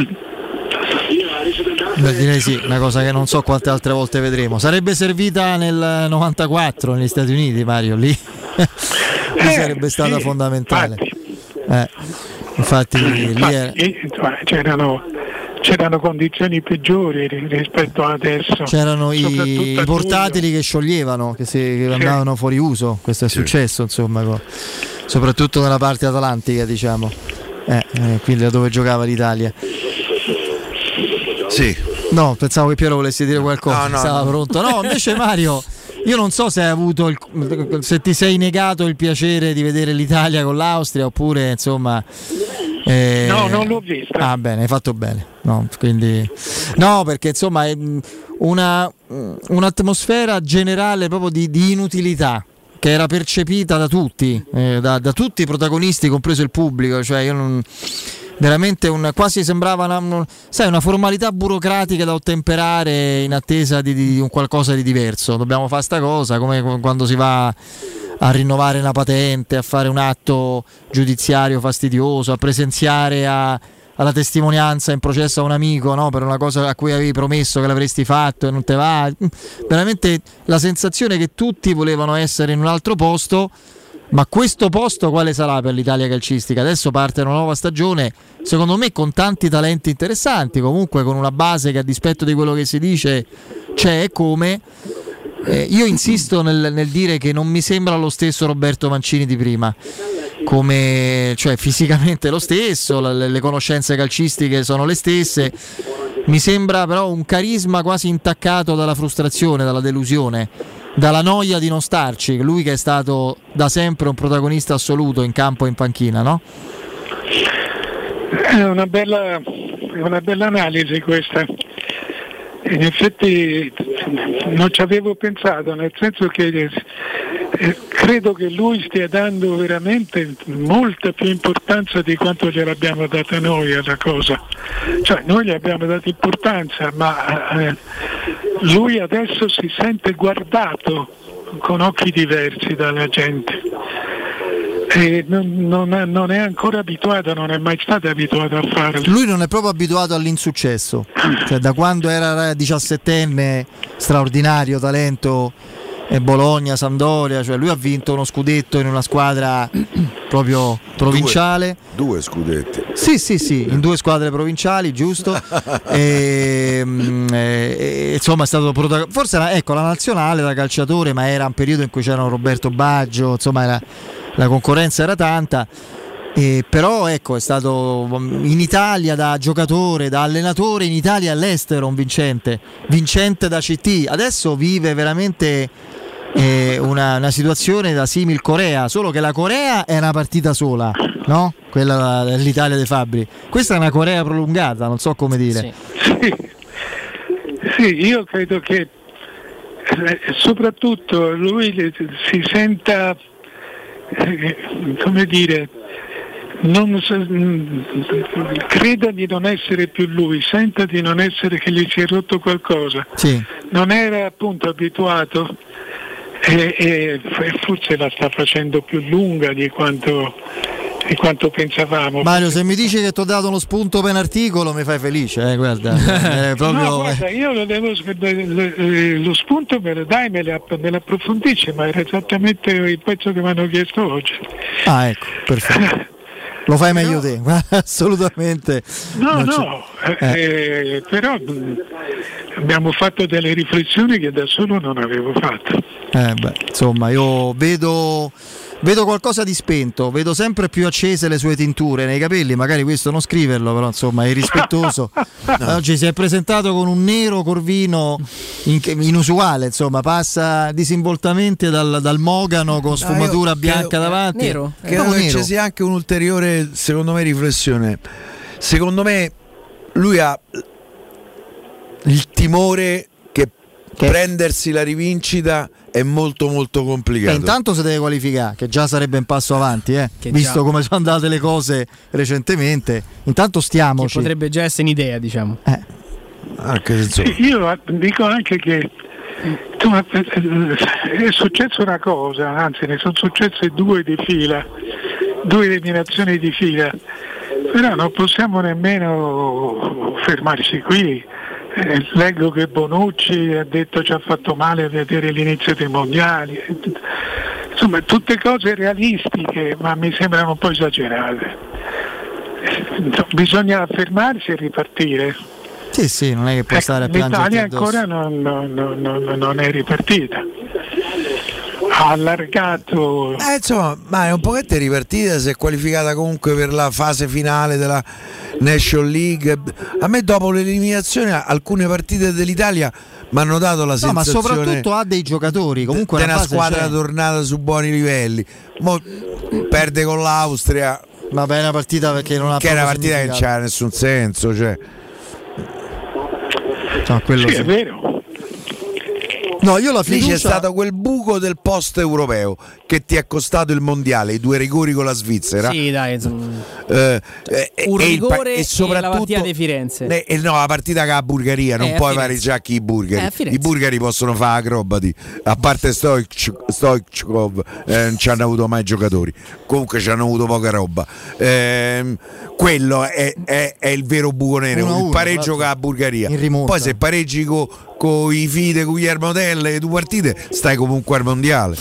Beh, direi sì, una cosa che non so quante altre volte vedremo. Sarebbe servita nel 94 negli Stati Uniti, Mario, lì sarebbe stata fondamentale. Infatti lì c'erano condizioni peggiori rispetto ad adesso. C'erano i portatili che scioglievano, che andavano fuori uso. Questo è successo, insomma, soprattutto nella parte atlantica, diciamo. Quindi dove giocava l'Italia. Sì. No, pensavo che Piero volesse dire qualcosa. No, stava pronto. No, invece Mario, io non so se hai avuto se ti sei negato il piacere di vedere l'Italia con l'Austria, oppure insomma. No, non l'ho vista. Ah, bene, hai fatto bene. No, quindi no, perché insomma è un'atmosfera generale proprio di inutilità, che era percepita da tutti, da tutti i protagonisti, compreso il pubblico. Cioè io veramente quasi sembrava una formalità burocratica da ottemperare in attesa di un qualcosa di diverso. Dobbiamo fare sta cosa, come quando si va a rinnovare una patente, a fare un atto giudiziario fastidioso, a presenziare alla testimonianza in processo a un amico, no? Per una cosa a cui avevi promesso che l'avresti fatto e non te va. Veramente la sensazione che tutti volevano essere in un altro posto. Ma questo posto quale sarà per l'Italia calcistica? Adesso parte una nuova stagione, secondo me con tanti talenti interessanti, comunque con una base che, a dispetto di quello che si dice, c'è. Come io insisto nel dire che non mi sembra lo stesso Roberto Mancini di prima, cioè fisicamente lo stesso, le conoscenze calcistiche sono le stesse, mi sembra però un carisma quasi intaccato dalla frustrazione, dalla delusione, dalla noia di non starci, lui che è stato da sempre un protagonista assoluto in campo e in panchina, no? È una bella analisi questa. In effetti non ci avevo pensato, nel senso che credo che lui stia dando veramente molta più importanza di quanto gliel'abbiamo data noi alla cosa. Cioè noi gli abbiamo dato importanza, ma lui adesso si sente guardato con occhi diversi dalla gente. non è ancora abituato, non è mai stato abituato a farlo. Lui non è proprio abituato all'insuccesso, cioè da quando era 17enne, straordinario talento, Bologna, Sampdoria, cioè lui ha vinto uno scudetto in una squadra proprio provinciale. Due scudetti. Sì, in 2 squadre provinciali, giusto. Insomma è stato forse la nazionale da calciatore, ma era un periodo in cui c'era Roberto Baggio, insomma la concorrenza era tanta. Però ecco, è stato in Italia da giocatore, da allenatore, in Italia e all'estero un vincente da CT. Adesso vive veramente una situazione da simil Corea, solo che la Corea è una partita sola, no? Quella dell'Italia dei Fabbri. Questa è una Corea prolungata, non so come dire. Sì, io credo che soprattutto lui si senta, come dire, creda di non essere più lui, senta di non essere, che gli si è rotto qualcosa. Non era appunto abituato e forse la sta facendo più lunga di quanto pensavamo. Mario, se mi dici che ti ho dato uno spunto per un articolo mi fai felice, guarda. Proprio... No, guarda, io lo spunto me lo dai, me l'approfondisci, ma era esattamente il pezzo che mi hanno chiesto oggi. Ah, ecco, perfetto. Lo fai meglio te, assolutamente. Però abbiamo fatto delle riflessioni che da solo non avevo fatto. Insomma, io vedo qualcosa di spento, vedo sempre più accese le sue tinture nei capelli, magari questo non scriverlo, però insomma è irrispettoso. Oggi si è presentato con un nero corvino inusuale, insomma, passa disinvoltamente dal mogano con sfumatura bianca davanti. Credo che ci sia anche un'ulteriore, secondo me, riflessione. Secondo me lui ha il timore che prendersi la rivincita è molto molto complicato. Intanto si deve qualificare, che già sarebbe un passo avanti, visto come sono andate le cose recentemente. Intanto stiamoci. Che potrebbe già essere un'idea, diciamo. Io dico anche che è successo una cosa, anzi ne sono successe 2 di fila, 2 eliminazioni di fila, però non possiamo nemmeno fermarci qui. Leggo che Bonucci ha detto ci ha fatto male a vedere l'inizio dei mondiali, insomma tutte cose realistiche, ma mi sembrano un po' esagerate. Bisogna fermarsi e ripartire. Sì, non è che può stare a piangere. L'Italia ancora non è ripartita. Ha allargato. Insomma, ma è un pochetto ripartita, si è qualificata comunque per la fase finale della National League. A me dopo l'eliminazione alcune partite dell'Italia mi hanno dato la sensazione, ma soprattutto ha dei giocatori comunque è una squadra tornata su buoni livelli. Perde con l'Austria, ma è una partita perché non ha, che è una partita che non c'ha nessun senso, cioè. Quello sì, è vero. No, io la fiducia... Lì c'è stato quel buco del post europeo che ti è costato il mondiale, i 2 rigori con la Svizzera. Sì, dai, un rigore e soprattutto la partita di Firenze. No, la partita che la Bulgaria, non puoi pareggiare chi i bulgari. I bulgari possono fare acrobati, a parte Stoichkov, non ci hanno avuto mai giocatori. Comunque ci hanno avuto poca roba. Quello è il vero buco nero, il pareggio con la Bulgaria. Poi se pareggi con i fide con Guillermo Tell e 2 partite stai comunque al mondiale.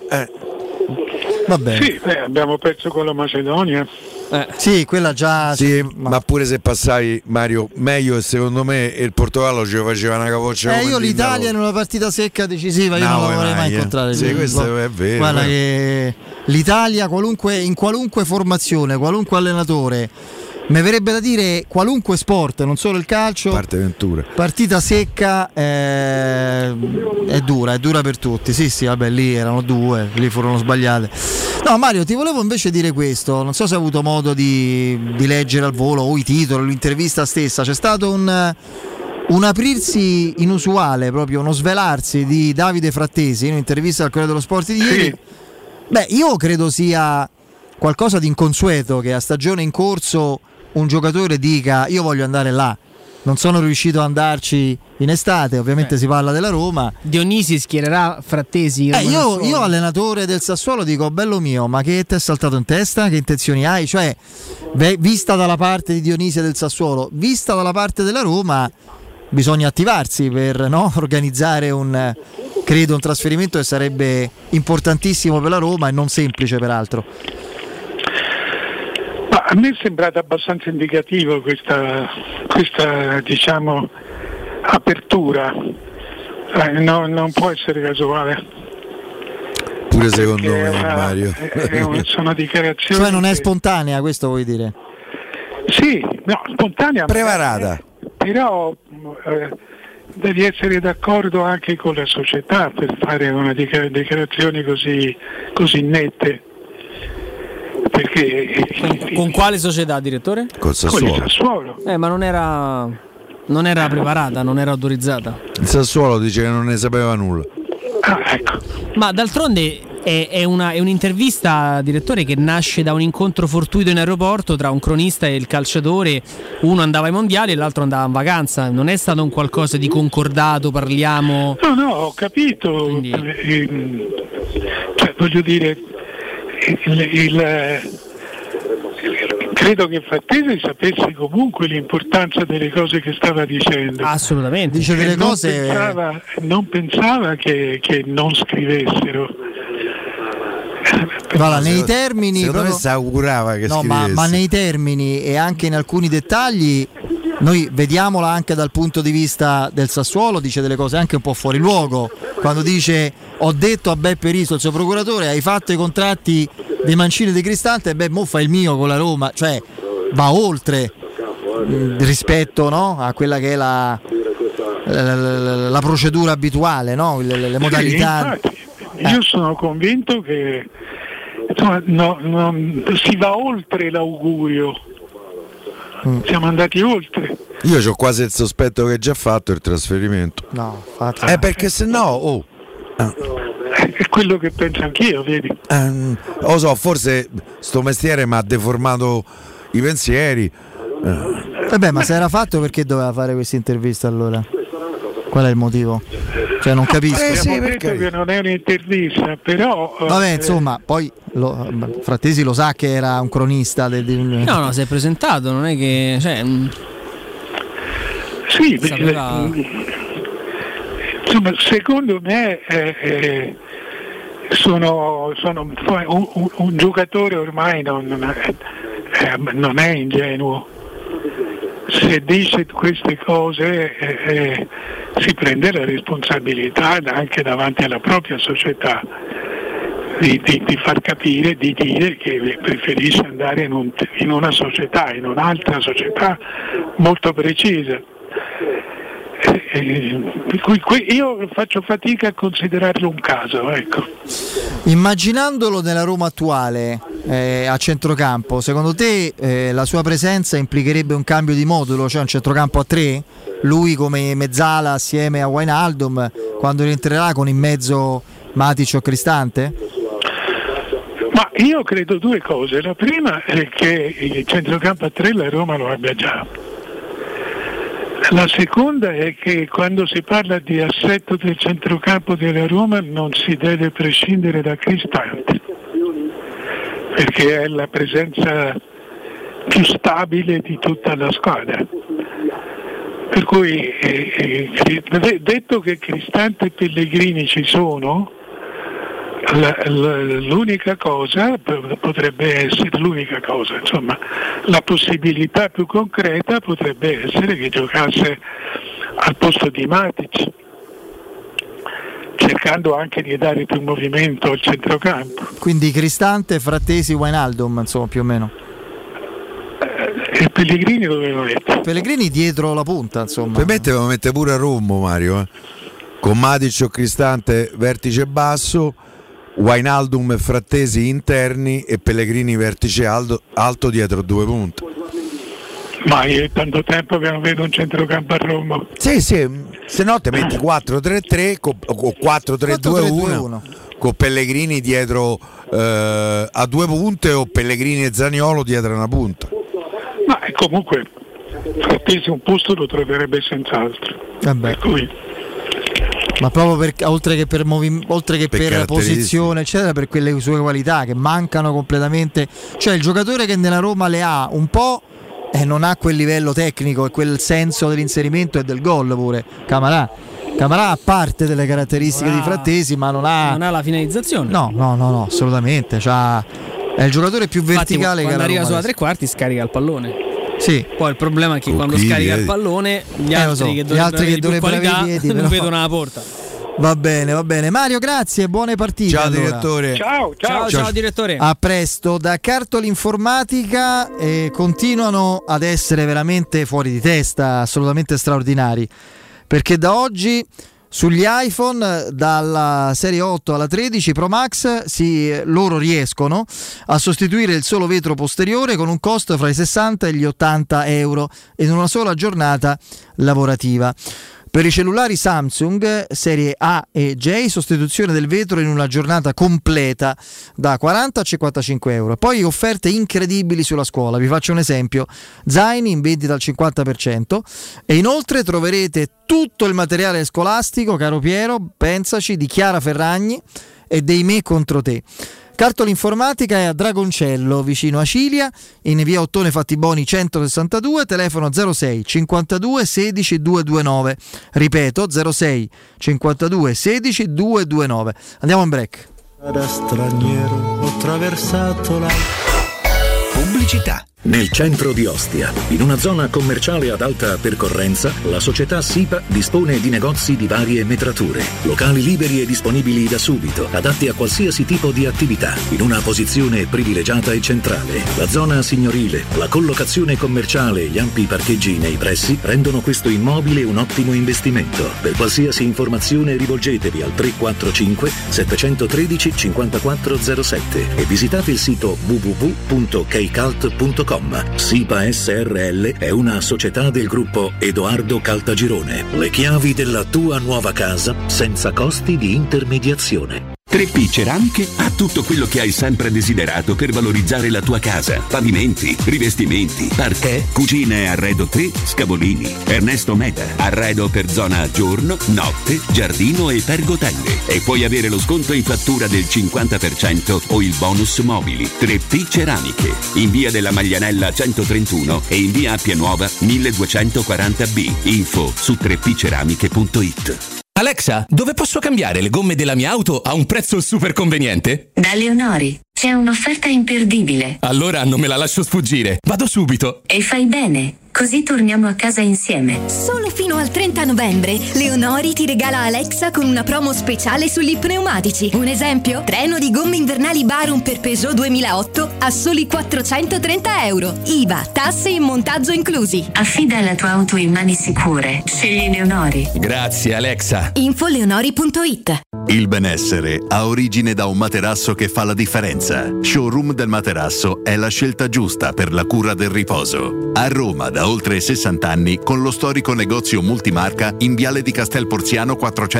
Va bene. Sì, abbiamo perso con la Macedonia. Sì, quella già. Sì, ma pure se passavi, Mario, meglio, e secondo me il Portogallo ci faceva una capoccia. Io l'Italia in una partita secca decisiva io non la vorrei mai incontrare. Sì, questo è vero. Guarda che l'Italia in qualunque formazione, qualunque allenatore, mi verrebbe da dire qualunque sport, non solo il calcio, parte Ventura, partita secca è dura per tutti. Sì, vabbè, lì erano 2, lì furono sbagliate. No, Mario, ti volevo invece dire questo, non so se hai avuto modo di leggere al volo o i titoli, l'intervista stessa. C'è stato un aprirsi inusuale, proprio uno svelarsi di Davide Frattesi in un'intervista al Corriere dello Sport di ieri. Beh, io credo sia qualcosa di inconsueto che a stagione in corso un giocatore dica io voglio andare là, non sono riuscito ad andarci in estate, ovviamente si parla della Roma. Dionisi schiererà Frattesi. Io allenatore del Sassuolo dico, bello mio, ma che ti è saltato in testa? Che intenzioni hai? Cioè, vista dalla parte di Dionisi e del Sassuolo, vista dalla parte della Roma, bisogna attivarsi per organizzare un trasferimento che sarebbe importantissimo per la Roma e non semplice peraltro. Ma a me è sembrata abbastanza indicativo questa diciamo apertura, non può essere casuale. Pure secondo me, Mario. Sono dichiarazioni. Cioè non è spontanea, questo vuoi dire? Sì, no, spontanea. Prevarata. Però devi essere d'accordo anche con la società per fare una dichiarazioni così nette. Perché con quale società, direttore? Col Sassuolo. Ma non era preparata, non era autorizzata. Il Sassuolo dice che non ne sapeva nulla. Ecco. Ma d'altronde è un'intervista, direttore, che nasce da un incontro fortuito in aeroporto tra un cronista e il calciatore. Uno andava ai mondiali e l'altro andava in vacanza. Non è stato un qualcosa di concordato, parliamo. No, ho capito. Quindi... cioè, voglio dire, credo che Frattesi sapesse comunque l'importanza delle cose che stava dicendo. Assolutamente. Dice delle cose. Non pensava che non scrivessero. Guarda, nei termini. Secondo me si augurava che scrivesse. Ma nei termini e anche in alcuni dettagli. Noi vediamola anche dal punto di vista del Sassuolo, dice delle cose anche un po' fuori luogo. Quando dice: ho detto a Beppe Riso, il suo procuratore, hai fatto i contratti dei Mancini e di Cristante, e mo fa il mio con la Roma. Cioè va oltre rispetto, no, a quella che è la procedura abituale, no? Le modalità. Infatti, io sono convinto che si va oltre l'augurio. Siamo andati oltre. Io ho quasi il sospetto che è già fatto il trasferimento. No, fatto. Perché se no è quello che penso anch'io, vedi. Lo so, forse sto mestiere mi ha deformato i pensieri. Vabbè, ma se era fatto, perché doveva fare questa intervista allora? Qual è il motivo? Cioè non capisco. Abbiamo detto che non è un'intervista, però vabbè, insomma, poi Frattesi lo sa che era un cronista No, si è presentato, non è che sì, insomma, secondo me sono un giocatore ormai non è ingenuo. Se dice queste cose si prende la responsabilità anche davanti alla propria società di far capire, di dire che preferisce andare in una società, in un'altra società molto precisa. Io faccio fatica a considerarlo un caso, ecco. Immaginandolo nella Roma attuale a centrocampo, secondo te la sua presenza implicherebbe un cambio di modulo, cioè un centrocampo a 3? Lui come mezzala assieme a Wijnaldum, quando rientrerà con in mezzo Matic o Cristante? Ma io credo due cose. La prima è che il centrocampo a 3 la Roma lo abbia già. La seconda è che quando si parla di assetto del centrocampo della Roma non si deve prescindere da Cristante, perché è la presenza più stabile di tutta la squadra. Per cui detto che Cristante e Pellegrini ci sono, l'unica cosa potrebbe essere insomma, la possibilità più concreta potrebbe essere che giocasse al posto di Matic, cercando anche di dare più movimento al centrocampo. Quindi Cristante, Frattesi, Wijnaldum, insomma, più o meno. E Pellegrini dove lo mette? Pellegrini dietro la punta, insomma. Per me devo mettere pure a Rombo, Mario, con Matic o Cristante vertice basso, Wijnaldum e Frattesi interni e Pellegrini vertice alto dietro 2 punte. Ma io tanto tempo che non vedo un centrocampo a Roma. Sì, se no te metti 4-3-3 o 4-3-2-1 con Pellegrini dietro a 2 punte o Pellegrini e Zaniolo dietro una punta. Ma comunque Frattesi un posto lo troverebbe senz'altro. Per cui ma proprio oltre che per posizione eccetera, per quelle sue qualità che mancano completamente, cioè il giocatore che nella Roma le ha un po' e non ha quel livello tecnico e quel senso dell'inserimento e del gol pure. Camarà ha parte delle caratteristiche di Frattesi, ma non ha la finalizzazione. No, assolutamente. È il giocatore più verticale. Quando arriva sulla tre quarti scarica il pallone. Sì. Poi il problema è che quando scarica il pallone gli altri che dovrebbero avere piedi non vedono la porta. Va bene. Mario, grazie, buone partite. Ciao allora. direttore. Ciao direttore. A presto. Da Cartol Informatica continuano ad essere veramente fuori di testa, assolutamente straordinari, perché da oggi sugli iPhone dalla serie 8 alla 13 Pro Max loro riescono a sostituire il solo vetro posteriore con un costo fra i 60 e gli 80 euro in una sola giornata lavorativa. Per i cellulari Samsung serie A e J, sostituzione del vetro in una giornata completa da 40 a 55 euro. Poi offerte incredibili sulla scuola, vi faccio un esempio: zaini in vendita al 50% e inoltre troverete tutto il materiale scolastico, caro Piero, pensaci, di Chiara Ferragni e dei Me contro te. Cartol Informatica è a Dragoncello, vicino a Cilia, in via Ottone Fattiboni 162, telefono 06 52 16 229. Ripeto, 06 52 16 229. Andiamo in break. Da straniero ho attraversato la pubblicità. Nel centro di Ostia, in una zona commerciale ad alta percorrenza, la società SIPA dispone di negozi di varie metrature, locali liberi e disponibili da subito, adatti a qualsiasi tipo di attività, in una posizione privilegiata e centrale. La zona signorile, la collocazione commerciale e gli ampi parcheggi nei pressi rendono questo immobile un ottimo investimento. Per qualsiasi informazione rivolgetevi al 345 713 5407 e visitate il sito www.kcalt.com. SIPA SRL è una società del gruppo Edoardo Caltagirone. Le chiavi della tua nuova casa senza costi di intermediazione. 3P Ceramiche ha tutto quello che hai sempre desiderato per valorizzare la tua casa: pavimenti, rivestimenti, parquet, cucine e arredo 3, Scavolini. Ernesto Meda, arredo per zona giorno, notte, giardino e pergotelle. E puoi avere lo sconto in fattura del 50% o il bonus mobili. 3P Ceramiche, in via della Maglianella 131 e in via Appia Nuova 1240B. Info su 3pceramiche.it. Alexa, dove posso cambiare le gomme della mia auto a un prezzo super conveniente? Da Leonori c'è un'offerta imperdibile. Allora non me la lascio sfuggire. Vado subito. E fai bene, così torniamo a casa insieme. Solo fino al 30 novembre Leonori ti regala Alexa con una promo speciale sugli pneumatici. Un esempio? Treno di gomme invernali Barum per Peugeot 2008 a soli 430 euro. IVA, tasse e montaggio inclusi. Affida la tua auto in mani sicure. Scegli Leonori. Grazie Alexa. Info leonori.it. Il benessere ha origine da un materasso che fa la differenza. Showroom del Materasso è la scelta giusta per la cura del riposo. A Roma da oltre 60 anni con lo storico negozio multimarca in Viale di Castel Porziano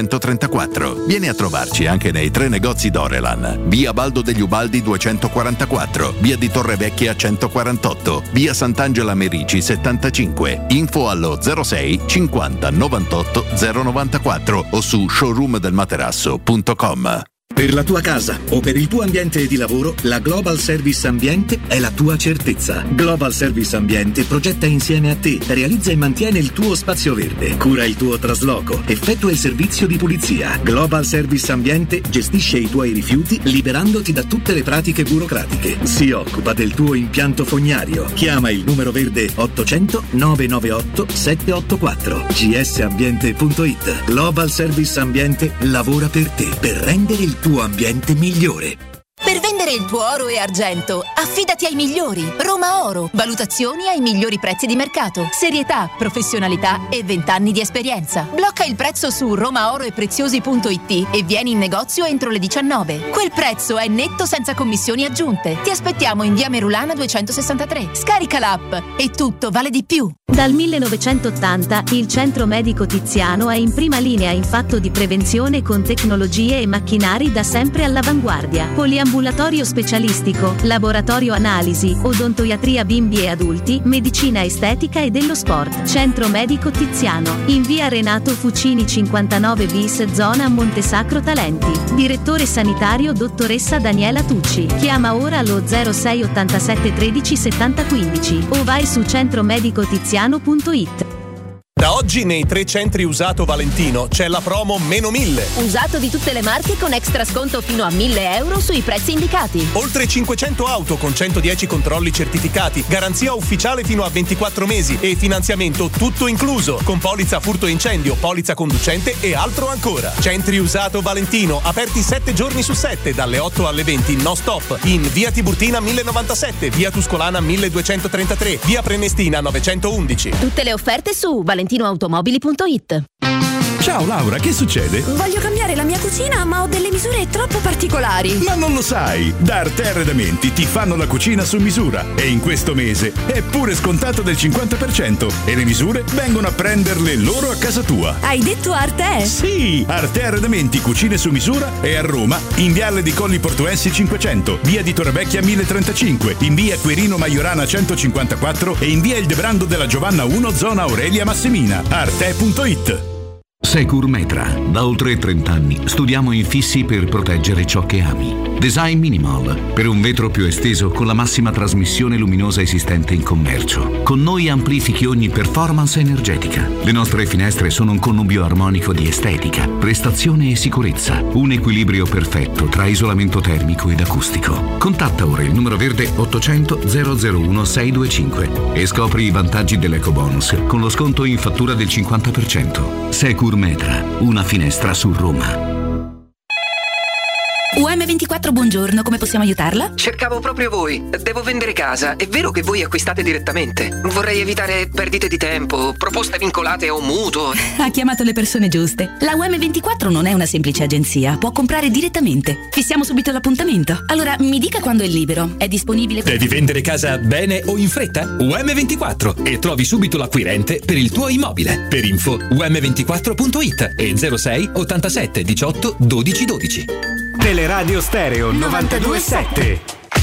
434. Vieni a trovarci anche nei 3 negozi Dorelan: via Baldo degli Ubaldi 244, via di Torrevecchia 148, via Sant'Angela Merici 75. Info allo 06 50 98 094 o su showroomdelmaterasso.com. Per la tua casa o per il tuo ambiente di lavoro, la Global Service Ambiente è la tua certezza. Global Service Ambiente progetta insieme a te, realizza e mantiene il tuo spazio verde, cura il tuo trasloco, effettua il servizio di pulizia. Global Service Ambiente gestisce i tuoi rifiuti liberandoti da tutte le pratiche burocratiche. Si occupa del tuo impianto fognario. Chiama il numero verde 800 998 784. gsambiente.it. Global Service Ambiente lavora per te, per rendere il tuo ambiente migliore. Per vendere il tuo oro e argento, affidati ai migliori. Roma Oro. Valutazioni ai migliori prezzi di mercato. Serietà, professionalità e 20 anni di esperienza. Blocca il prezzo su romaoroepreziosi.it e vieni in negozio entro le 19. Quel prezzo è netto senza commissioni aggiunte. Ti aspettiamo in via Merulana 263. Scarica l'app e tutto vale di più. Dal 1980 il Centro Medico Tiziano è in prima linea in fatto di prevenzione con tecnologie e macchinari da sempre all'avanguardia. Poliambulatorio ambulatorio specialistico, laboratorio analisi, odontoiatria bimbi e adulti, medicina estetica e dello sport. Centro Medico Tiziano, in via Renato Fucini 59 bis, zona Montesacro Talenti. Direttore sanitario dottoressa Daniela Tucci. Chiama ora allo 06 87 13 70 15 o vai su centromedicotiziano.it. Da oggi nei 3 centri usato Valentino c'è la promo meno 1000. Usato di tutte le marche con extra sconto fino a 1.000 euro sui prezzi indicati. Oltre 500 auto con 110 controlli certificati, garanzia ufficiale fino a 24 mesi e finanziamento tutto incluso, con polizza furto e incendio, polizza conducente e altro ancora. Centri usato Valentino, aperti 7 giorni su 7, dalle 8 alle 20, no stop, in via Tiburtina 1097, via Tuscolana 1233, via Prenestina 911. Tutte le offerte su valentinoautomobili.it. Ciao Laura, che succede? Voglio cambiare la mia cucina, ma ho delle misure troppo particolari. Ma non lo sai! Da Arte Arredamenti ti fanno la cucina su misura e in questo mese è pure scontato del 50% e le misure vengono a prenderle loro a casa tua. Hai detto Arte? Sì! Arte Arredamenti Cucine su misura è a Roma, in Viale di Colli Portuensi 500, via di Torrevecchia 1035, in via Quirino Maiorana 154 e in via Il Debrando della Giovanna 1, zona Aurelia Massimina. Arte.it. Securmetra. Da oltre 30 anni studiamo infissi per proteggere ciò che ami. Design Minimal, per un vetro più esteso con la massima trasmissione luminosa esistente in commercio. Con noi amplifichi ogni performance energetica. Le nostre finestre sono un connubio armonico di estetica, prestazione e sicurezza. Un equilibrio perfetto tra isolamento termico ed acustico. Contatta ora il numero verde 800 001 625 e scopri i vantaggi dell'ecobonus con lo sconto in fattura del 50%. Securmetra, una finestra su Roma. UM24, buongiorno, come possiamo aiutarla? Cercavo proprio voi. Devo vendere casa. È vero che voi acquistate direttamente? Vorrei evitare perdite di tempo, proposte vincolate o mutuo. Ha chiamato le persone giuste. La UM24 non è una semplice agenzia, può comprare direttamente. Fissiamo subito l'appuntamento. Allora, mi dica quando è libero. È disponibile per... Devi vendere casa bene o in fretta? UM24 e trovi subito l'acquirente per il tuo immobile. Per info um24.it e 06 87 18 12 12. Teleradio Stereo 92.7.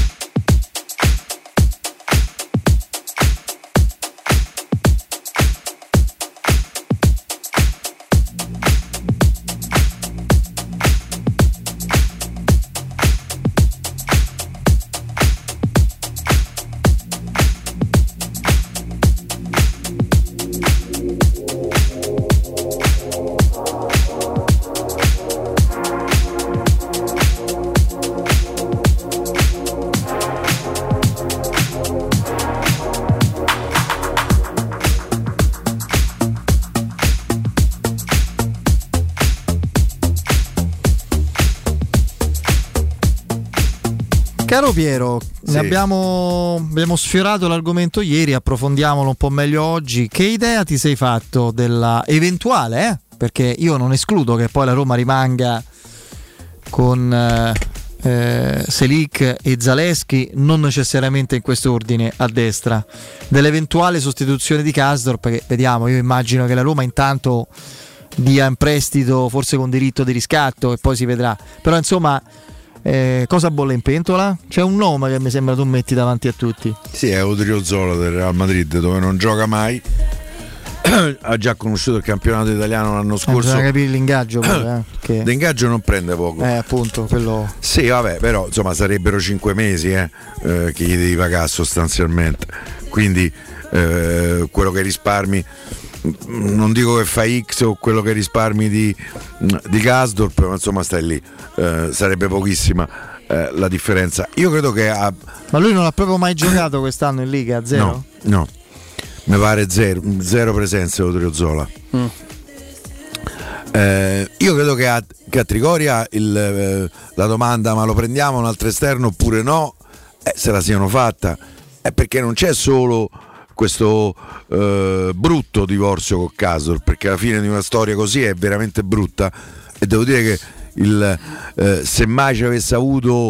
Caro Piero, ne abbiamo sfiorato l'argomento ieri, approfondiamolo un po' meglio oggi. Che idea ti sei fatto della eventuale, perché io non escludo che poi la Roma rimanga con Selic e Zaleschi, non necessariamente in quest'ordine a destra, dell'eventuale sostituzione di Karsdorp, perché vediamo, io immagino che la Roma intanto dia in prestito, forse con diritto di riscatto, e poi si vedrà. Però insomma, cosa bolle in pentola? C'è un nome che mi sembra tu metti davanti a tutti. Sì, è Odriozola del Real Madrid, dove non gioca mai. Ha già conosciuto il campionato italiano l'anno scorso. Bisogna capire l'ingaggio poi, che... L'ingaggio non prende poco. Appunto, quello. Sì, vabbè, però insomma sarebbero 5 mesi che gli devi pagare sostanzialmente. Quindi quello che risparmi, non dico che fai X o quello che risparmi di Karsdorp, ma insomma stai lì, sarebbe pochissima la differenza. Io credo che ma lui non ha proprio mai giocato quest'anno in Liga, zero? No, mi pare zero presenze Odriozola. Io credo che a Trigoria la domanda ma lo prendiamo un altro esterno oppure no, se la siano fatta, perché non c'è solo questo brutto divorzio con Karsdorp, perché alla fine di una storia così è veramente brutta, e devo dire che se mai ci avesse avuto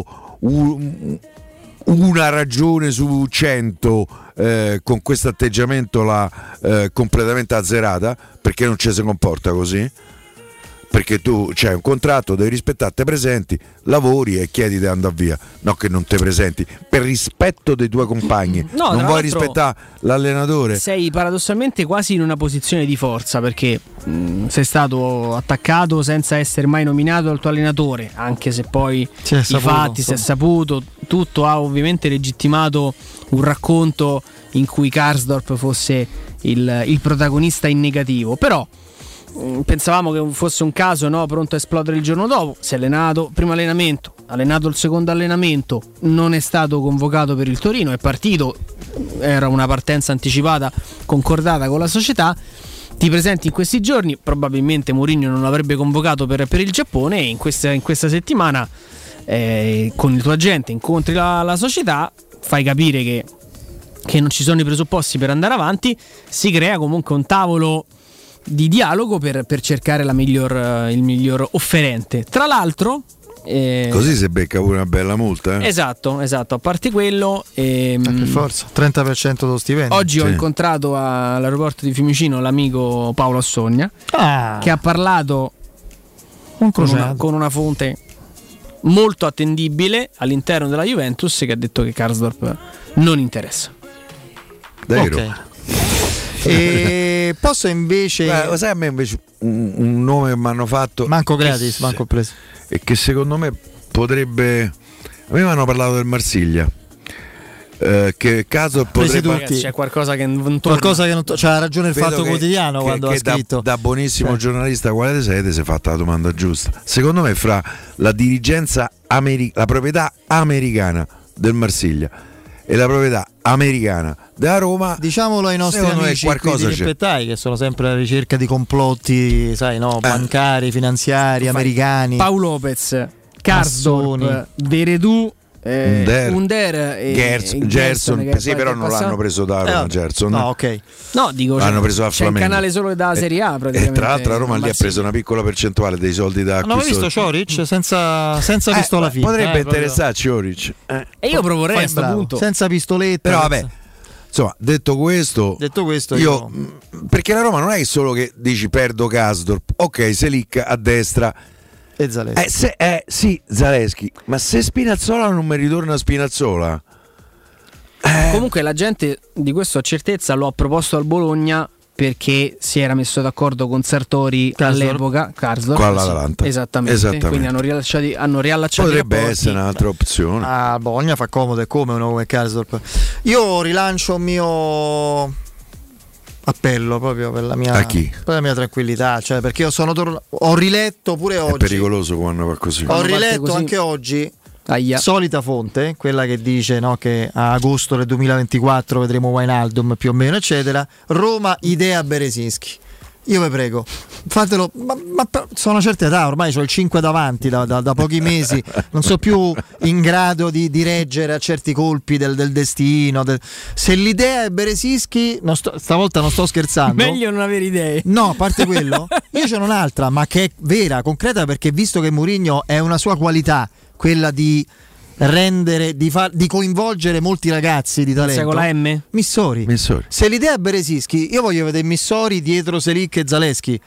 una ragione su 100 con questo atteggiamento l'ha completamente azzerata, perché non ci si comporta così. perché tu c'hai un contratto, devi rispettare, te presenti, lavori e chiedi di andare via, no che non te presenti per rispetto dei tuoi compagni. No, non tra vuoi l'altro rispettare l'allenatore, sei paradossalmente quasi in una posizione di forza, perché sei stato attaccato senza essere mai nominato dal tuo allenatore, anche se poi i fatti si è saputo, tutto ha ovviamente legittimato un racconto in cui Karsdorp fosse il protagonista in negativo, però pensavamo che fosse un caso, no, pronto a esplodere il giorno dopo. Si è allenato, primo allenamento, allenato il secondo allenamento, non è stato convocato per il Torino, è partito, era una partenza anticipata concordata con la società. Ti presenti in questi giorni, probabilmente Mourinho non l'avrebbe convocato per il Giappone, e in questa settimana con il tuo agente incontri la società, fai capire che non ci sono i presupposti per andare avanti, si crea comunque un tavolo di dialogo per cercare il miglior offerente. Tra l'altro così si becca pure una bella multa, Esatto, a parte quello per forza 30% dello stipendio. Oggi ho incontrato all'aeroporto di Fiumicino l'amico Paolo Assogna, che ha parlato con una fonte molto attendibile all'interno della Juventus, che ha detto che Karsdorp non interessa. E posso invece sai, a me invece un nome che mi hanno fatto manco gratis, manco preso, e che secondo me potrebbe, a me mi hanno parlato del Marsiglia, che caso potrebbe, c'è qualcosa che non torna, c'ha ragione il Fatto Quotidiano quando ha scritto da buonissimo giornalista quale siete, si è fatta la domanda giusta. Secondo me fra la dirigenza la proprietà americana del Marsiglia e la proprietà americana della Roma, diciamolo ai nostri amici qui di Rispettai, che sono sempre alla ricerca di complotti, sai, no, bancari, finanziari, americani. Paolo Lopez, Karsdorp, Veredù, Under e Gerson, sì, però non l'hanno preso da Roma, Gerson. No, ok. No, dico, l'hanno preso da Flamengo. C'è il canale solo da Serie A praticamente. E tra l'altro la Roma lì ha preso una piccola percentuale dei soldi da acquisto. Non hai visto Cioric senza pistola fine? Potrebbe interessarci Cioric. E io proporrei a questo punto senza pistoletta. Però vabbè, insomma, detto questo io perché la Roma non è solo che dici perdo Karsdorp, ok, Selic a destra e Zaleschi. Sì, Zaleschi, ma se Spinazzola non mi ritorna Spinazzola, comunque la gente di questo a certezza lo ha proposto al Bologna perché si era messo d'accordo con Sartori all'epoca, Karsdorp, con l'Atalanta. Esattamente. Quindi hanno riallacciato potrebbe essere un'altra opzione. Bologna fa comodo e come uno come Karsdorp. Io rilancio un mio appello proprio per la mia tranquillità, cioè perché io ho riletto pure oggi. È pericoloso quando va così. Ho riletto anche oggi solita fonte, quella che dice, no, che a agosto del 2024 vedremo Wijnaldum più o meno eccetera. Roma idea Berezinski. Io vi prego, fatelo, ma sono una certa età, ormai ho il 5 davanti da pochi mesi, non so più in grado di reggere a certi colpi del destino. Se l'idea è Berezinski, stavolta non sto scherzando. Meglio non avere idee. No, a parte quello, io ce n'ho un'altra, ma che è vera, concreta, perché visto che Mourinho è una sua qualità, quella di rendere, di coinvolgere molti ragazzi di talento. Con la M? Missori. Se l'idea è Berezinski, io voglio vedere Missori dietro Selic e Zaleschi.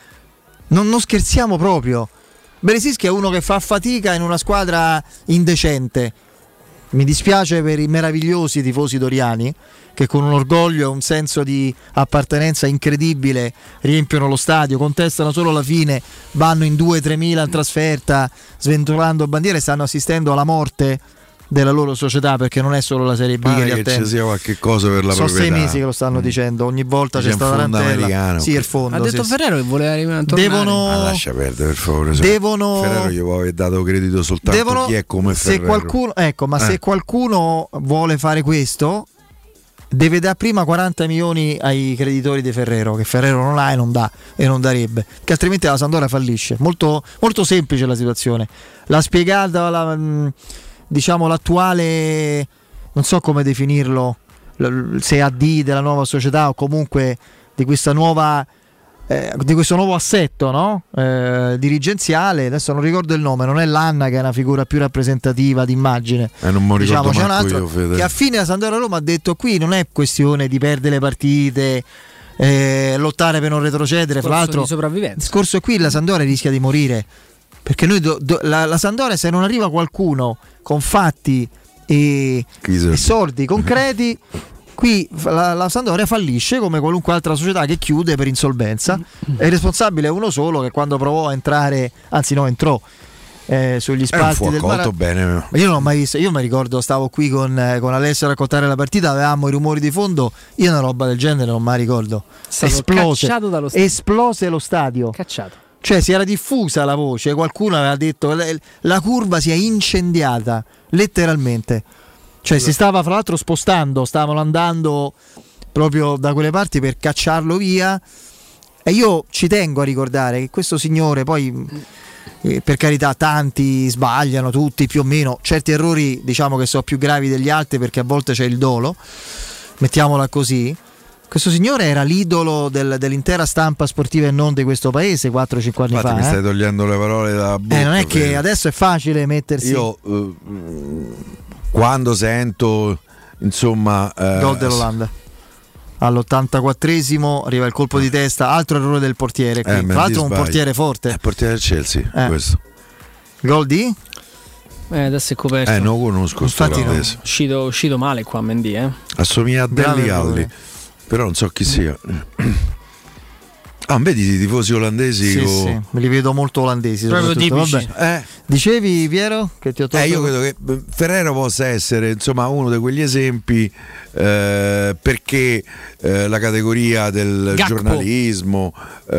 Non scherziamo proprio. Berezinski è uno che fa fatica in una squadra indecente. Mi dispiace per i meravigliosi tifosi doriani che con un orgoglio e un senso di appartenenza incredibile riempiono lo stadio, contestano solo la fine, vanno in 2-3 mila in trasferta sventolando bandiere, stanno assistendo alla morte della loro società, perché non è solo la Serie B che li attende. Ci sia qualche cosa per la sono proprietà. 6 mesi che lo stanno dicendo, ogni volta c'è stata l'antella. Sì, il fondo. Ha detto Ferrero che voleva tornare. Lascia perdere, per favore. Ferrero gli può aver dato credito soltanto chi è come Ferrero. Se qualcuno vuole fare questo, deve dare prima 40 milioni ai creditori di Ferrero, che Ferrero non ha e non dà e non darebbe, che altrimenti la Sampdoria fallisce. Molto, molto semplice la situazione. L'ha spiegata diciamo l'attuale, non so come definirlo, se AD della nuova società o comunque di questa nuova di questo nuovo assetto, no? Dirigenziale. Adesso non ricordo il nome, non è l'Anna che è una figura più rappresentativa d'immagine, non mi ricordo, c'è un altro che a fine la Sampdoria Roma ha detto: qui non è questione di perdere le partite, lottare per non retrocedere. Fra l'altro, il discorso è qui: la Sampdoria rischia di morire, perché noi la Sampdoria, se non arriva qualcuno con fatti e soldi concreti, qui la Sampdoria fallisce come qualunque altra società che chiude per insolvenza. È il responsabile è uno solo, che quando provò a entrare, anzi no, entrò sugli spalti del bene. Io non l'ho mai visto. Io mi ricordo, stavo qui con Alessio a raccontare la partita, avevamo i rumori di fondo, io una roba del genere non mai ricordo. Esplose lo stadio. Cacciato. Cioè si era diffusa la voce, qualcuno aveva detto la curva si è incendiata, letteralmente. Cioè si stava fra l'altro spostando, stavano andando proprio da quelle parti per cacciarlo via. E io ci tengo a ricordare che questo signore poi, per carità, tanti sbagliano, tutti più o meno, certi errori diciamo che sono più gravi degli altri, perché a volte c'è il dolo, mettiamola così. Questo signore era l'idolo dell'intera stampa sportiva e non di questo paese 4-5 anni fa. Mi stai togliendo le parole dalla bocca. Non è che adesso è facile mettersi. Io quando sento insomma gol dell'Olanda all'84esimo arriva il colpo di testa, altro errore del portiere qui. Tra l'altro un portiere forte, il portiere del Chelsea, questo gol di adesso è coperto, non conosco, infatti è uscito male qua Mendy, assomiglia a Deli Alli, però non so chi sia. Vedi i tifosi olandesi? Sì, me li vedo molto olandesi. Proprio tipici. Dicevi, Piero? Che ti ho tolto? Io credo che Ferrero possa essere insomma uno di quegli esempi, perché la categoria del Gakpo. Giornalismo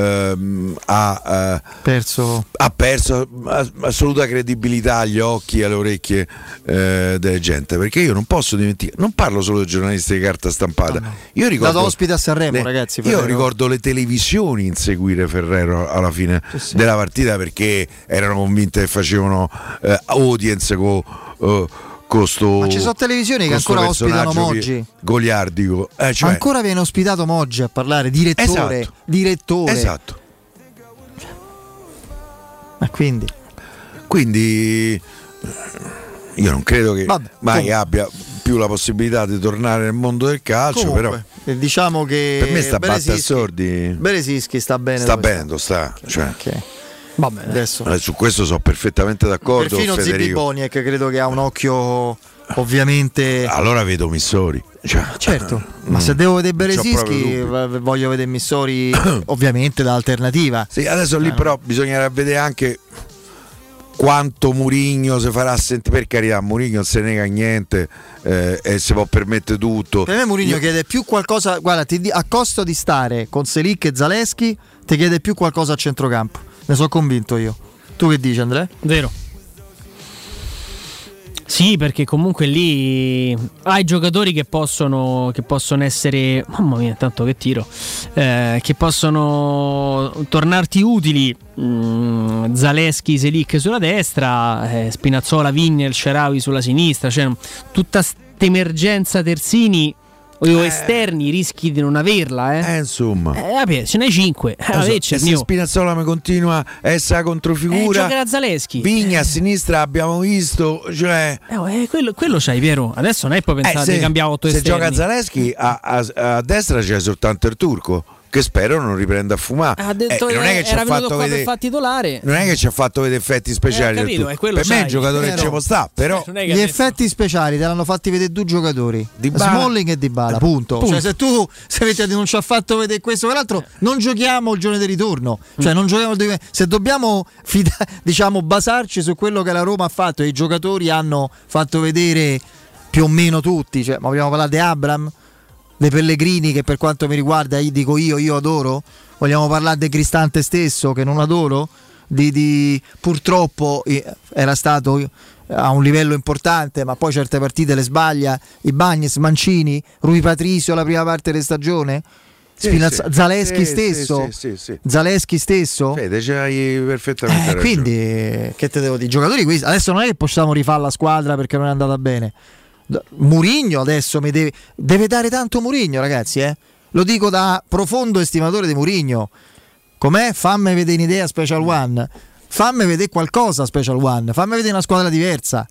ha perso assoluta credibilità agli occhi e alle orecchie della gente, perché io non posso dimenticare, non parlo solo di giornalisti di carta stampata, io ricordo, dato ospite a Sanremo, ragazzi, io ricordo le televisioni inseguire Ferrero alla fine della partita, perché erano convinte che facevano audience con ma ci sono televisioni che ancora ospitano Moggi, goliardico, ancora viene ospitato Moggi a parlare, direttore. Esatto. Ma quindi io non credo che mai abbia più la possibilità di tornare nel mondo del calcio. Comunque, però diciamo che per me sta batte a sordi. Beresischi sta bene, cioè. Vabbè, adesso su questo sono perfettamente d'accordo. Perfino Zibi Boniek credo che ha un occhio, ovviamente. Allora vedo Missori, certo, ma se devo vedere Beresischi voglio vedere Missori ovviamente da alternativa. Sì, adesso lì però bisognerà vedere anche quanto Mourinho si farà sentire. Per carità, Mourinho non se nega niente e si può permettere tutto. Per me Mourinho chiede più qualcosa, guarda, a costo di stare con Selic e Zaleschi ti chiede più qualcosa a centrocampo. Ne sono convinto io. Tu che dici, Andrea? Vero. Sì, perché comunque lì hai giocatori che possono essere, mamma mia, tanto che tiro, che possono tornarti utili. Zaleschi, Selic sulla destra, Spinazzola, Vigna, Shaarawy sulla sinistra, cioè tutta st'emergenza terzini o esterni rischi di non averla, insomma, ce n'hai 5. Se Spinazzola mi continua a essere la controfigura, giocherà Zaleschi. Vigna a sinistra abbiamo visto, cioè quello c'hai, Piero. Adesso non è poi pensare di cambiare 8 esterni. Se gioca Zaleschi a destra c'è soltanto il turco, che spero non riprenda a fumare. Ha detto non è che ci ha fatto vedere, non è che ci ha fatto vedere effetti speciali, capito, per me è un giocatore che ci può sta, però gli effetti speciali te l'hanno fatti vedere due giocatori, Smalling e Dybala, punto. Cioè se tu non ci ha fatto vedere questo, peraltro non giochiamo il giorno del ritorno, cioè non giochiamo se dobbiamo basarci su quello che la Roma ha fatto e i giocatori hanno fatto vedere più o meno tutti, cioè, ma vogliamo parlare di Abraham, De Pellegrini, che per quanto mi riguarda dico io adoro. Vogliamo parlare di Cristante stesso, che non adoro, purtroppo era stato a un livello importante, ma poi certe partite le sbaglia. Ibañez, Mancini, Rui Patricio la prima parte della stagione, Zaleschi stesso. Zaleschi stesso. C'hai perfettamente ragione. Quindi che te devo dire, i giocatori qui adesso non è che possiamo rifare la squadra perché non è andata bene. Mourinho adesso mi deve dare tanto Mourinho, ragazzi, lo dico da profondo estimatore di Mourinho. Com'è? Fammi vedere un'idea Special One, fammi vedere qualcosa Special One, fammi vedere una squadra diversa,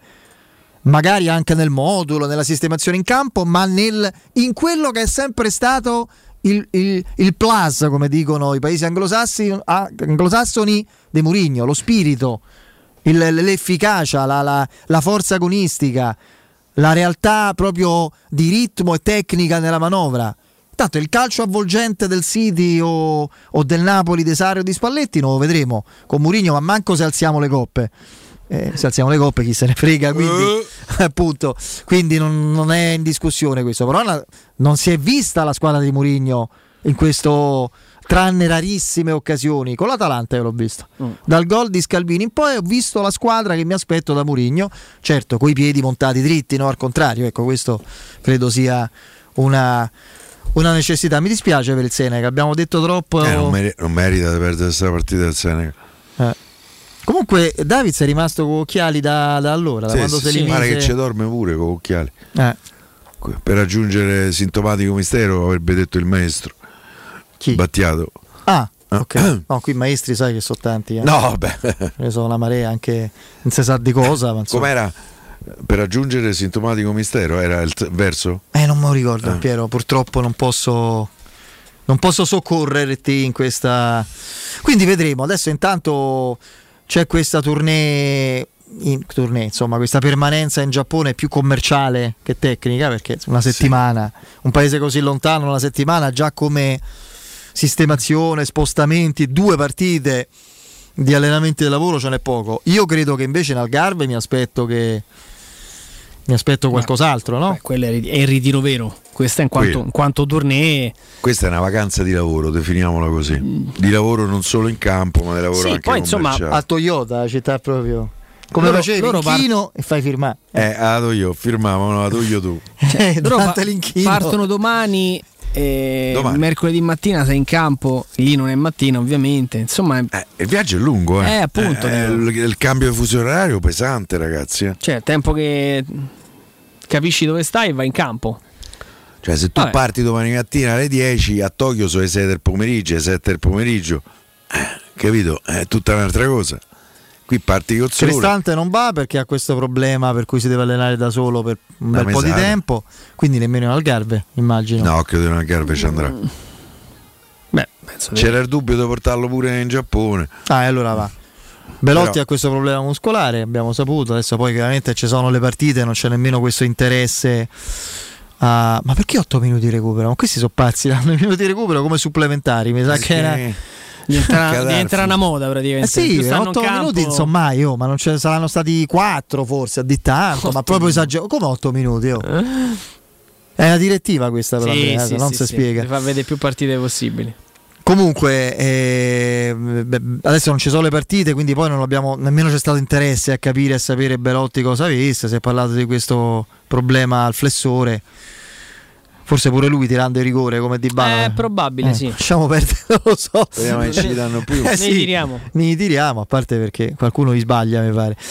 magari anche nel modulo, nella sistemazione in campo, ma in quello che è sempre stato il plus, come dicono i paesi anglosassoni di Mourinho, lo spirito, l'efficacia, la forza agonistica, la realtà proprio di ritmo e tecnica nella manovra. Tanto il calcio avvolgente del City o del Napoli di Sarri o di Spalletti non lo vedremo con Mourinho, ma manco se alziamo le coppe. Se alziamo le coppe chi se ne frega, quindi appunto, quindi non è in discussione questo. Però non si è vista la squadra di Mourinho in questo, tranne rarissime occasioni. Con l'Atalanta io l'ho visto, dal gol di Scalvini in poi ho visto la squadra che mi aspetto da Mourinho, certo coi piedi montati dritti, no, al contrario, ecco, questo credo sia una necessità. Mi dispiace per il Senegal, abbiamo detto troppo. Non merita di perdere questa partita del Senegal. Comunque Davids è rimasto con occhiali da allora, da quando si pare che ci dorme pure con occhiali. Per raggiungere sintomatico mistero avrebbe detto il maestro. Chi? Battiato. Ok. No, qui maestri sai che sono tanti. No, beh. Ne sono una marea, anche non si sa di cosa. Ma com'era? Per raggiungere sintomatico mistero era il verso? Non me lo ricordo, Piero, purtroppo non posso soccorrerti in questa. Quindi vedremo. Adesso intanto c'è questa tournée, insomma, questa permanenza in Giappone più commerciale che tecnica, perché una settimana, un paese così lontano, una settimana già come sistemazione, spostamenti, 2 partite di allenamenti del lavoro ce n'è poco. Io credo che invece in Algarve mi aspetto qualcos'altro, no? Quello è il ritiro vero. Questa in quanto tournée. Questa è una vacanza di lavoro, definiamola così. Di lavoro non solo in campo, ma di lavoro anche poi commerciale. Insomma a Toyota, la città proprio. Come facevi l'inchino e fai firmare. Io firmavano, la toglio tu. Durante l'inchino. Partono domani. Mercoledì mattina sei in campo, lì non è mattina ovviamente, insomma il viaggio è lungo, appunto, il cambio di fuso orario pesante, ragazzi, cioè tempo che capisci dove stai e vai in campo. Cioè se tu parti domani mattina alle 10, a Tokyo sono le 6 del pomeriggio, alle 7 del pomeriggio, capito? È tutta un'altra cosa. Qui parti col sole. Cristante non va perché ha questo problema per cui si deve allenare da solo per un bel po' di tempo, quindi nemmeno in Algarve, immagino. No, credo in Algarve ci andrà. C'era il dubbio di portarlo pure in Giappone. Allora va. Belotti ha questo problema muscolare, abbiamo saputo, adesso poi chiaramente ci sono le partite, non c'è nemmeno questo interesse ma perché 8 minuti di recupero? Ma questi sono pazzi, danno i minuti di recupero come supplementari, mi sa che era. Diventerà una moda praticamente. Sì, 8 minuti insomma ma non ce ne saranno stati 4 forse a di tanto, ma proprio esagerato. Come 8 minuti? È una direttiva questa, però non si spiega. Fa vedere più partite possibili. Comunque adesso non ci sono le partite, quindi poi non abbiamo nemmeno c'è stato interesse a capire e a sapere Belotti cosa avesse. Si è parlato di questo problema al flessore. Forse pure lui tirando il rigore come Dybala. È probabile, sì. Lasciamo perdere, non lo so. Speriamo che ci danno più. Ne tiriamo, a parte perché qualcuno vi sbaglia, mi pare.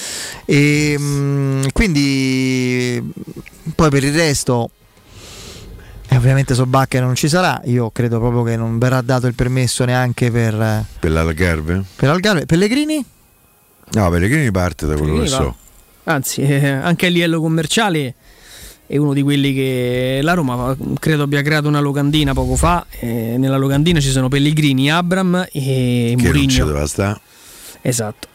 E quindi poi per il resto ovviamente Sobacca non ci sarà. Io credo proprio che non verrà dato il permesso neanche per l'Algarve. Per l'Algarve. Pellegrini? No, Pellegrini parte da quello che so. Anzi, anche a livello commerciale è uno di quelli che la Roma credo abbia creato una locandina poco fa. Nella locandina ci sono Pellegrini, Abram e Mourinho. Che non ci doveva stare. Esatto.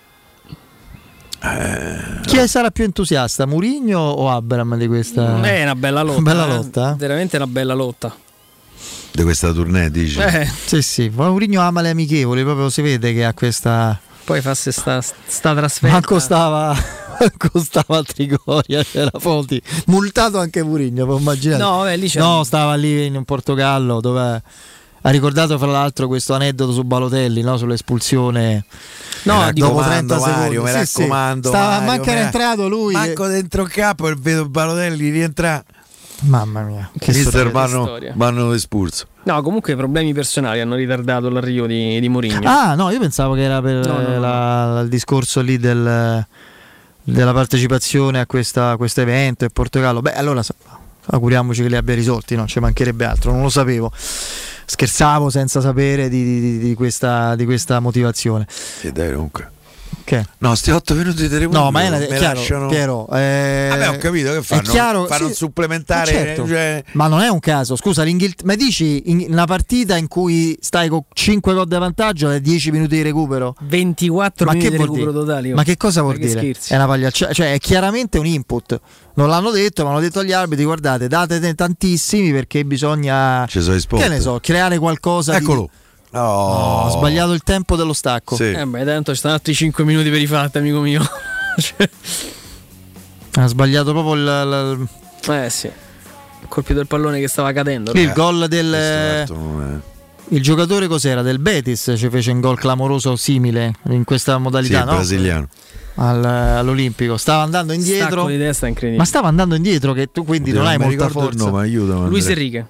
Chi sarà più entusiasta, Mourinho o Abram di questa? È una bella lotta. Bella lotta. Veramente una bella lotta. Di questa tournée, dici? Sì. Mourinho ama le amichevoli, proprio si vede che ha questa. Poi fa sta trasferta. Ma costava a Trigoria, c'era Fonti. Multato anche Mourinho, può immaginare. No, stava lì in Portogallo dove ha ricordato fra l'altro questo aneddoto su Balotelli, no? Sull'espulsione. No, dopo 30 secondi. Mi raccomando. Stava manco era entrato lui. Manco dentro il capo e vedo Balotelli rientrare. Mamma mia, che mister vanno espulso. No, comunque problemi personali hanno ritardato l'arrivo di Mourinho. No, io pensavo che era per il discorso lì della partecipazione a questo evento in Portogallo. Beh, allora auguriamoci che li abbia risolti, non ci mancherebbe altro, non lo sapevo. Scherzavo senza sapere di questa motivazione. Dai, comunque. Che? No, sti 8 minuti di recupero. No, ma è chiaro, lasciano... Piero, vabbè, ho capito che fanno. È chiaro, fanno un supplementare. Ma, certo. Cioè... ma non è un caso. Scusa, ma dici in una partita in cui stai con 5 gol di vantaggio è 10 minuti di recupero? 24 minuti di recupero totali. Ma che cosa vuol dire? Scherzi. È una pagliacciata, cioè è chiaramente un input. Non l'hanno detto, ma hanno detto agli arbitri: guardate, datene tantissimi perché bisogna, che ne so, creare qualcosa. Eccolo. No, ho sbagliato il tempo dello stacco. Sì. Beh, tanto ci stanno altri 5 minuti per i fatti, amico mio. Ha sbagliato proprio sì. Ha colpito il pallone che stava cadendo. Il gol del il giocatore cos'era? Del Betis ci fece un gol clamoroso simile in questa modalità, sì, no? Brasiliano. All'Olimpico stava andando indietro. Stacco di testa incredibile. Ma stava andando indietro che tu quindi non hai molta forza. No, aiutami. Luis Enrique.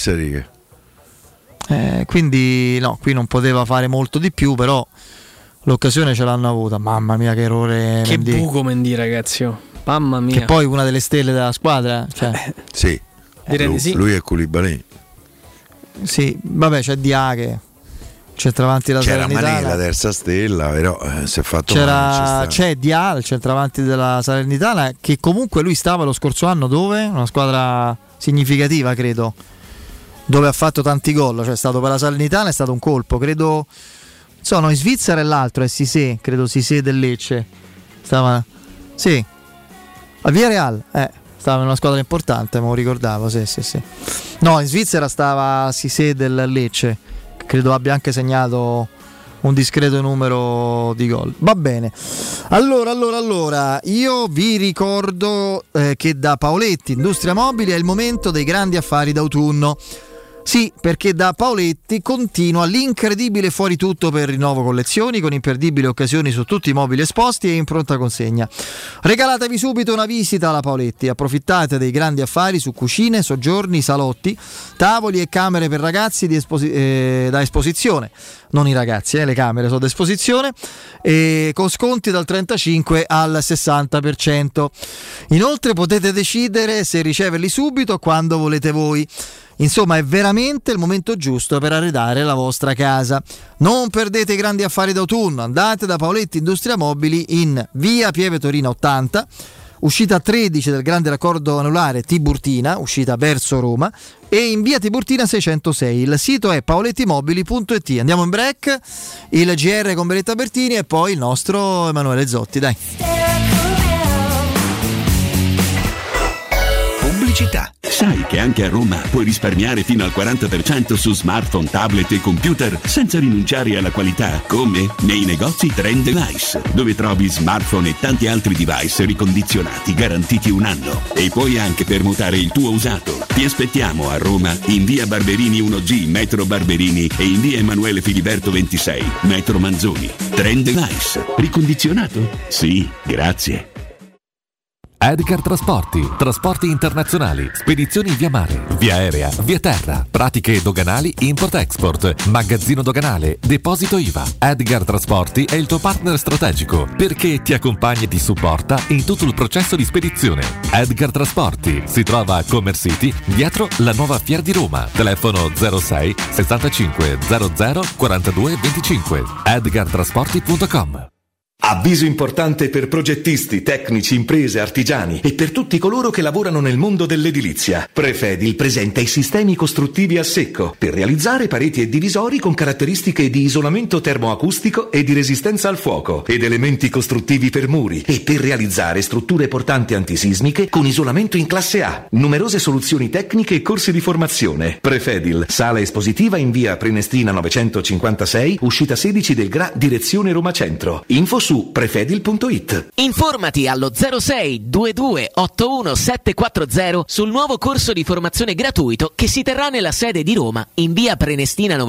Quindi no, qui non poteva fare molto di più, però l'occasione ce l'hanno avuta. Mamma mia, che errore. Che Mendy. Buco Mendy, ragazzi. Mamma mia. Che poi una delle stelle della squadra, cioè. Sì. Direi di sì. Lui è Koulibaly. Sì, vabbè, c'è Diache, centravanti della Salernitana. C'era Mané, la terza stella, però si è fatto c'è Dial, centravanti della Salernitana, che comunque lui stava lo scorso anno dove? Una squadra significativa, credo, dove ha fatto tanti gol, cioè è stato per la Salernitana, è stato un colpo, credo. In Svizzera e l'altro è Cissé, credo Cissé del Lecce. Stava sì. A Villarreal, stava in una squadra importante, me lo ricordavo, sì. No, in Svizzera stava Cissé del Lecce, credo abbia anche segnato un discreto numero di gol. Va bene. Allora, io vi ricordo che da Paoletti Industria Mobili è il momento dei grandi affari d'autunno. Sì, perché da Paoletti continua l'incredibile fuori tutto per rinnovo collezioni con imperdibili occasioni su tutti i mobili esposti e in pronta consegna. Regalatevi subito una visita alla Paoletti, approfittate dei grandi affari su cucine, soggiorni, salotti, tavoli e camere per ragazzi da esposizione. Non i ragazzi, le camere sono da esposizione, e con sconti dal 35 al 60%. Inoltre potete decidere se riceverli subito o quando volete voi. Insomma, è veramente il momento giusto per arredare la vostra casa. Non perdete i grandi affari d'autunno, andate da Paoletti Industria Mobili in via Pieve Torina 80, uscita 13 del grande raccordo anulare Tiburtina, uscita verso Roma, e in via Tiburtina 606. Il sito è paolettimobili.it. Andiamo in break, il GR con Benetta Bertini e poi il nostro Emanuele Zotti, dai. Pubblicità. Sai che anche a Roma puoi risparmiare fino al 40% su smartphone, tablet e computer senza rinunciare alla qualità? Come? Nei negozi Trend Device, dove trovi smartphone e tanti altri device ricondizionati garantiti un anno. E puoi anche permutare il tuo usato. Ti aspettiamo a Roma in via Barberini 1G, metro Barberini, e in via Emanuele Filiberto 26, metro Manzoni. Trend Device. Ricondizionato? Sì, grazie. Edgar trasporti internazionali, spedizioni via mare, via aerea, via terra, pratiche doganali import-export, magazzino doganale, deposito IVA. Edgar Trasporti è il tuo partner strategico perché ti accompagna e ti supporta in tutto il processo di spedizione. Edgar Trasporti si trova a Commerce City, dietro la nuova Fiera di Roma. Telefono 06 65 00 42 25. edgartrasporti.com. Avviso importante per progettisti, tecnici, imprese, artigiani e per tutti coloro che lavorano nel mondo dell'edilizia. Prefedil presenta i sistemi costruttivi a secco per realizzare pareti e divisori con caratteristiche di isolamento termoacustico e di resistenza al fuoco ed elementi costruttivi per muri e per realizzare strutture portanti antisismiche con isolamento in classe A. Numerose soluzioni tecniche e corsi di formazione. Prefedil, sala espositiva in via Prenestina 956, uscita 16 del GRA, direzione Roma Centro. Info su prefedil.it. Informati allo 06 22 81 740 sul nuovo corso di formazione gratuito che si terrà nella sede di Roma in via Prenestina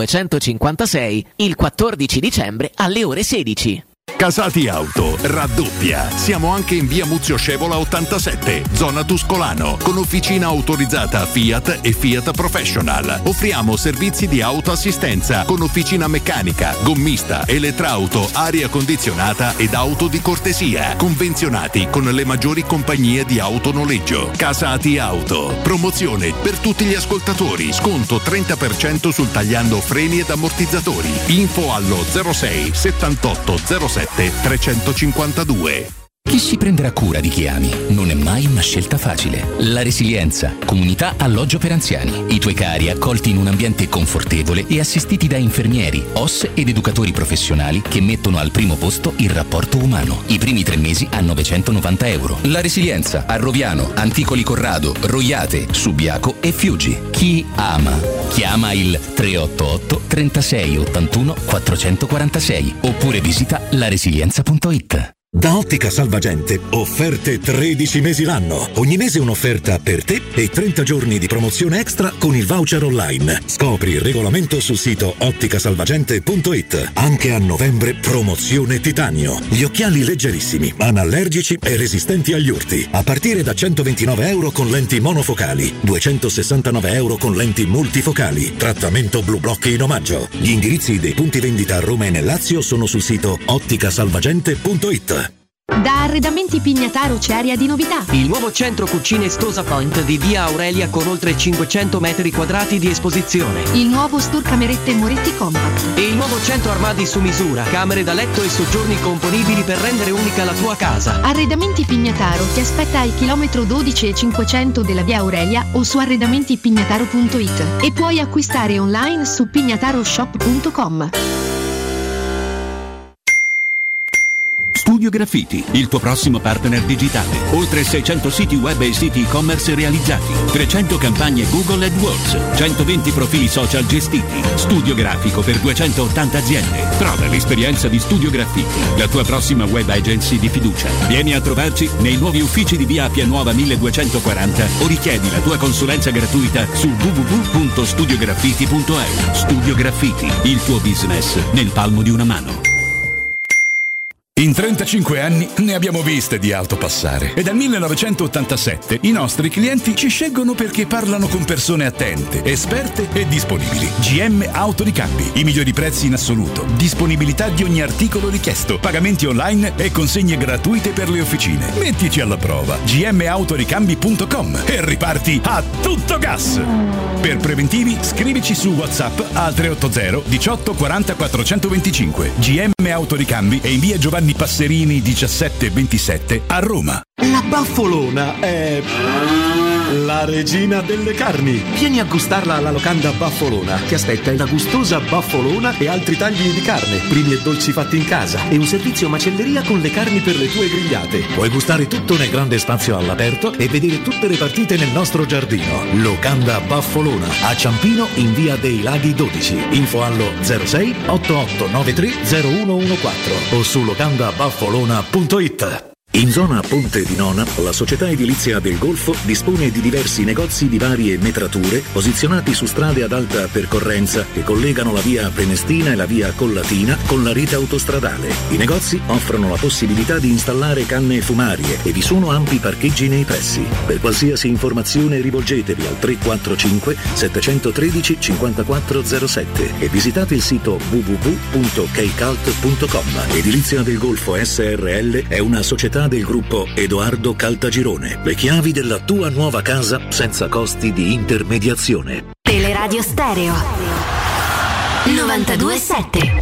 956 il 14 dicembre alle ore 16. Casati Auto raddoppia. Siamo anche in via Muzio Scevola 87, zona Tuscolano, con officina autorizzata Fiat e Fiat Professional. Offriamo servizi di autoassistenza con officina meccanica, gommista, elettrauto, aria condizionata ed auto di cortesia, convenzionati con le maggiori compagnie di autonoleggio. Casati Auto. Promozione per tutti gli ascoltatori. Sconto 30% sul tagliando freni ed ammortizzatori. Info allo 06 78 07 097 352. Chi si prenderà cura di chi ami non è mai una scelta facile. La Resilienza, comunità alloggio per anziani. I tuoi cari accolti in un ambiente confortevole e assistiti da infermieri, OS ed educatori professionali che mettono al primo posto il rapporto umano. I primi 3 mesi a €990. La Resilienza a Roviano, Anticoli Corrado, Roiate, Subiaco e Fiuggi. Chi ama? Chiama il 388 36 81 446 oppure visita laresilienza.it. Da Ottica Salvagente, offerte 13 mesi l'anno. Ogni mese un'offerta per te e 30 giorni di promozione extra con il voucher online. Scopri il regolamento sul sito otticasalvagente.it. Anche a novembre promozione titanio. Gli occhiali leggerissimi, anallergici e resistenti agli urti. A partire da €129 con lenti monofocali, €269 con lenti multifocali. Trattamento Blue Block in omaggio. Gli indirizzi dei punti vendita a Roma e nel Lazio sono sul sito otticasalvagente.it. Da Arredamenti Pignataro c'è aria di novità. Il nuovo centro cucine Stosa Point di via Aurelia con oltre 500 metri quadrati di esposizione. Il nuovo store camerette Moretti Compact. E il nuovo centro armadi su misura, camere da letto e soggiorni componibili per rendere unica la tua casa. Arredamenti Pignataro ti aspetta al chilometro 12 e 500 della via Aurelia o su arredamentipignataro.it e puoi acquistare online su pignataroshop.com. Studio Graffiti, il tuo prossimo partner digitale. Oltre 600 siti web e siti e-commerce realizzati, 300 campagne Google AdWords, 120 profili social gestiti, studio grafico per 280 aziende. Prova l'esperienza di Studio Graffiti, la tua prossima web agency di fiducia. Vieni a trovarci nei nuovi uffici di via Appia Nuova 1240 o richiedi la tua consulenza gratuita su www.studiograffiti.eu. Studio Graffiti, il tuo business nel palmo di una mano. In 35 anni ne abbiamo viste di auto passare e dal 1987 i nostri clienti ci scelgono perché parlano con persone attente, esperte e disponibili. GM Autoricambi, i migliori prezzi in assoluto, disponibilità di ogni articolo richiesto, pagamenti online e consegne gratuite per le officine. Mettici alla prova. gmautoricambi.com e riparti a tutto gas. Per preventivi scrivici su WhatsApp al 380 18 40 425. GM Autoricambi e in via Giovanni Passerini 1727 a Roma. La Baffolona è la regina delle carni. Vieni a gustarla alla locanda Baffolona. Ti aspetta una gustosa baffolona e altri tagli di carne, primi e dolci fatti in casa e un servizio macelleria con le carni per le tue grigliate. Puoi gustare tutto nel grande spazio all'aperto e vedere tutte le partite nel nostro giardino. Locanda Baffolona a Ciampino in via dei Laghi 12. Info allo 06 8893 0114 o su locandabaffolona.it. In zona Ponte di Nona, la società edilizia del Golfo dispone di diversi negozi di varie metrature posizionati su strade ad alta percorrenza che collegano la via Prenestina e la via Collatina con la rete autostradale. I negozi offrono la possibilità di installare canne fumarie e vi sono ampi parcheggi nei pressi. Per qualsiasi informazione rivolgetevi al 345 713 5407 e visitate il sito www.kcalt.com. Edilizia del Golfo SRL è una società del gruppo Edoardo Caltagirone. Le chiavi della tua nuova casa senza costi di intermediazione. Teleradio Stereo 92.7.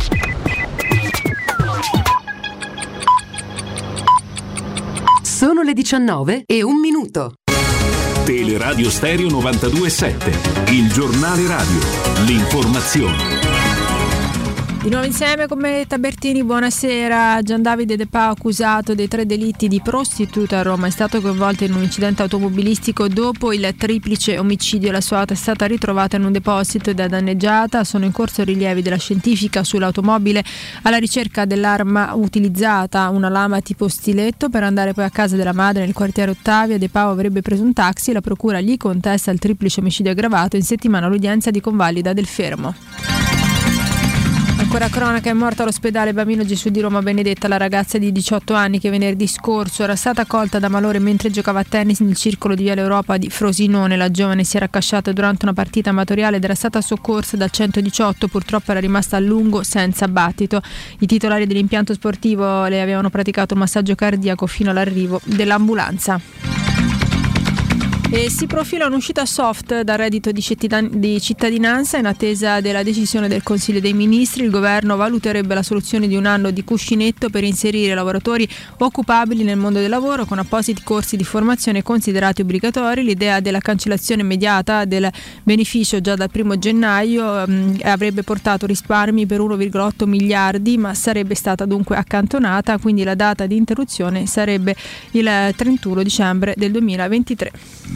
Sono le 19:01. Teleradio Stereo 92.7, il giornale radio, l'informazione. Di nuovo insieme con Meletta Bertini, buonasera. Gian Davide De Pao, accusato dei 3 delitti di prostituta a Roma, è stato coinvolto in un incidente automobilistico dopo il triplice omicidio. La sua auto è stata ritrovata in un deposito ed è danneggiata. Sono in corso rilievi della scientifica sull'automobile alla ricerca dell'arma utilizzata, una lama tipo stiletto. Per andare poi a casa della madre nel quartiere Ottavia, De Pao avrebbe preso un taxi e la procura gli contesta il triplice omicidio aggravato. In settimana l'udienza di convalida del fermo. Ancora cronaca, è morta all'ospedale Bambino Gesù di Roma Benedetta la ragazza di 18 anni che venerdì scorso era stata colta da malore mentre giocava a tennis nel circolo di Viale Europa di Frosinone. La giovane si era accasciata durante una partita amatoriale ed era stata soccorsa dal 118, purtroppo era rimasta a lungo senza battito. I titolari dell'impianto sportivo le avevano praticato un massaggio cardiaco fino all'arrivo dell'ambulanza. E si profila un'uscita soft dal reddito di cittadinanza in attesa della decisione del Consiglio dei Ministri. Il governo valuterebbe la soluzione di un anno di cuscinetto per inserire lavoratori occupabili nel mondo del lavoro con appositi corsi di formazione considerati obbligatori. L'idea della cancellazione immediata del beneficio già dal 1 gennaio avrebbe portato risparmi per 1,8 miliardi, ma sarebbe stata dunque accantonata, quindi la data di interruzione sarebbe il 31 dicembre del 2023.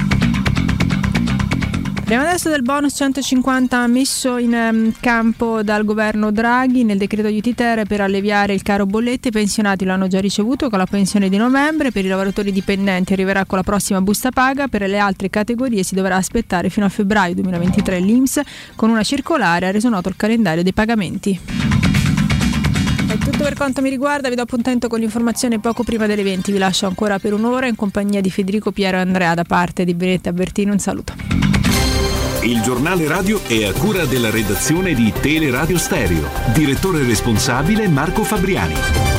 Parliamo adesso del bonus 150 messo in campo dal governo Draghi nel decreto aiuti-ter per alleviare il caro bollette. I pensionati lo hanno già ricevuto con la pensione di novembre, per i lavoratori dipendenti arriverà con la prossima busta paga, per le altre categorie si dovrà aspettare fino a febbraio 2023. L'INPS con una circolare ha reso noto il calendario dei pagamenti. È tutto per quanto mi riguarda, vi do appuntamento con l'informazione poco prima delle 20. Vi lascio ancora per un'ora in compagnia di Federico, Piero e Andrea da parte di Benetta Bertini. Un saluto. Il giornale radio è a cura della redazione di Teleradio Stereo. Direttore responsabile Marco Fabriani.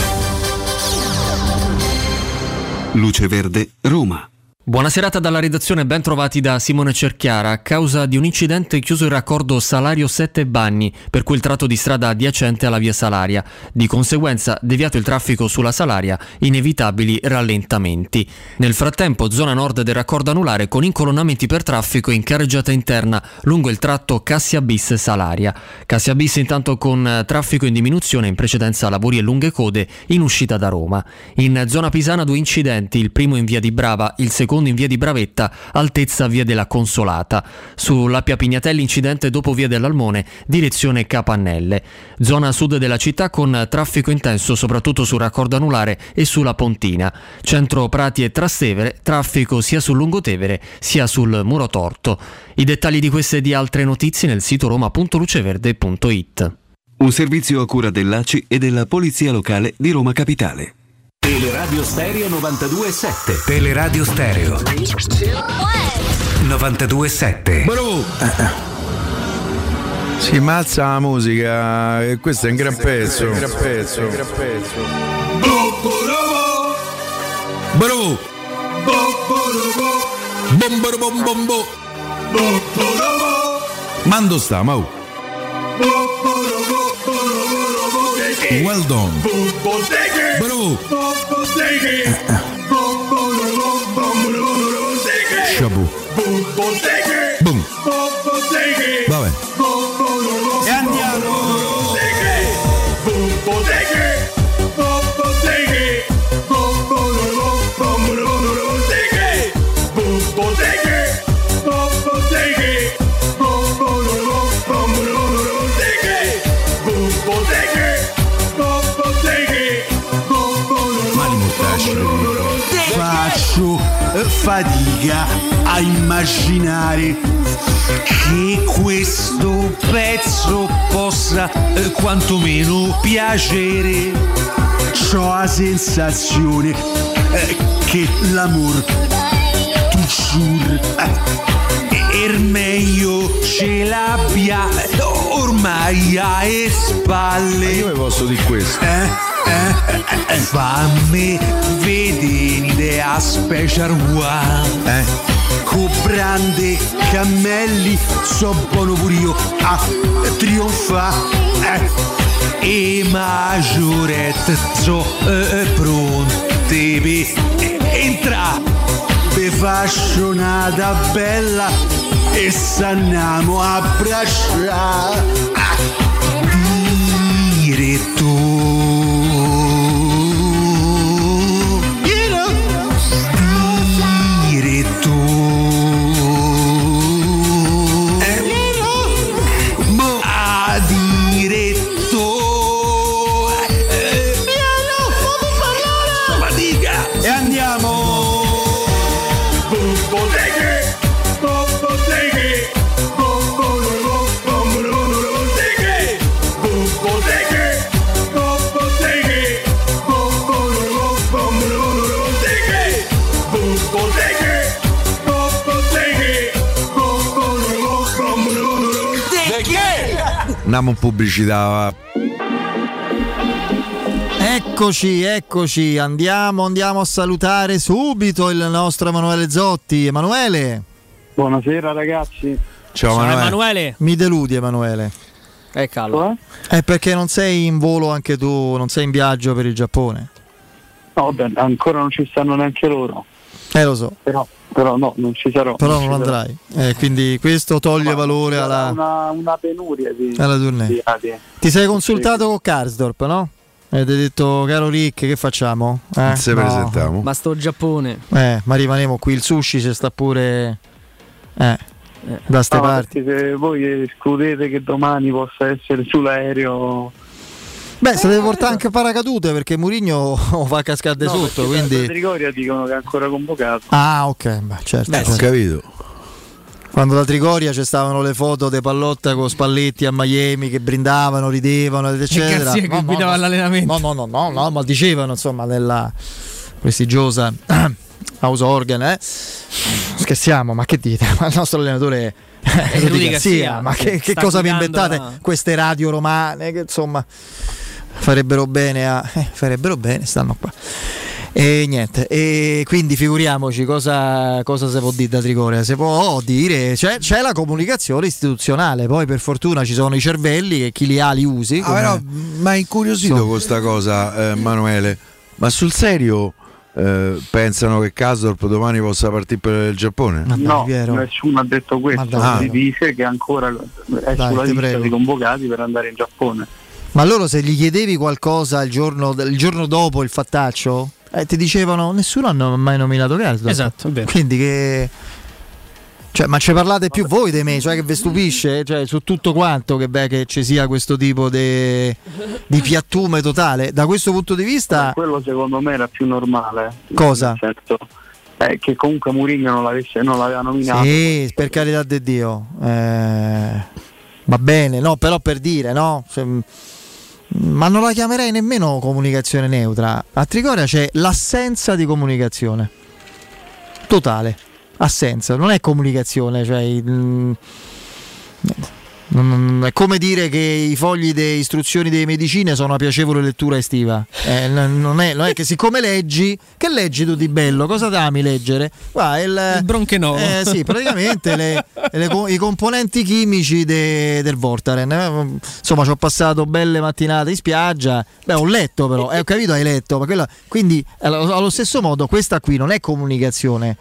Luce Verde, Roma. Buona serata dalla redazione, ben trovati da Simone Cerchiara. A causa di un incidente chiuso il raccordo Salario 7 Bagni, per cui il tratto di strada adiacente alla via Salaria. Di conseguenza, deviato il traffico sulla Salaria, inevitabili rallentamenti. Nel frattempo, zona nord del raccordo anulare con incolonnamenti per traffico in carreggiata interna lungo il tratto Cassia Bis Salaria. Cassia Bis intanto con traffico in diminuzione, in precedenza lavori e lunghe code in uscita da Roma. In zona pisana 2 incidenti, il primo in via di Brava, il secondo in via di Bravetta, altezza via della Consolata. Sull'Appia Pignatelli incidente dopo via dell'Almone, direzione Capannelle. Zona sud della città con traffico intenso soprattutto sul raccordo anulare e sulla Pontina. Centro Prati e Trastevere, traffico sia sul Lungotevere sia sul Muro Torto. I dettagli di queste e di altre notizie nel sito roma.luceverde.it. Un servizio a cura dell'ACI e della Polizia Locale di Roma Capitale. Teleradio Stereo 92.7. Teleradio Stereo 92.7. Bravo! Si mazza la musica e questo è un gran pezzo. Bravo! Bombo! Mando sta, mau! Well done! Bravo! Shabu! Boom! Vabbè! E andiamo! Faccio fatica a immaginare che questo pezzo possa quantomeno piacere. C'ho la sensazione che l'amor toujours er meglio ce l'abbia ormai alle spalle. Io vi posso dire questo. Fammi vedere l'idea special one. Con brande cammelli so buono pure io a trionfare. E maggiorette so pronte per entrare. Vi faccio una bella e s'andiamo a abbracciare. Diretto. Andiamo in pubblicità. Eccoci, andiamo a salutare subito il nostro Emanuele Zotti. Emanuele. Buonasera ragazzi. Ciao Emanuele. Mi deludi Emanuele. Calmo. È perché non sei in volo anche tu, non sei in viaggio per il Giappone. No, vabbè, ancora non ci stanno neanche loro. Lo so. Però no, non ci sarò. Però non andrai. Quindi questo toglie valore alla una penuria di tournée. Ti sei consultato con Karsdorp, no? Avete detto, caro Rick, che facciamo? Se presentiamo. Ma sto Giappone. Ma rimaniamo qui, il sushi ci sta pure da ste parti. Se voi escludete che domani possa essere sull'aereo. Beh, se deve portare anche paracadute perché Mourinho fa cascate sotto, quindi. Trigoria dicono che è ancora convocato. Ah, ok, certo. Ho capito. Quando da Trigoria ci stavano le foto dei Pallotta con Spalletti a Miami che brindavano, ridevano, eccetera. E Garzia che guidava l'allenamento. No, ma dicevano insomma nella prestigiosa House Organ, Scherziamo, ma che dite? Ma il nostro allenatore è Rudy Garzia, ma che cosa vi inventate queste radio romane che insomma farebbero bene stanno qua. E niente, e quindi figuriamoci cosa si può dire da Trigoria. Si può dire c'è la comunicazione istituzionale, poi per fortuna ci sono i cervelli che chi li ha li usi. Ma è incuriosito questa cosa, Emanuele. Ma sul serio pensano che Karsdorp domani possa partire per il Giappone? No, nessuno ha detto questo. Si dice che ancora è sulla lista di convocati per andare in Giappone. Ma loro se gli chiedevi qualcosa il giorno dopo il fattaccio, ti dicevano nessuno ha mai nominato Karsdorp. Esatto, è vero. Quindi che ma ci parlate più voi di me, cioè che vi stupisce, su tutto quanto che ci sia questo tipo di piattume totale. Da questo punto di vista quello secondo me era più normale. Cosa? Certo. Che comunque Mourinho non l'aveva nominato. Sì, per carità di Dio. Va bene, no, però per dire, no? Ma non la chiamerei nemmeno comunicazione neutra. A Trigoria c'è l'assenza di comunicazione totale, assenza, non è comunicazione, è come dire che i fogli di istruzioni delle medicine sono una piacevole lettura estiva. Non è che siccome leggi, che leggi tu di bello? Cosa ami leggere? Il Bronchenova. Sì, praticamente i componenti chimici del Voltaren. Insomma, ci ho passato belle mattinate in spiaggia. Ho letto però, ho capito, hai letto. Ma quindi allo stesso modo questa qui non è comunicazione.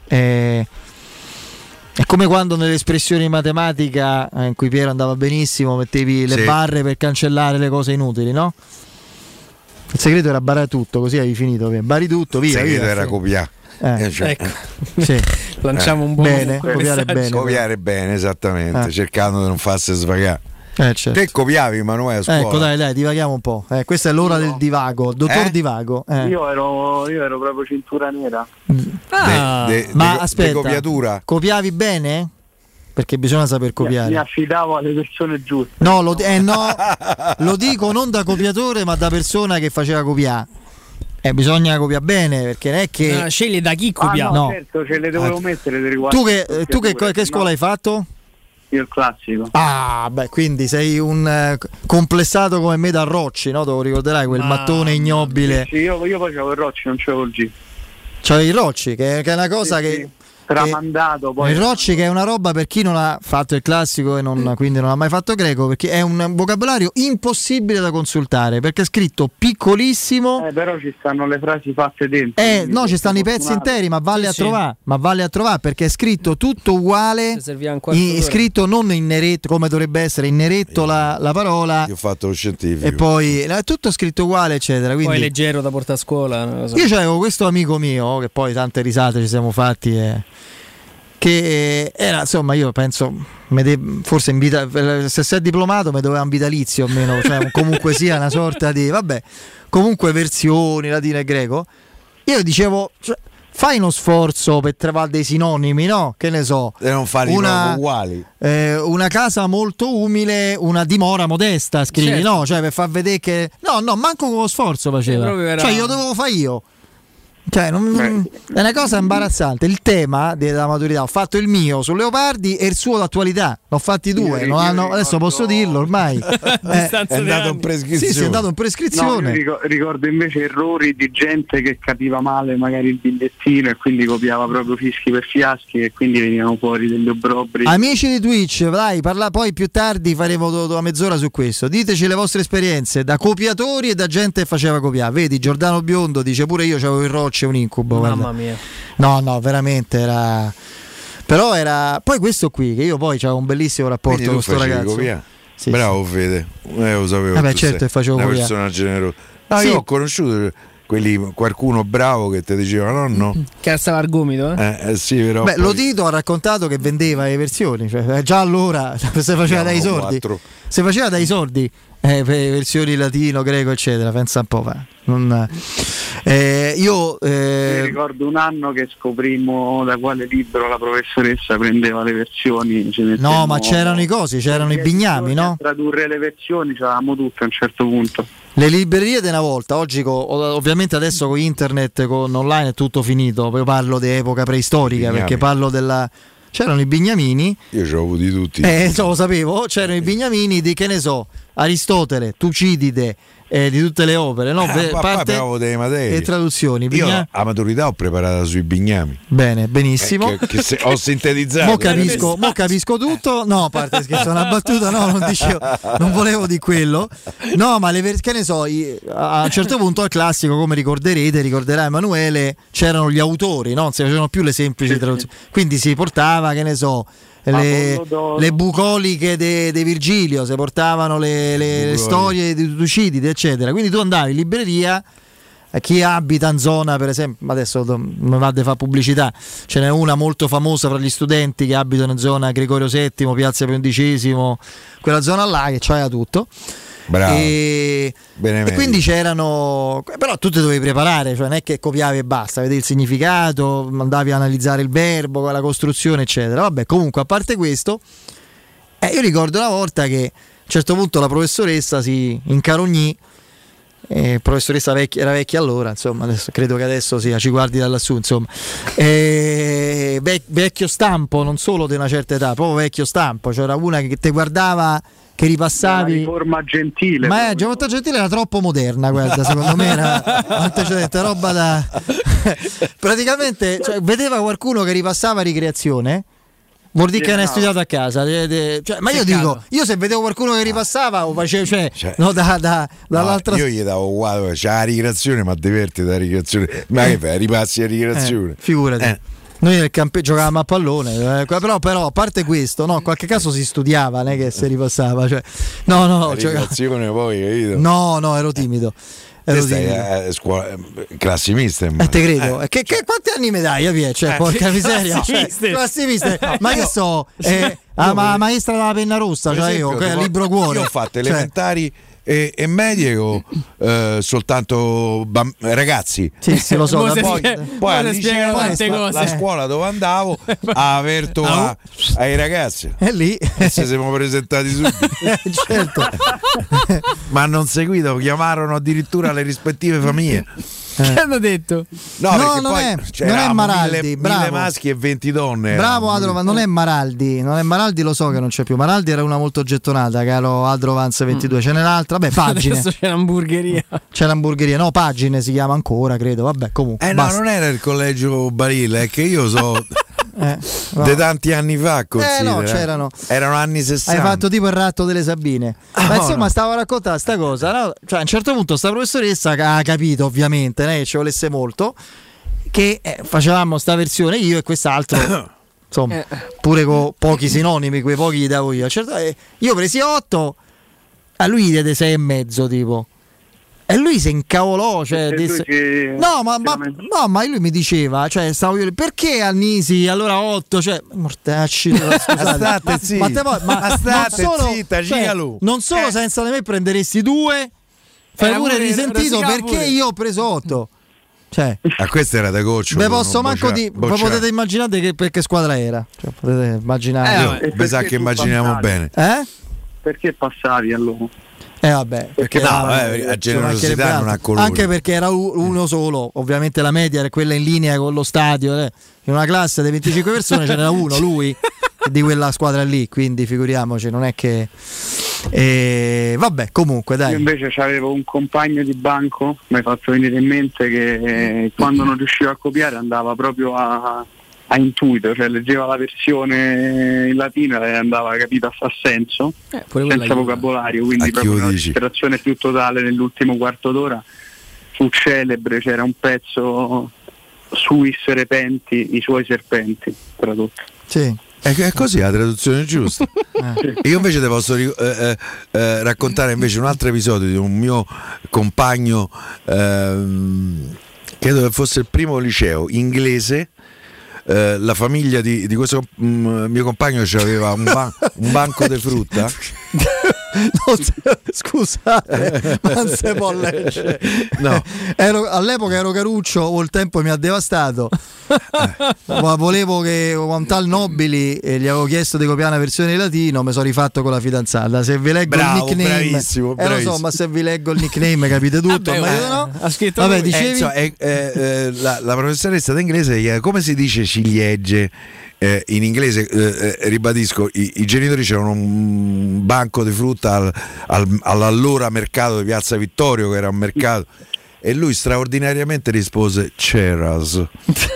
È come quando nelle espressioni in matematica in cui Piero andava benissimo mettevi le barre per cancellare le cose inutili, no? Il segreto era barrare tutto, così avevi finito. Bari tutto, via. Il segreto era copiare. Ecco. Sì. Lanciamo un buon bene, copiare bene, esattamente, cercando di non farsi svagare. Certo. Te copiavi, Emanuele, a scuola? Ecco, dai, divaghiamo un po'. Questa è l'ora del divago, dottor Divago. Io ero proprio cintura nera. Ma aspetta, copiatura. Copiavi bene? Perché bisogna saper copiare. Mi affidavo alle persone giuste. No, lo dico non da copiatore, ma da persona che faceva copiare. Bisogna copiare bene, perché non è che scegli da chi copiare. No, certo, ce le dovevo mettere delle riguardi. Tu che scuola hai fatto? Io il classico. Quindi sei un complessato come me da Rocci, no? Te lo ricorderai quel mattone ignobile. Sì, io poi c'avevo il Rocci, non c'avevo il G. C'avevi il Rocci, che è una cosa che tramandato poi. Il Rocci, che è una roba per chi non ha fatto il classico e quindi non ha mai fatto greco, perché è un vocabolario impossibile da consultare, perché è scritto piccolissimo. Però ci stanno le frasi fatte dentro. No, ci stanno i pezzi interi, ma vale a trovare, perché è scritto tutto uguale, scritto non in neretto come dovrebbe essere in neretto la parola. Io ho fatto lo scientifico. E poi è tutto scritto uguale, eccetera. Quindi, poi leggero da portare a scuola. Io c'avevo questo amico mio, che poi tante risate ci siamo fatti, che era, insomma, io penso forse se sei diplomato mi doveva un vitalizio almeno, comunque sia una sorta di comunque versioni latino e greco. Io dicevo, fai uno sforzo per trovare dei sinonimi, no? Che ne so, e non farli uguali. Una casa molto umile, una dimora modesta, scrivi, no? Per far vedere che no, manco con lo sforzo faceva. Io dovevo fare io. Cioè, è una cosa imbarazzante. Il tema della maturità, ho fatto il mio su Leopardi e il suo d'attualità, l'ho fatti due, adesso posso dirlo ormai. È andato in prescrizione. Sì, è andato in prescrizione. No, ricordo invece errori di gente che capiva male magari il bigliettino e quindi copiava proprio fischi per fiaschi e quindi venivano fuori degli obbrobri. Amici di Twitch, dai, poi più tardi faremo una mezz'ora su questo. Diteci le vostre esperienze da copiatori e da gente che faceva copiare. Vedi, Giordano Biondo dice pure io c'avevo il Rocce, un incubo. Mamma mia. No, veramente era. Però era. Poi questo qui, che io poi c'avevo un bellissimo rapporto con questo ragazzo. Sì, bravo, sì. Fede. Lo sapevo. Vabbè, certo che facevo una copiare. Persona generosa. No, sì. Io ho conosciuto qualcuno bravo che ti diceva no. Che stava al gomito, sì, però. Beh, Lotito ha raccontato che vendeva le versioni, cioè già allora se faceva dai sordi. Se faceva dai sordi. Versioni latino, greco, eccetera. Pensa un po'. Io ricordo un anno che scoprimmo da quale libro la professoressa prendeva le versioni. No, ma c'erano i cosi, c'erano i bignami, no? A tradurre le versioni c'avevamo tutto a un certo punto. Le librerie di una volta, oggi ovviamente adesso con internet, con online è tutto finito. Poi parlo di epoca preistorica, perché parlo della. C'erano i bignamini. Io ce l'ho avuti tutti. Lo sapevo. C'erano i bignamini di, che ne so, Aristotele, Tucidide, di tutte le opere, no? Parte delle materie e traduzioni. Io a maturità ho preparata sui bignami. Bene, benissimo. Ho sintetizzato. Mo capisco tutto. No, a parte scherzo, una battuta, no, non dicevo, non volevo di quello. No, ma che ne so, a un certo punto al classico, come ricorderà Emanuele, c'erano gli autori, no? Non si facevano più le semplici traduzioni. Quindi si portava, che ne so, le bucoliche di Virgilio, si portavano le storie di Tucidide, eccetera. Quindi tu andavi in libreria, chi abita in zona, per esempio, adesso non va a fare pubblicità, ce n'è una molto famosa fra gli studenti che abitano in zona Gregorio VII, Piazza Pio XI, quella zona là che c'aveva tutto. Bravo. E quindi c'erano, però tu ti dovevi preparare, cioè non è che copiavi e basta, vedevi il significato, andavi a analizzare il verbo, la costruzione, eccetera. Vabbè, comunque, a parte questo, io ricordo una volta che a un certo punto la professoressa si incarognì. Professoressa era vecchia allora, insomma, adesso, credo che adesso ci guardi da lassù, insomma. Vecchio stampo, non solo di una certa età, proprio vecchio stampo. C'era una che ti guardava, che ripassavi. Una riforma gentile. Ma Giovanna Gentile era troppo moderna, guarda, secondo me era antecedente, roba da. Praticamente, cioè, vedeva qualcuno che ripassava ricreazione. Vuol dire che ne hai studiato a casa, cioè, ma io dico, io se vedevo qualcuno che ripassava o facevo, no, dall'altra. Io gli davo guarda, c'è la ricreazione, ma divertiti da ricreazione. Ma che fai? Ripassi a ricreazione. Figurati. Noi nel campeggio giocavamo a pallone, però a parte questo, no, in qualche caso si studiava, non è che si ripassava, cioè, no, ricreazione poi, capito? No, ero timido. Scuola, classi miste, te credo. Quanti anni mi dai? Cioè, porca miseria, classi miste. Ma che so, ma maestra della penna rossa, cioè io, libro cuore. Io ho fatto elementari e medie soltanto ragazzi. Sì, lo so. Poi al liceo, la scuola dove andavo ha aperto ai ragazzi. E lì ci siamo presentati subito. Certo. Ma non seguito, chiamarono addirittura le rispettive famiglie. Che hanno detto? No, non è Maraldi, bravo. 1000 maschi e 20 donne. Bravo Adrovan, non è Maraldi, lo so che non c'è più. Maraldi era una molto gettonata, caro Adrovans 22. Ce n'è un'altra, pagine. Adesso c'è l'hamburgeria. No, pagine si chiama ancora, credo. Vabbè, comunque. No, non era il collegio Barilla, è che io so. Di tanti anni fa, no, c'erano. Erano anni 60. Hai fatto tipo il ratto delle Sabine. Ma insomma, stavo a raccontare sta cosa, no? Cioè, a un certo punto sta professoressa ha capito, ovviamente, che ci volesse molto, che facevamo sta versione io e quest'altro. Insomma, pure con pochi sinonimi, quei pochi gli davo io. Io presi 8, a lui diede 6,5 tipo. E lui si incavolò, cioè ma lui mi diceva, cioè stavo io, perché Annisi allora 8, cioè mortacci, state zitta, zitta, non solo senza di me prenderesti 2, fai pure risentito perché io ho preso 8. Cioè, questo era da coach. Ve posso manco di. Potete immaginare perché squadra era. Cioè, potete immaginare. Mi sa che immaginiamo bene. Perché passavi allora? Vabbè, perché la generosità non ha colore. Anche perché era uno solo, ovviamente la media era quella in linea con lo stadio. In una classe di 25 persone ce n'era uno, lui, di quella squadra lì, quindi figuriamoci, non è che... vabbè, comunque dai. Io invece avevo un compagno di banco, mi hai fatto venire in mente che quando non riusciva a copiare andava proprio a intuito, cioè leggeva la versione in latino e andava capito a fa senso, senza vocabolario, quindi proprio una disperazione più totale. Nell'ultimo quarto d'ora fu celebre, c'era un pezzo suis repenti, i suoi serpenti tradotto. Sì. È così la traduzione giusta. Io invece ti posso raccontare invece un altro episodio di un mio compagno, credo che fosse il primo liceo inglese. La famiglia di questo mio compagno aveva un banco di frutta. Scusate, ma non si può leggere. No. All'epoca ero caruccio, o il tempo mi ha devastato. Ma volevo che un tal Nobili gli avevo chiesto di copiare una versione in latino, mi sono rifatto con la fidanzata. Se vi leggo il nickname, bravissimo. Lo so, ma se vi leggo il nickname capite tutto. No? Ha scritto vabbè, dicevi? La professoressa d'inglese, come si dice ciliegie? In inglese, ribadisco, i genitori c'erano un banco di frutta all'allora mercato di Piazza Vittorio, che era un mercato, e lui straordinariamente rispose Ceras.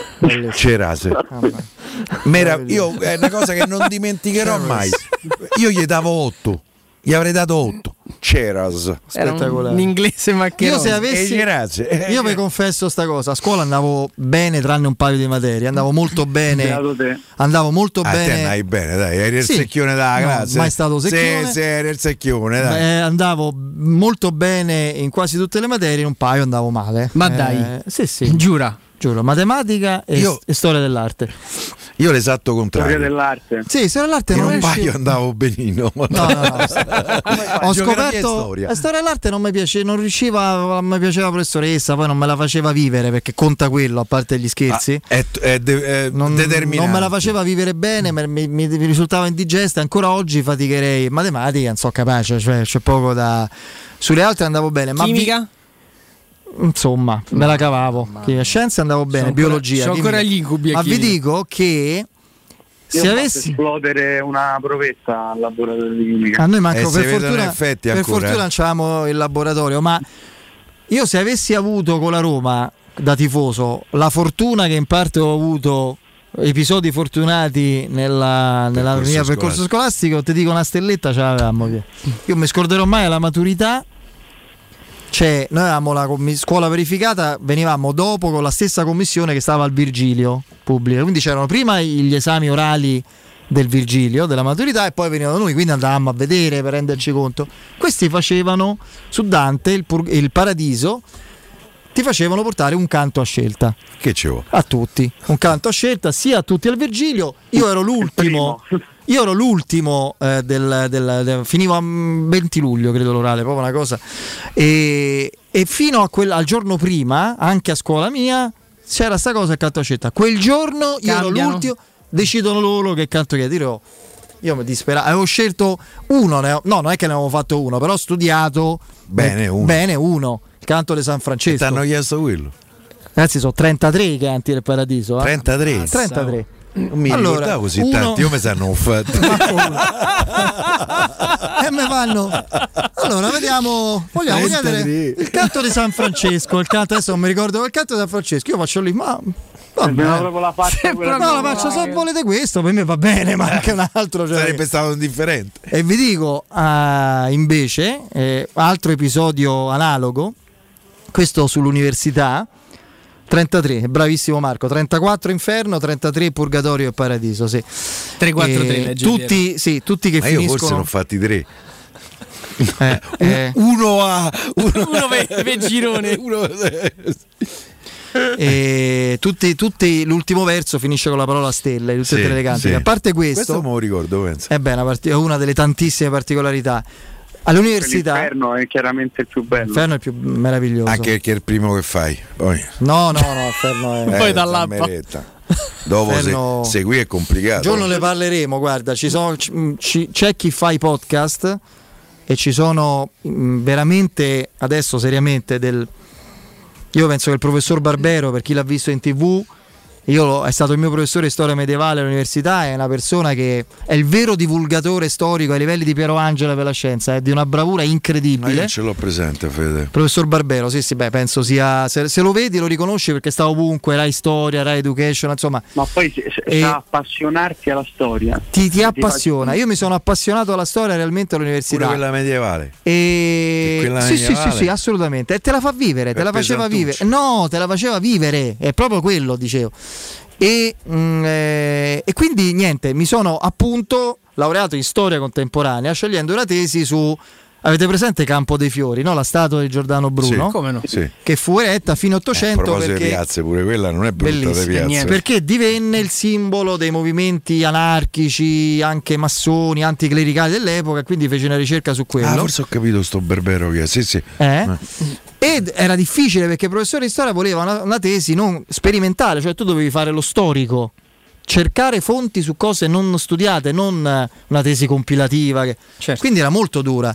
Io è una cosa che non dimenticherò mai. Io gli davo 8, gli avrei dato 8. Ceras, spettacolare. In inglese maccheroso. Io se avessi, io vi confesso sta cosa, a scuola andavo bene tranne un paio di materie, andavo molto bene. Andavo molto bene. Te andai bene, dai, eri il secchione della classe. Mai stato secchione. Sì, eri il secchione, dai. Andavo molto bene in quasi tutte le materie, in un paio andavo male. Ma dai. Sì. Giuro, matematica e storia dell'arte. Io l'esatto contrario. Storia dell'arte. Sì, storia dell'arte in non un paio andavo benino. No. Ho scoperto la storia dell'arte non mi piace, non riusciva, mi piaceva la professoressa, poi non me la faceva vivere perché conta quello, a parte gli scherzi. Non determinante. Non me la faceva vivere bene, mi risultava indigesta, ancora oggi faticherei. Matematica non so capace, cioè c'è poco da. Sulle altre andavo bene, ma chimica? Insomma, me la cavavo. Scienze andavo bene, biologia. Sono ancora gli incubi. Ma vi dico che se avessi esplodere una provetta al laboratorio di chimica. A noi manca per fortuna non c'avevamo il laboratorio, ma io se avessi avuto con la Roma da tifoso la fortuna che in parte ho avuto, episodi fortunati nella mia percorso scolastico, ti dico una stelletta ce l'avevamo. Io mi scorderò mai alla maturità. Cioè, noi avevamo la scuola verificata, venivamo dopo con la stessa commissione che stava al Virgilio pubblica, quindi c'erano prima gli esami orali del Virgilio, della maturità, e poi venivano noi, quindi andavamo a vedere per renderci conto. Questi facevano su Dante il Paradiso, ti facevano portare un canto a scelta. Che ci vuole? A tutti, un canto a scelta sia a tutti al Virgilio. Io ero l'ultimo. Finivo a 20 luglio, credo l'orale, proprio una cosa. E fino al giorno prima, anche a scuola mia, c'era sta cosa, il canto a scelta. Quel giorno io ero l'ultimo, decidono loro che canto che dirò. Io mi disperavo, avevo scelto uno, non è che ne avevo fatto uno, però ho studiato bene uno, il canto di San Francesco. Ti hanno chiesto quello? Ragazzi, sono 33 i canti del Paradiso. 33? 33. Non mi ricordavo così tanti, io mi sanno fatto. E me vanno. Allora vogliamo chiedere il canto di San Francesco, il canto, adesso non mi ricordo quel canto di San Francesco, io faccio lì, ma proprio la faccia la faccio, se volete questo per me va bene, ma anche un altro sarebbe stato indifferente. E vi dico invece altro episodio analogo, questo sull'università. 33, bravissimo Marco, 34 inferno, 33 purgatorio e paradiso, sì. 3-4-3 tutti che ma finiscono. Io forse ne ho fatti 3. Uno per girone. E tutti l'ultimo verso finisce con la parola stella, tutte e tre le cantiche. A parte questo me lo ricordo, penso. È una delle tantissime particolarità. All'università l'inferno è chiaramente il più bello. L'inferno è il più meraviglioso. Anche perché è il primo che fai. Poi. No, l'inferno è. Poi dall'alba. Dopo seguì è complicato. Un giorno ne parleremo, guarda, c'è chi fa i podcast e ci sono veramente, adesso seriamente, io penso che il professor Barbero, per chi l'ha visto in TV, è stato il mio professore di storia medievale all'università, è una persona che è il vero divulgatore storico ai livelli di Piero Angela per la scienza, è di una bravura incredibile. Ma io ce l'ho presente, Fede. Professor Barbero, sì, penso sia, se lo vedi lo riconosci perché sta ovunque, Rai Storia, Rai Education, insomma. Ma poi sa appassionarti alla storia. Ti appassiona. Io mi sono appassionato alla storia realmente all'università. Pure quella medievale. Sì, assolutamente. E te la fa vivere, te la faceva vivere. No, te la faceva vivere, è proprio quello, dicevo. E quindi niente, mi sono appunto laureato in storia contemporanea scegliendo una tesi su, avete presente Campo dei Fiori, no? La statua di Giordano Bruno, sì, come no? Sì. Che fu eretta fino all'800 perché piazze, pure quella non è brutta di piazza, perché divenne il simbolo dei movimenti anarchici, anche massoni, anticlericali dell'epoca, quindi fece una ricerca su quello. Forse ho capito sto Berbero che è, sì. Ed era difficile perché il professore di storia voleva una tesi non sperimentale, cioè tu dovevi fare lo storico, cercare fonti su cose non studiate, non una tesi compilativa, certo. Quindi era molto dura.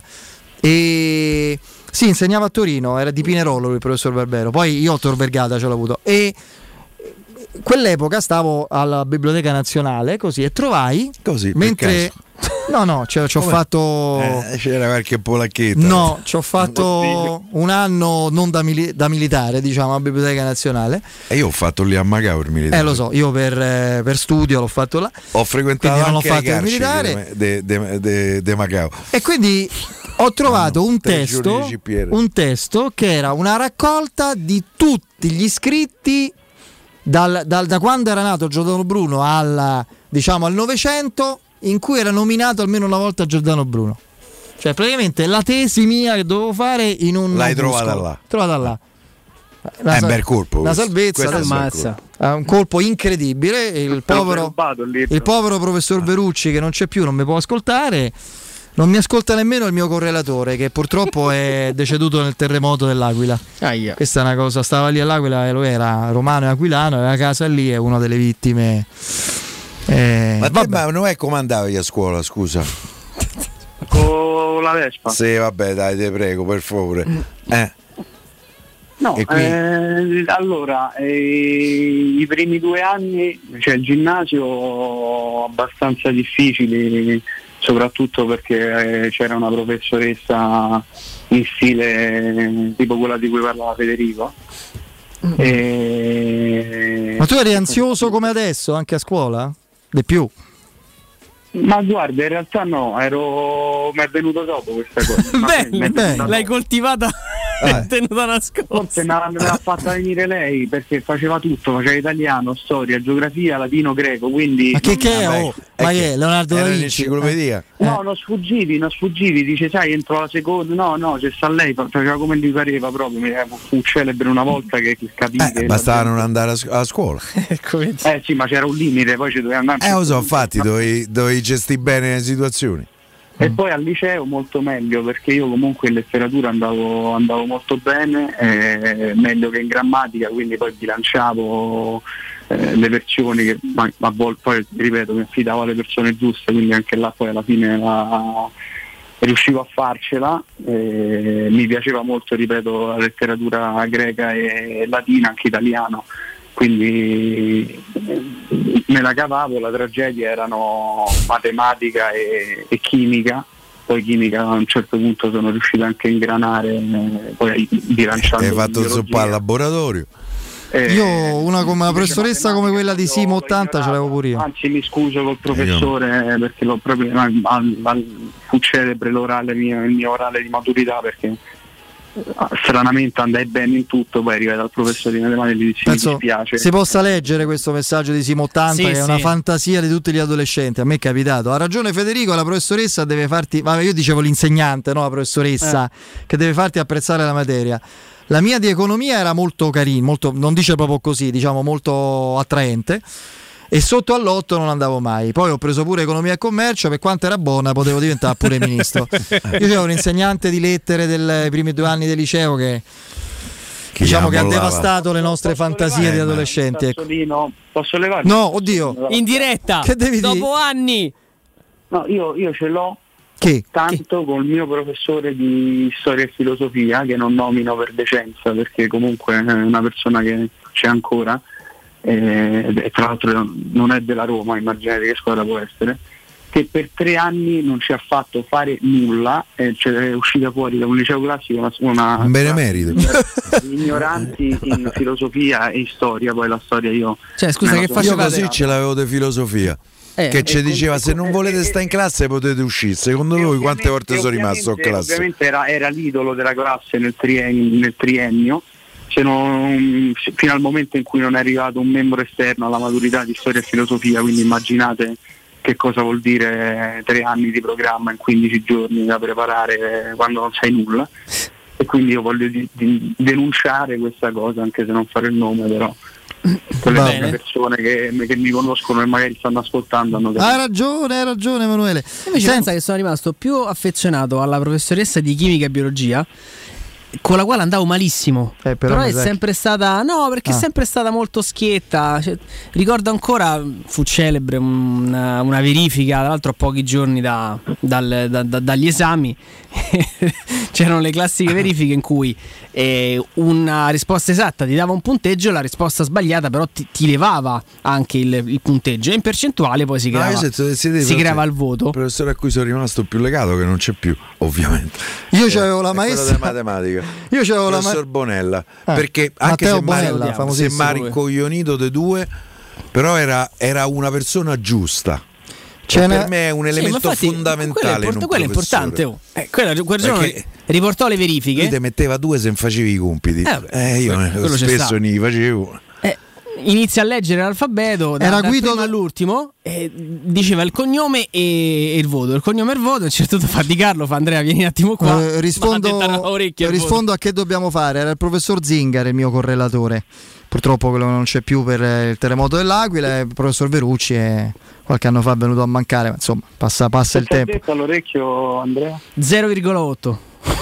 E sì, insegnava a Torino, era di Pinerolo il professor Barbero, poi io a Tor Vergata ce l'ho avuto. E quell'epoca stavo alla Biblioteca Nazionale così e trovai così mentre no, ci ho fatto c'era qualche polacchetto. No, ci ho fatto un anno non da militare, diciamo, a Biblioteca Nazionale. E io ho fatto lì a Macao il militare. Lo so, io per studio l'ho fatto là. Ho frequentato non anche ho fatto il militare de Macao. E quindi ho trovato un testo che era una raccolta di tutti gli iscritti da quando era nato Giordano Bruno al Novecento, in cui era nominato almeno una volta Giordano Bruno. Cioè praticamente la tesi mia che dovevo fare in un... L'hai trovata là. È un bel colpo. Una salvezza, ammazza. Un colpo incredibile. Il povero professor Verucci, che non c'è più, non mi può ascoltare. Non mi ascolta nemmeno il mio correlatore, che purtroppo è deceduto nel terremoto dell'Aquila. Questa è una cosa, stava lì all'Aquila, lo era romano e aquilano, aveva casa lì, è una delle vittime. Ma non è comandavi a scuola, scusa? Con la Vespa. Sì, vabbè, dai, te prego, per favore. No, allora, i primi 2 anni, cioè il ginnasio, abbastanza difficili, soprattutto perché c'era una professoressa in stile tipo quella di cui parlava Federico. Ma tu eri ansioso come adesso anche a scuola? Di più? Ma guarda, in realtà no, mi è venuto dopo questa cosa. Bene, l'hai coltivata tenuta nascosta. Forse me l'ha fatta venire lei, perché faceva tutto, faceva italiano, storia, geografia, latino, greco, quindi... Ma che è? Ma che è? Leonardo da Vinci? L'enciclopedia? No, non sfuggivi, dice sai, entro la seconda, no, c'è sta lei, faceva come gli pareva proprio, fu celebre una volta che capì che... Bastava non andare a scuola. Sì, ma c'era un limite, poi ci doveva andare... Lo so, infatti, dovevi gestire bene le situazioni. E poi al liceo molto meglio, perché io comunque in letteratura andavo molto bene, meglio che in grammatica, quindi poi bilanciavo le versioni che a volte, poi ripeto, mi affidavo alle persone giuste, quindi anche là poi alla fine riuscivo a farcela. Mi piaceva molto, ripeto, la letteratura greca e latina, anche italiano, quindi me la cavavo. La tragedia erano matematica e chimica, poi chimica a un certo punto sono riuscito anche a ingranare, poi bilanciando. Hai fatto il zoppa al laboratorio? Io una come una professoressa come quella di Simo 80 ce l'avevo pure io. Anzi, mi scuso col professore perché l'ho proprio fu celebre il mio orale di maturità, perché stranamente andai bene in tutto, poi arrivai dal professore di matematica e mi dispiace. Si possa leggere questo messaggio di Simo 80, che è una fantasia di tutti gli adolescenti. A me è capitato. Ha ragione Federico, la professoressa deve farti, io dicevo l'insegnante, no, la professoressa che deve farti apprezzare la materia. La mia di economia era molto carina, molto, non dice proprio così, diciamo molto attraente, e sotto all'8 non andavo mai. Poi ho preso pure economia e commercio, per quanto era buona potevo diventare pure ministro. Io avevo un insegnante di lettere dei primi 2 anni del liceo che diciamo che ha devastato le nostre fantasie di adolescenti. Ecco. Posso levare? No, oddio. In diretta. Che devi dopo dire? Anni. No, io ce l'ho. tanto col mio professore di storia e filosofia, che non nomino per decenza perché comunque è una persona che c'è ancora, e tra l'altro non è della Roma, immaginate che squadra può essere, che per 3 anni non ci ha fatto fare nulla, cioè è uscita fuori da un liceo classico una benemerito di ignoranti in filosofia e storia. Poi la storia io così ce l'avevo di filosofia, che ci diceva se non volete stare in classe potete uscire. Secondo voi quante volte sono rimasto in classe? Ovviamente era l'idolo della classe nel triennio. Fino al momento in cui non è arrivato un membro esterno alla maturità di storia e filosofia, quindi immaginate che cosa vuol dire 3 anni di programma in 15 giorni da preparare quando non sai nulla. E quindi io voglio denunciare questa cosa, anche se non fare il nome, però quelle persone che mi conoscono e magari stanno ascoltando hanno Hai ragione Emanuele. Invece pensa che sono rimasto più affezionato alla professoressa di chimica e biologia, con la quale andavo malissimo, però è sempre stata è sempre stata molto schietta, ricordo ancora, fu celebre una verifica, tra l'altro a pochi giorni dagli esami c'erano le classiche verifiche in cui una risposta esatta ti dava un punteggio, la risposta sbagliata però ti levava anche il punteggio, e in percentuale poi si creava il voto. Il professore a cui sono rimasto più legato, che non c'è più ovviamente, io c'avevo la maestra di matematica, il professor Bonella, perché anche se mi ha rincoglionito dei due, però era una persona giusta. Per me è un elemento fondamentale. Quello è importante. Quel giorno riportò le verifiche. Lui te metteva 2 se non facevi i compiti. Io spesso ne facevo. Inizia a leggere l'alfabeto dal primo all'ultimo, diceva il cognome e il voto. Il cognome e il voto. A un certo punto fa Di Carlo, fa Andrea, vieni un attimo qua. Rispondo a che dobbiamo fare. Era il professor Zingar il mio correlatore. Purtroppo quello non c'è più per il terremoto dell'Aquila. Il professor Verucci qualche anno fa è venuto a mancare, ma insomma passa il tempo. Detto all'orecchio, Andrea? 0,8.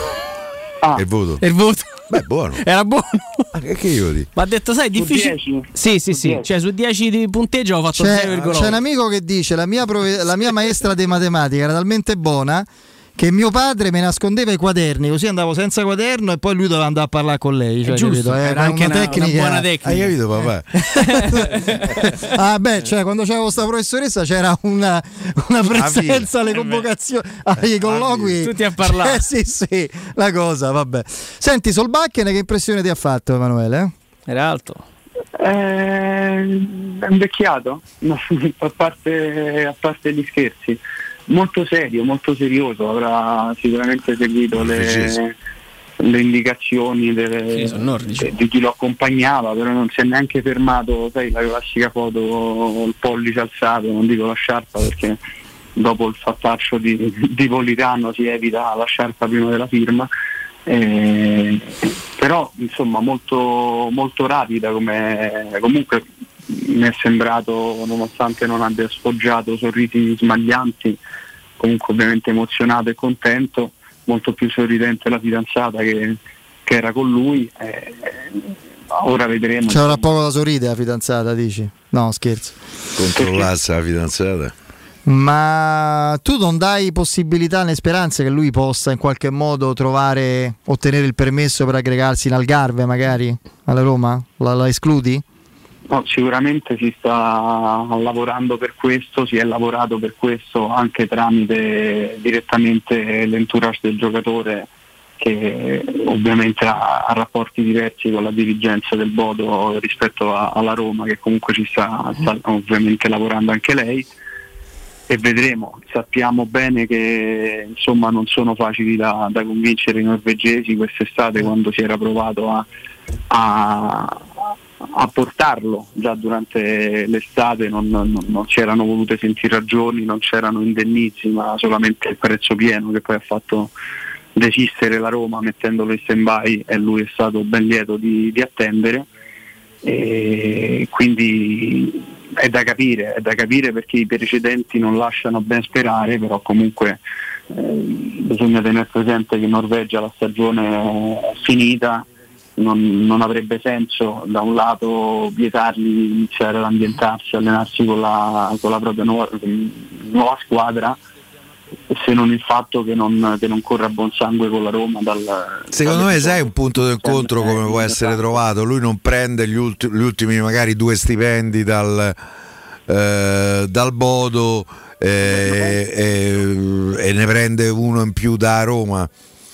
Il voto? Beh, buono. Era buono. Che io dico? Ma ha detto, sai, è difficile. Sì. Cioè, su 10 di punteggio ho fatto 0,8. C'è un amico che dice: la mia maestra di matematica era talmente buona che mio padre me nascondeva i quaderni, così andavo senza quaderno e poi lui doveva andare a parlare con lei. Cioè, giusto, era anche una buona tecnica. Hai capito, papà? Cioè, quando c'era questa professoressa c'era una presenza alle convocazioni, ai colloqui. Tutti a parlare. Sì, la cosa, vabbè. Senti, Solbakken, che impressione ti ha fatto, Emanuele? Era alto. È invecchiato, a parte gli scherzi. Molto serio, molto serioso, avrà sicuramente seguito le indicazioni di chi lo accompagnava, però non si è neanche fermato, sai, la classica foto, il pollice alzato, non dico la sciarpa perché dopo il fattaccio di Politano si evita la sciarpa prima della firma, però insomma molto, molto rapida, comunque mi è sembrato, nonostante non abbia sfoggiato sorrisi smaglianti, comunque ovviamente emozionato e contento, molto più sorridente la fidanzata che era con lui. Ora vedremo. C'era poco da sorridere la fidanzata, dici? No, scherzo. Controllassa la fidanzata. Ma tu non dai possibilità né speranze che lui possa in qualche modo ottenere il permesso per aggregarsi in Algarve, magari alla Roma? La escludi? No, sicuramente si sta lavorando per questo, si è lavorato per questo anche tramite direttamente l'entourage del giocatore, che ovviamente ha rapporti diversi con la dirigenza del Bodo rispetto alla Roma, che comunque ci sta ovviamente lavorando anche lei, e vedremo. Sappiamo bene che insomma non sono facili da convincere i norvegesi quest'estate, quando si era provato a portarlo già durante l'estate, non c'erano volute sentire ragioni, non c'erano indennizi, ma solamente il prezzo pieno che poi ha fatto desistere la Roma mettendolo in stand-by, e lui è stato ben lieto di attendere, e quindi è da capire perché i precedenti non lasciano ben sperare, però comunque bisogna tenere presente che in Norvegia la stagione è finita. Non avrebbe senso da un lato vietargli di iniziare ad ambientarsi, allenarsi con la propria nuova squadra, se non il fatto che non corra buon sangue con la Roma. Secondo me sai un punto d'incontro come può essere trovato? Lui non prende gli ultimi magari 2 stipendi dal Bodo e ne prende uno in più da Roma.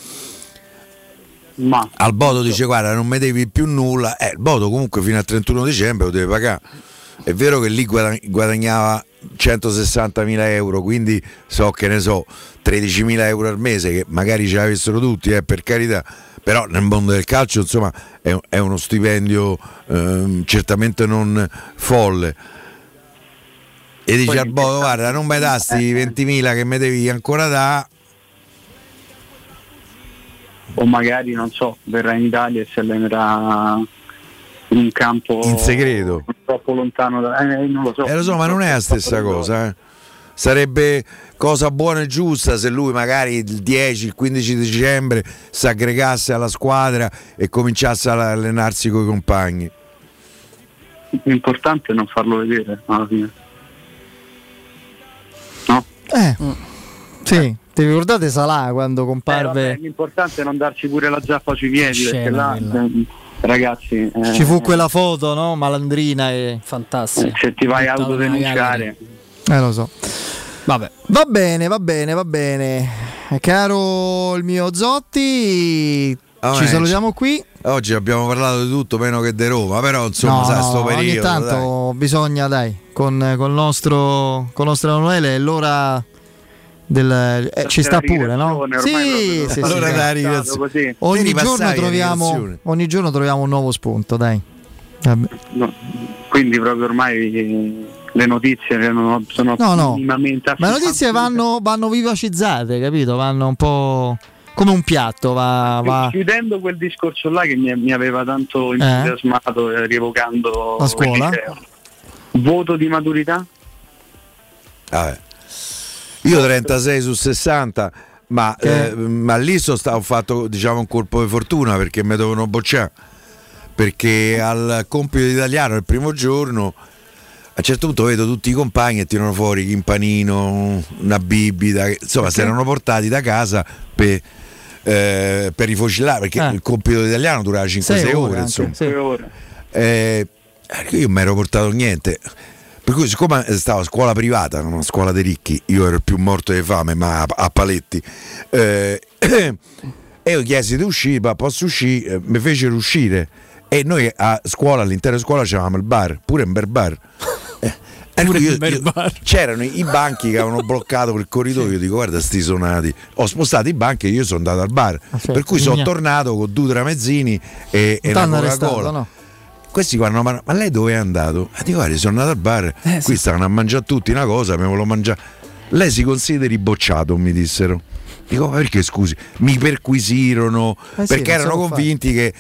Ma al Bodo dice guarda non mi devi più nulla, il Bodo comunque fino al 31 dicembre lo deve pagare. È vero che lì guadagnava 160.000 euro, quindi so che ne so 13.000 euro al mese, che magari ce l'avessero tutti, per carità, però nel mondo del calcio insomma è uno stipendio certamente non folle. E dice al Bodo guarda non mi dasti 20.000 che mi devi ancora da, o magari non so, verrà in Italia e si allenerà in un campo in segreto troppo lontano non lo so. Lo so, ma non è la stessa cosa, Sarebbe cosa buona e giusta se lui magari il 10, il 15 dicembre si aggregasse alla squadra e cominciasse ad allenarsi coi compagni. L'importante è non farlo vedere alla fine, no? Sì, ti ricordate Salah quando comparve? L'importante è non darci pure la zappa sui piedi, perché là ragazzi ci fu quella foto, no? Malandrina e fantastica. Se ti vai a autodenunciare, lo so. Vabbè. Va bene. Caro il mio Zotti, ci salutiamo qui. Oggi abbiamo parlato di tutto meno che di Roma, però insomma sai sto periodo. Ogni tanto bisogna, con il nostro Emanuele è l'ora del ci sta pure, no? Sì. Allora ogni giorno troviamo un nuovo spunto, dai. Vabbè. No, quindi proprio ormai le notizie sono minimamente ma le notizie vanno vivacizzate, capito? Vanno un po' come un piatto, va. Chiudendo quel discorso là che mi aveva tanto entusiasmato, rievocando la scuola. Voto di maturità? Io 36 su 60, ma lì ho fatto diciamo un colpo di fortuna perché mi dovevano bocciare, perché al compito di italiano il primo giorno a un certo punto vedo tutti i compagni e tirano fuori Chimpanino, una bibita, insomma si erano portati da casa per rifocillare, perché il compito di italiano durava 5-6 ore, insomma. 6 ore. Io mi ero portato niente. Per cui siccome stavo a scuola privata, una scuola dei ricchi, io ero più morto di fame, ma a paletti, e io chiesi di uscire, posso uscire, mi fecero uscire e noi a scuola, all'intera scuola c'avevamo il bar, pure un bel bar. C'erano i banchi che avevano bloccato quel corridoio, io dico guarda sti sonati, ho spostato i banchi e io sono andato al bar, per cui sono tornato con 2 tramezzini e una Coca-Cola. No? Questi guardano, ma lei dove è andato? Dico guarda, sono andato al bar, qui stavano a mangiare tutti una cosa, mi volevo mangiare. Lei si consideri bocciato, mi dissero. Dico ma perché scusi? Mi perquisirono perché erano convinti che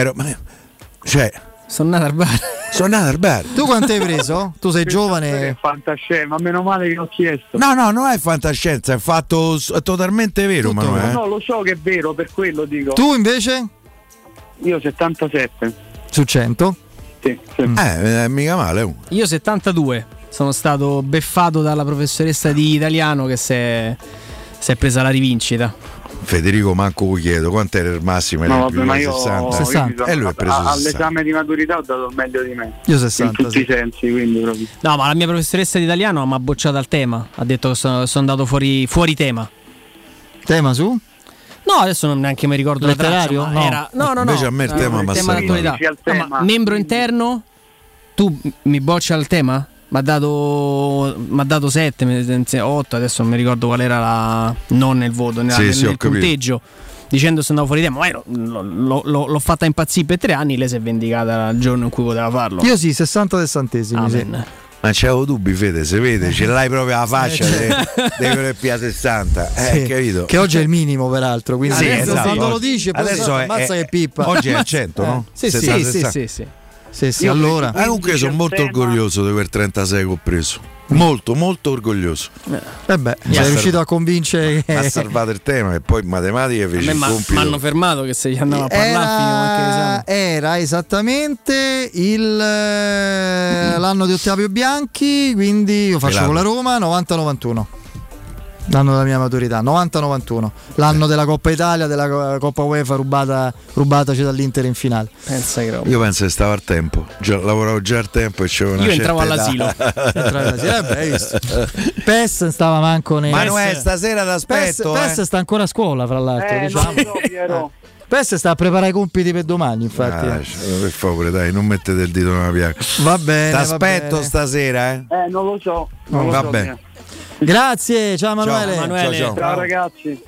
sono andato al bar. Tu quanto hai preso? Tu sei giovane. È fantascienza, ma meno male che ho chiesto. No, non è fantascienza, è fatto totalmente vero, Manuel. No, lo so che è vero, per quello dico. Tu invece? Io 77 su 100. Sì. Mica male. Io 72. Sono stato beffato dalla professoressa di italiano che si è presa la rivincita. Federico manco vi chiedo quanto era il massimo, no, vabbè, ma io 60. E lui è preso 60. All'esame di maturità ho dato il meglio di me. Io 60 in tutti i sensi, quindi proprio. No, ma la mia professoressa di italiano mi ha bocciato al tema. Ha detto che sono andato fuori tema. Tema su? No, adesso non neanche mi ricordo letterario. La traccia, no. Invece a me il tema d'attualità. Ma membro interno? Tu mi boccia al tema? Mi ha dato 7, 8, adesso non mi ricordo qual era non nel voto, nel punteggio, dicendo se andavo fuori tema, ma l'ho fatta impazzire per 3 anni, lei si è vendicata il giorno in cui poteva farlo. Io sì, 60 centesimi. Sì. Ma c'avevo dubbi, Fede, se vede, ce l'hai proprio alla faccia deve P 60, capito? Che oggi è il minimo peraltro, quindi esatto. Quando lo dici adesso ammazza che pippa. Oggi è a 100, no? Sì, allora. Comunque io sono molto orgoglioso di quel 36 che ho preso. Molto, molto orgoglioso. Sei riuscito a convincere che ha salvato il tema e poi in matematica fece il compito. Mi hanno fermato che se gli andava a parlare era esattamente l'anno di Ottavio Bianchi, quindi io faccio con la Roma 90-91. L'anno della mia maturità, 90-91, l'anno della Coppa Italia, della Coppa UEFA rubataci dall'Inter in finale. Pensa che roba. Io penso che stavo al tempo, lavoravo già al tempo e c'avevo una Io certa entravo età. all'asilo. Hai visto? PES stava manco nei... Manuel, stasera t'aspetto. PES sta ancora a scuola, fra l'altro. Diciamo. Non so, Piero. PES sta a preparare i compiti per domani, infatti. Per favore, dai, non mettete il dito nella piaga. Va bene. T'aspetto stasera, Non lo so. Va bene. Grazie, ciao Emanuele. Ciao ragazzi.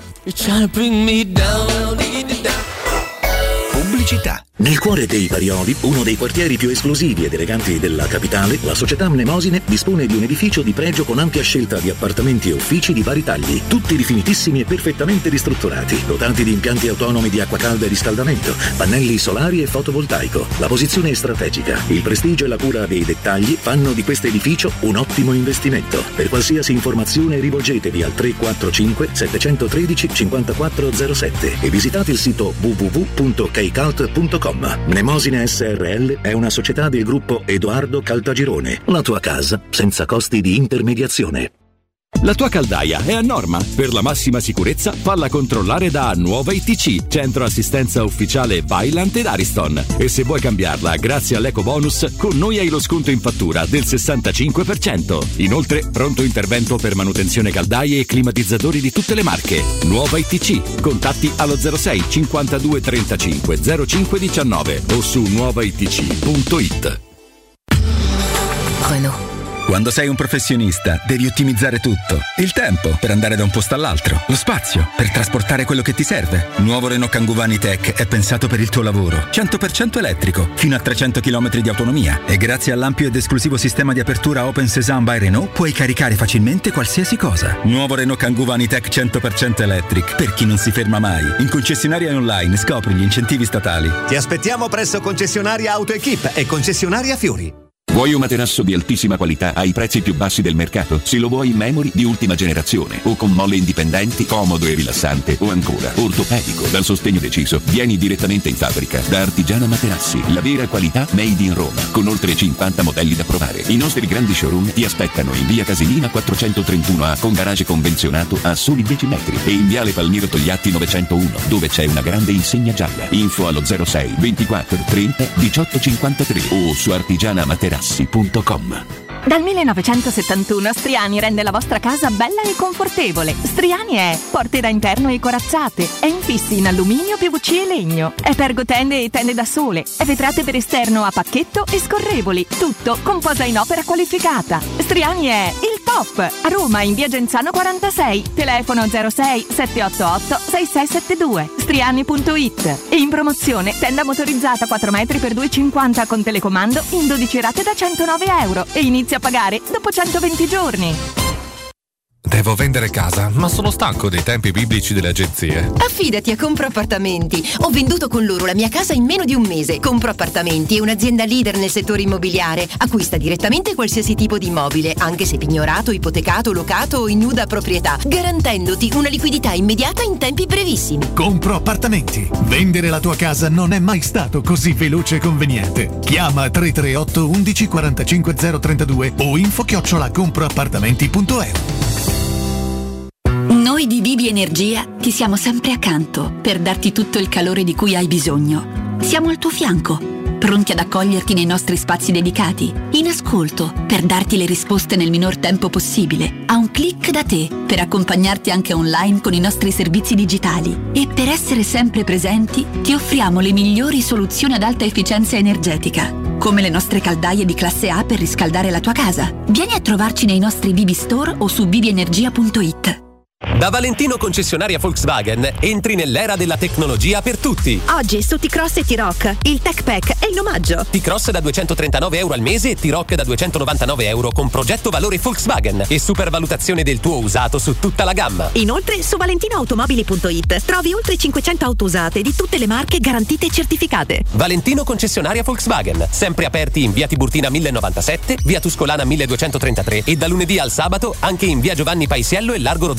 Pubblicità. Nel cuore dei Parioli, uno dei quartieri più esclusivi ed eleganti della capitale, la società Mnemosine dispone di un edificio di pregio con ampia scelta di appartamenti e uffici di vari tagli, tutti rifinitissimi e perfettamente ristrutturati, dotati di impianti autonomi di acqua calda e riscaldamento, pannelli solari e fotovoltaico. La posizione è strategica, il prestigio e la cura dei dettagli fanno di questo edificio un ottimo investimento. Per qualsiasi informazione rivolgetevi al 345 713 5407 e visitate il sito www.kcalt.com. Mnemosine SRL è una società del gruppo Edoardo Caltagirone. La tua casa senza costi di intermediazione. La tua caldaia è a norma. Per la massima sicurezza, falla controllare da Nuova ITC, centro assistenza ufficiale Vaillant ed Ariston. E se vuoi cambiarla grazie all'eco bonus, con noi hai lo sconto in fattura del 65%. Inoltre, pronto intervento per manutenzione caldaie e climatizzatori di tutte le marche. Nuova ITC. Contatti allo 06 52 35 05 19 o su nuovaitc.it. Renault. Quando sei un professionista devi ottimizzare tutto. Il tempo per andare da un posto all'altro, lo spazio per trasportare quello che ti serve. Nuovo Renault Kangoo Vanitech è pensato per il tuo lavoro. 100% elettrico, fino a 300 km di autonomia. E grazie all'ampio ed esclusivo sistema di apertura Open Sesame by Renault puoi caricare facilmente qualsiasi cosa. Nuovo Renault Kangoo Vanitech 100% electric, per chi non si ferma mai. In concessionaria online scopri gli incentivi statali. Ti aspettiamo presso concessionaria AutoEquip e concessionaria Fiori. Vuoi un materasso di altissima qualità ai prezzi più bassi del mercato? Se lo vuoi in memory di ultima generazione o con molle indipendenti, comodo e rilassante, o ancora ortopedico dal sostegno deciso, vieni direttamente in fabbrica da Artigiana Materassi, la vera qualità made in Roma, con oltre 50 modelli da provare. I nostri grandi showroom ti aspettano in via Casilina 431A con garage convenzionato a soli 10 metri e in viale Palmiro Togliatti 901, dove c'è una grande insegna gialla. Info allo 06 24 30 18 53 o su artigianamaterassi.com. Dal 1971 Striani rende la vostra casa bella e confortevole. Striani è porte da interno e corazzate, è infissi in alluminio, PVC e legno, è pergotende e tende da sole, è vetrate per esterno a pacchetto e scorrevoli, tutto con posa in opera qualificata. Striani è il top! A Roma in via Genzano 46, telefono 06 788 6672, striani.it. E in promozione tenda motorizzata 4 metri per 2,50 con telecomando in 12 rate da €109 e inizia a pagare dopo 120 giorni. Devo vendere casa, ma sono stanco dei tempi biblici delle agenzie. Affidati a Compro Appartamenti. Ho venduto con loro la mia casa in meno di un mese. Compro Appartamenti è un'azienda leader nel settore immobiliare. Acquista direttamente qualsiasi tipo di immobile, anche se pignorato, ipotecato, locato o in nuda proprietà, garantendoti una liquidità immediata in tempi brevissimi. Compro Appartamenti. Vendere la tua casa non è mai stato così veloce e conveniente. Chiama 338 11 45 032 o info@comproappartamenti.eu. Noi di Bibi Energia ti siamo sempre accanto per darti tutto il calore di cui hai bisogno. Siamo al tuo fianco, pronti ad accoglierti nei nostri spazi dedicati, in ascolto per darti le risposte nel minor tempo possibile, a un click da te, per accompagnarti anche online con i nostri servizi digitali. E per essere sempre presenti ti offriamo le migliori soluzioni ad alta efficienza energetica, come le nostre caldaie di classe A per riscaldare la tua casa. Vieni a trovarci nei nostri Bibi Store o su bibienergia.it. Da Valentino concessionaria Volkswagen entri nell'era della tecnologia per tutti. Oggi su T-Cross e T-Rock il Tech Pack è in omaggio. T-Cross da €239 al mese e T-Rock da €299 con progetto valore Volkswagen e supervalutazione del tuo usato su tutta la gamma. Inoltre su valentinoautomobili.it trovi oltre 500 auto usate di tutte le marche garantite e certificate. Valentino concessionaria Volkswagen, sempre aperti in via Tiburtina 1097, via Tuscolana 1233 e da lunedì al sabato anche in via Giovanni Paisiello e largo Rodolfo Lanciani.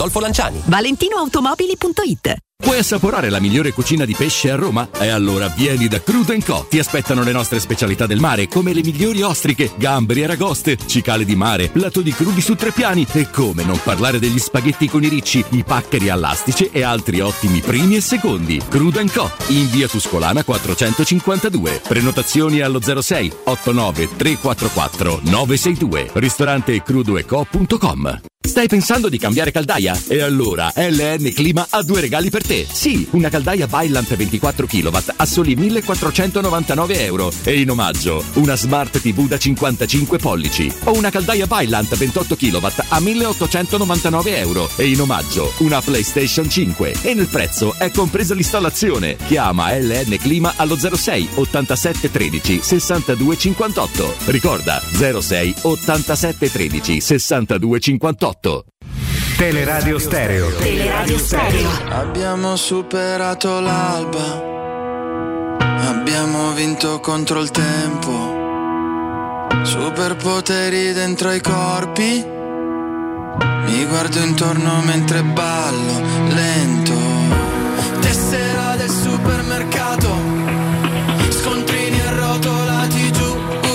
Trapani. ValentinoAutomobili.it. Vuoi assaporare la migliore cucina di pesce a Roma? E allora vieni da Crudo & Co. Ti aspettano le nostre specialità del mare, come le migliori ostriche, gamberi e aragoste, cicale di mare, piatto di crudi su 3 piani e come non parlare degli spaghetti con i ricci, i paccheri all'astice e altri ottimi primi e secondi. Crudo & Co. in via Tuscolana 452. Prenotazioni allo 06 89 344 962. Ristorante crudoeco.com. Stai pensando di cambiare caldaia? E allora LN Clima ha 2 regali per te. Sì, una caldaia Vaillant 24 kW a soli 1.499 euro e in omaggio una Smart TV da 55 pollici o una caldaia Vaillant 28 kW a 1.899 euro e in omaggio una PlayStation 5 e nel prezzo è compresa l'installazione. Chiama LN Clima allo 06 87 13 62 58. Ricorda 06 87 13 62 58. Teleradio Stereo. Teleradio Stereo. Abbiamo superato l'alba. Abbiamo vinto contro il tempo. Superpoteri dentro i corpi. Mi guardo intorno mentre ballo lento. Tessera del supermercato. Scontrini arrotolati giù.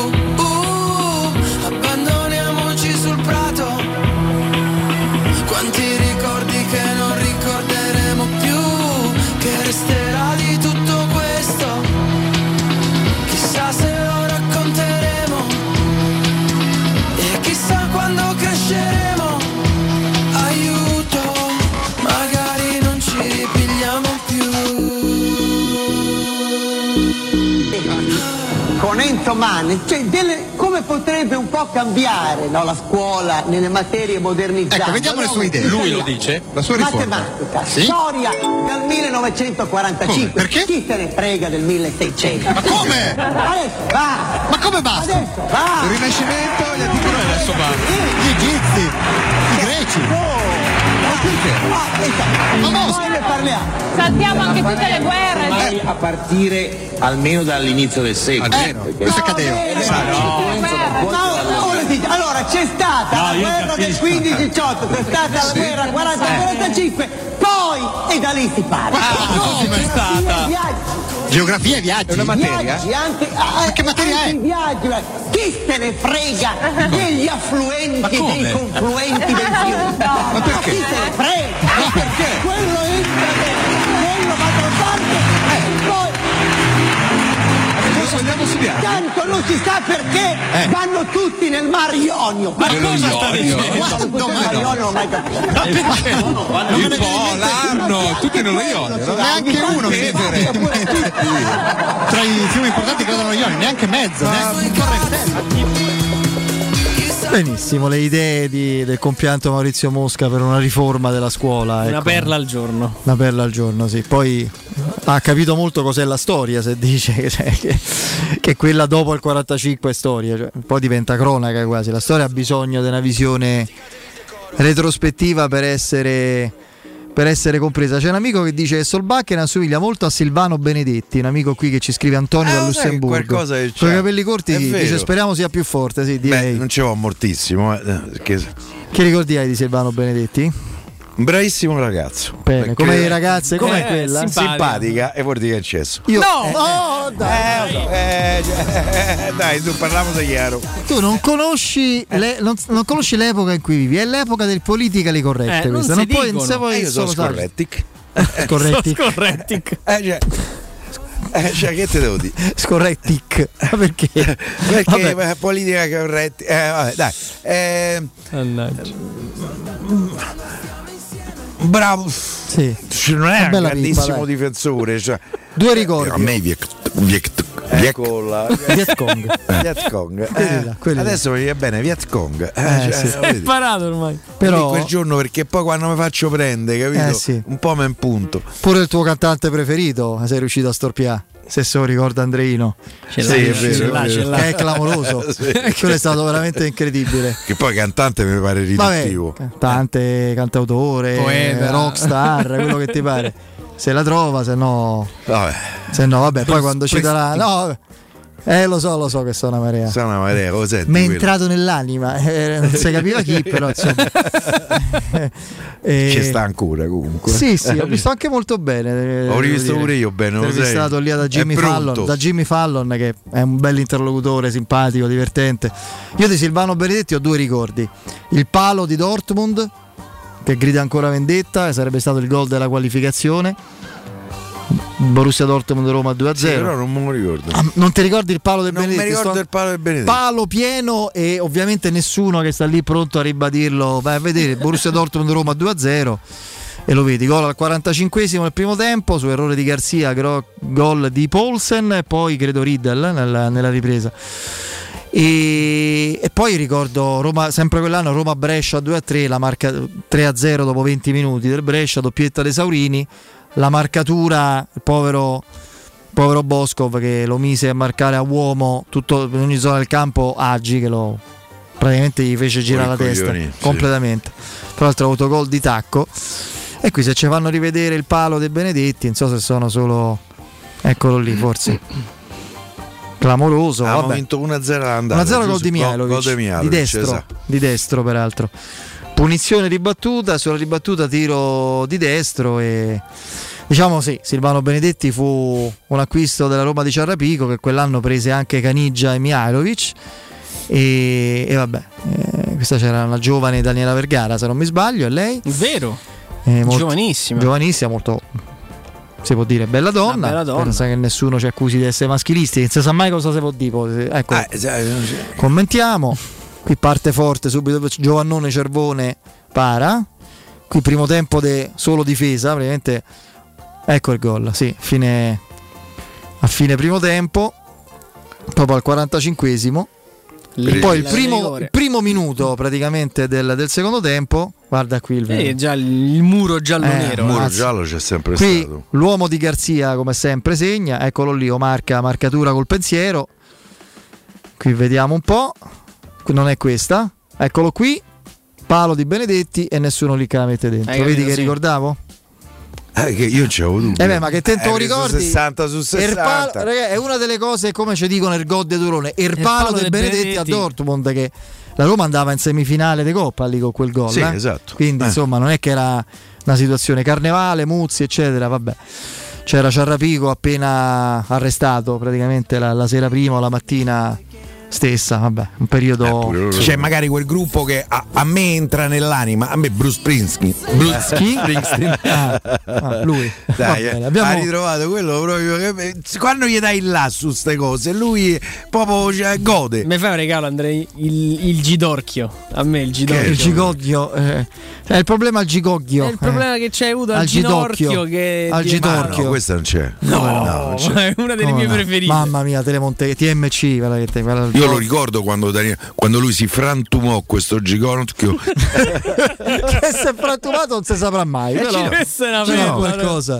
Abbandoniamoci sul prato. Quanti ricordi che non ricorderemo più, che resterà di tutto questo, chissà se lo racconteremo, e chissà quando cresceremo, aiuto, magari non ci ripigliamo più. Con Enzo Mani, cioè come potrebbe un po' cambiare, no, la scuola nelle materie modernizzate? Ecco, vediamo le sue idee. Lui lo dice, la sua riforma. Matematica, sì? Storia dal 1945. Come? Perché? Chi se ne frega del 1600? Ma come? Adesso va! Ma come basta? Adesso va! Il Rinascimento, gli antichi adesso va. Gli egizi, i greci. Ma poi ne parliamo. Saltiamo anche tutte le guerre. A partire almeno dall'inizio del secolo. Questo è Cadeo. Allora c'è stata la guerra del 15-18, c'è stata la guerra 40-45, poi e da lì si parla. Come è stata? Geografia e viaggi. È una materia? Ma che materia è? Viaggi. Chi se ne frega degli affluenti, dei confluenti del fiume? Ma perché? Chi se ne frega? Ma perché? Quello entra dentro, quello va da parte e poi... Adesso andiamo a studiare. Tanto non si sa perché vanno tutti nel Mar Ionio. Ma cosa sta dicendo? No, Mar Ionio non ho mai capito. Ma perché? Il Po, l'Arno, tutti nello Ionio. Neanche uno tra i fiumi importanti che vanno allo Ionio, neanche mezzo, neanche un torrentello. Benissimo, le idee del compianto Maurizio Mosca per una riforma della scuola. Una ecco. perla al giorno. Una perla al giorno, sì. Poi ha capito molto cos'è la storia, se dice che quella dopo il 45 è storia, cioè, poi diventa cronaca quasi. La storia ha bisogno di una visione retrospettiva per essere compresa. C'è un amico che dice che Solbakken assomiglia molto a Silvano Benedetti, un amico qui che ci scrive Antonio da Lussemburgo. Con i capelli corti dice speriamo sia più forte, sì, direi. Non ci va moltissimo. Che ricordi hai di Silvano Benedetti? Un bravissimo ragazzo. Bene, come le ragazze, com'è quella? Simpatica e vuol dire eccesso. Dai, tu parliamo da chiaro. Tu non conosci non conosci l'epoca in cui vivi, è l'epoca del politically correct questa. Non puoi io sono scorrettic. Scorrettic. Cioè, che te devo dire? Scorrettic. Perché? Perché politica corretta. Vabbè, dai. Bravo, sì. Non è un grandissimo pippa, difensore. Cioè, 2 ricordi. A me Viet Cong. Adesso mi viene bene Viet Cong. Sì. È imparato ormai. Però quel giorno, perché poi quando mi faccio prendere, capito? Sì. Un po' mi impunto. Pure il tuo cantante preferito sei riuscito a storpiare. Se se lo ricorda Andreino, è vero. È clamoroso. Sì. Quello è stato veramente incredibile. Che poi cantante mi pare riduttivo. Cantante, cantautore, poeta, rockstar, quello che ti pare. Se la trova, se no vabbè, poi quando ci darà Lo so che sono una marea. Sono una marea, lo senti? Mi è entrato nell'anima, non si capiva chi, però insomma. Ci sta ancora comunque. Sì, ho visto anche molto bene. Ho rivisto pure io bene. Intervistato lì da Jimmy Fallon, che è un bel interlocutore, simpatico, divertente. Io di Silvano Benedetti ho due ricordi: il palo di Dortmund, che grida ancora vendetta, sarebbe stato il gol della qualificazione. Borussia Dortmund Roma 2-0. Sì, però non me lo ricordo. Non ti ricordi il palo del Benedetti? Non mi ricordo il palo del Benedetti. Palo pieno e ovviamente nessuno che sta lì pronto a ribadirlo. Vai a vedere Borussia Dortmund Roma 2-0 e lo vedi, gol al 45esimo del primo tempo su errore di Garzia, gol di Poulsen e poi credo Riedel nella ripresa. E poi ricordo Roma, sempre quell'anno Roma-Brescia 2-3, la marca 3-0 dopo 20 minuti del Brescia, doppietta dei Saurini. La marcatura, il povero Boskov che lo mise a marcare a uomo tutto in ogni zona del campo, Agi che lo praticamente gli fece girare la testa completamente. Tra l'altro ha avuto gol di tacco. E qui se ci fanno rivedere il palo dei Benedetti, non so se sono solo, eccolo lì forse, clamoroso. Abbiamo vinto 1-0 all'andata, 1-0 gol di Mihajlovic, di destro peraltro. Punizione ribattuta, sulla ribattuta tiro di destro e diciamo sì, Silvano Benedetti fu un acquisto della Roma di Ciarrapico, che quell'anno prese anche Caniggia e Mihajlovic e vabbè, questa c'era una giovane Daniela Vergara se non mi sbaglio, è lei? Vero, giovanissima, molto, si può dire bella donna. Pensa che nessuno ci accusi di essere maschilisti, non si sa mai cosa si può dire, ecco, commentiamo. Qui parte forte subito Giovannone Cervone para. Qui primo tempo solo difesa, praticamente. Ecco il gol, sì, a fine primo tempo, proprio al 45esimo. Poi il primo minuto praticamente del secondo tempo. Guarda qui già il muro giallo-nero. Il muro giallo c'è sempre qui stato. L'uomo di Garzia come sempre segna, eccolo lì, marcatura col pensiero. Qui vediamo un po'. Non è questa, eccolo qui, palo di Benedetti e nessuno lì che la mette dentro. Vedi che ricordavo? Che io ci avevo dubbio. Ma che te lo ricordi? 60 su 60. Ragazzi, è una delle cose, come ci dicono il gol de Durone, il palo di Benedetti a Dortmund, che la Roma andava in semifinale di Coppa lì con quel gol. Sì, esatto. Quindi insomma non è che era una situazione Carnevale, Muzzi eccetera, vabbè. C'era Ciarrapico appena arrestato praticamente la sera prima o la mattina stessa, vabbè, un periodo. C'è magari quel gruppo che a me entra nell'anima, a me Bruce Springsteen. Lui. Dai, ha ritrovato quello proprio che quando gli dai là su ste cose, lui proprio gode. Mi fai un regalo, Andrei, il Gidorchio. A me il Gidorchio. Il Gigoglio. È il problema al Gigoglio. È il problema che c'hai avuto al Ginocchio. Al Ginocchio. No, questo non c'è. No, non c'è. È una delle mie preferite. Mamma mia, Telemonte, TMC, guarda. Io lo ricordo quando lui si frantumò questo Ginocchio. Che si è frantumato non si saprà mai. Questa è una qualcosa.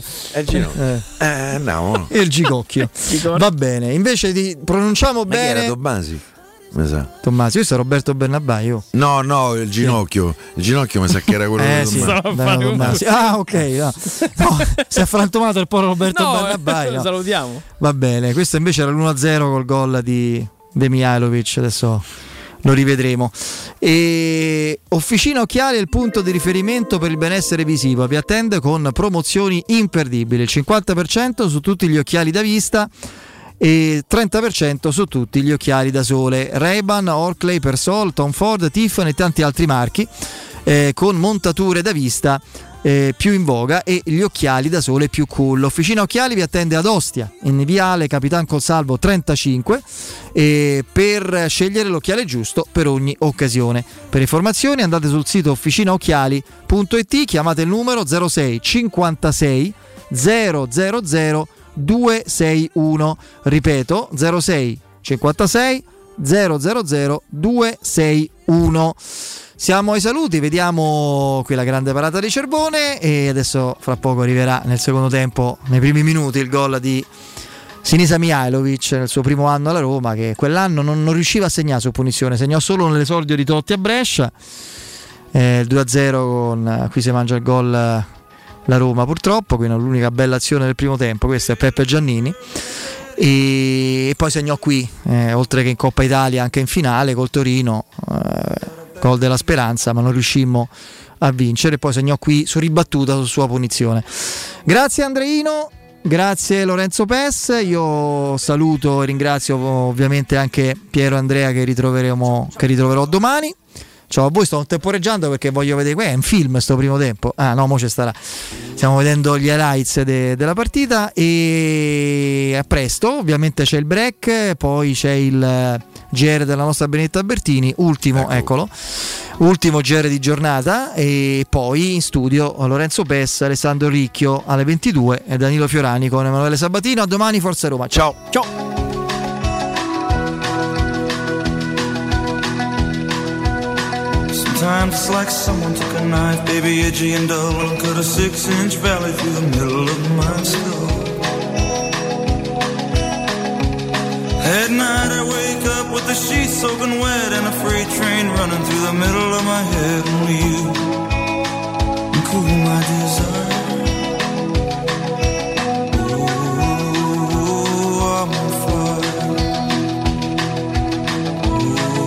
No. E il Gigocchio. Va bene. Invece pronunciamo bene. Chi era Tommasi? Tommasi, io sono Roberto Bernabé. No, il Ginocchio. Il Ginocchio mi sa che era quello di Tommasi. Ah, ok. No, si è frantumato il povero Roberto Bernabé. Lo salutiamo. Va bene, questo invece era l'1-0 col gol di Mihajlovic, adesso lo rivedremo. E Officina Occhiali è il punto di riferimento per il benessere visivo, vi attende con promozioni imperdibili, il 50% su tutti gli occhiali da vista e 30% su tutti gli occhiali da sole, Ray-Ban, Oakley, Persol, Tom Ford, Tiffany e tanti altri marchi, con montature da vista più in voga e gli occhiali da sole più cool. Officina Occhiali vi attende ad Ostia, in viale Capitan Consalvo 35, per scegliere l'occhiale giusto per ogni occasione. Per informazioni andate sul sito officinaocchiali.it, chiamate il numero 06 56 000 261, ripeto 06 56 000 261. Siamo ai saluti, vediamo qui la grande parata di Cervone e adesso fra poco arriverà nel secondo tempo, nei primi minuti, il gol di Sinisa Mihajlovic nel suo primo anno alla Roma, che quell'anno non riusciva a segnare su punizione, segnò solo nell'esordio di Totti a Brescia, il 2-0 qui si mangia il gol la Roma purtroppo, quindi l'unica bella azione del primo tempo, questo è Peppe Giannini. e poi segnò qui, oltre che in Coppa Italia anche in finale col Torino, gol della speranza, ma non riuscimmo a vincere. Poi segnò qui su ribattuta su sua punizione. Grazie Andreino, grazie Lorenzo Pes, io saluto e ringrazio ovviamente anche Piero e Andrea che ritroverò domani. Ciao a voi, sto temporeggiando perché voglio vedere, è un film sto primo tempo. No, mo ci starà. Stiamo vedendo gli highlights della partita e a presto. Ovviamente c'è il break, poi c'è il GR della nostra Benedetta Bertini, ultimo GR di giornata, e poi in studio Lorenzo Pes, Alessandro Ricchio alle 22 e Danilo Fiorani con Emanuele Sabatino. A domani, Forza Roma. Ciao. Sometimes it's like someone took a knife, baby, edgy and dull, and cut a 6-inch valley through the middle of my skull. At night I wake up with the sheets soaking wet and a freight train running through the middle of my head. Only you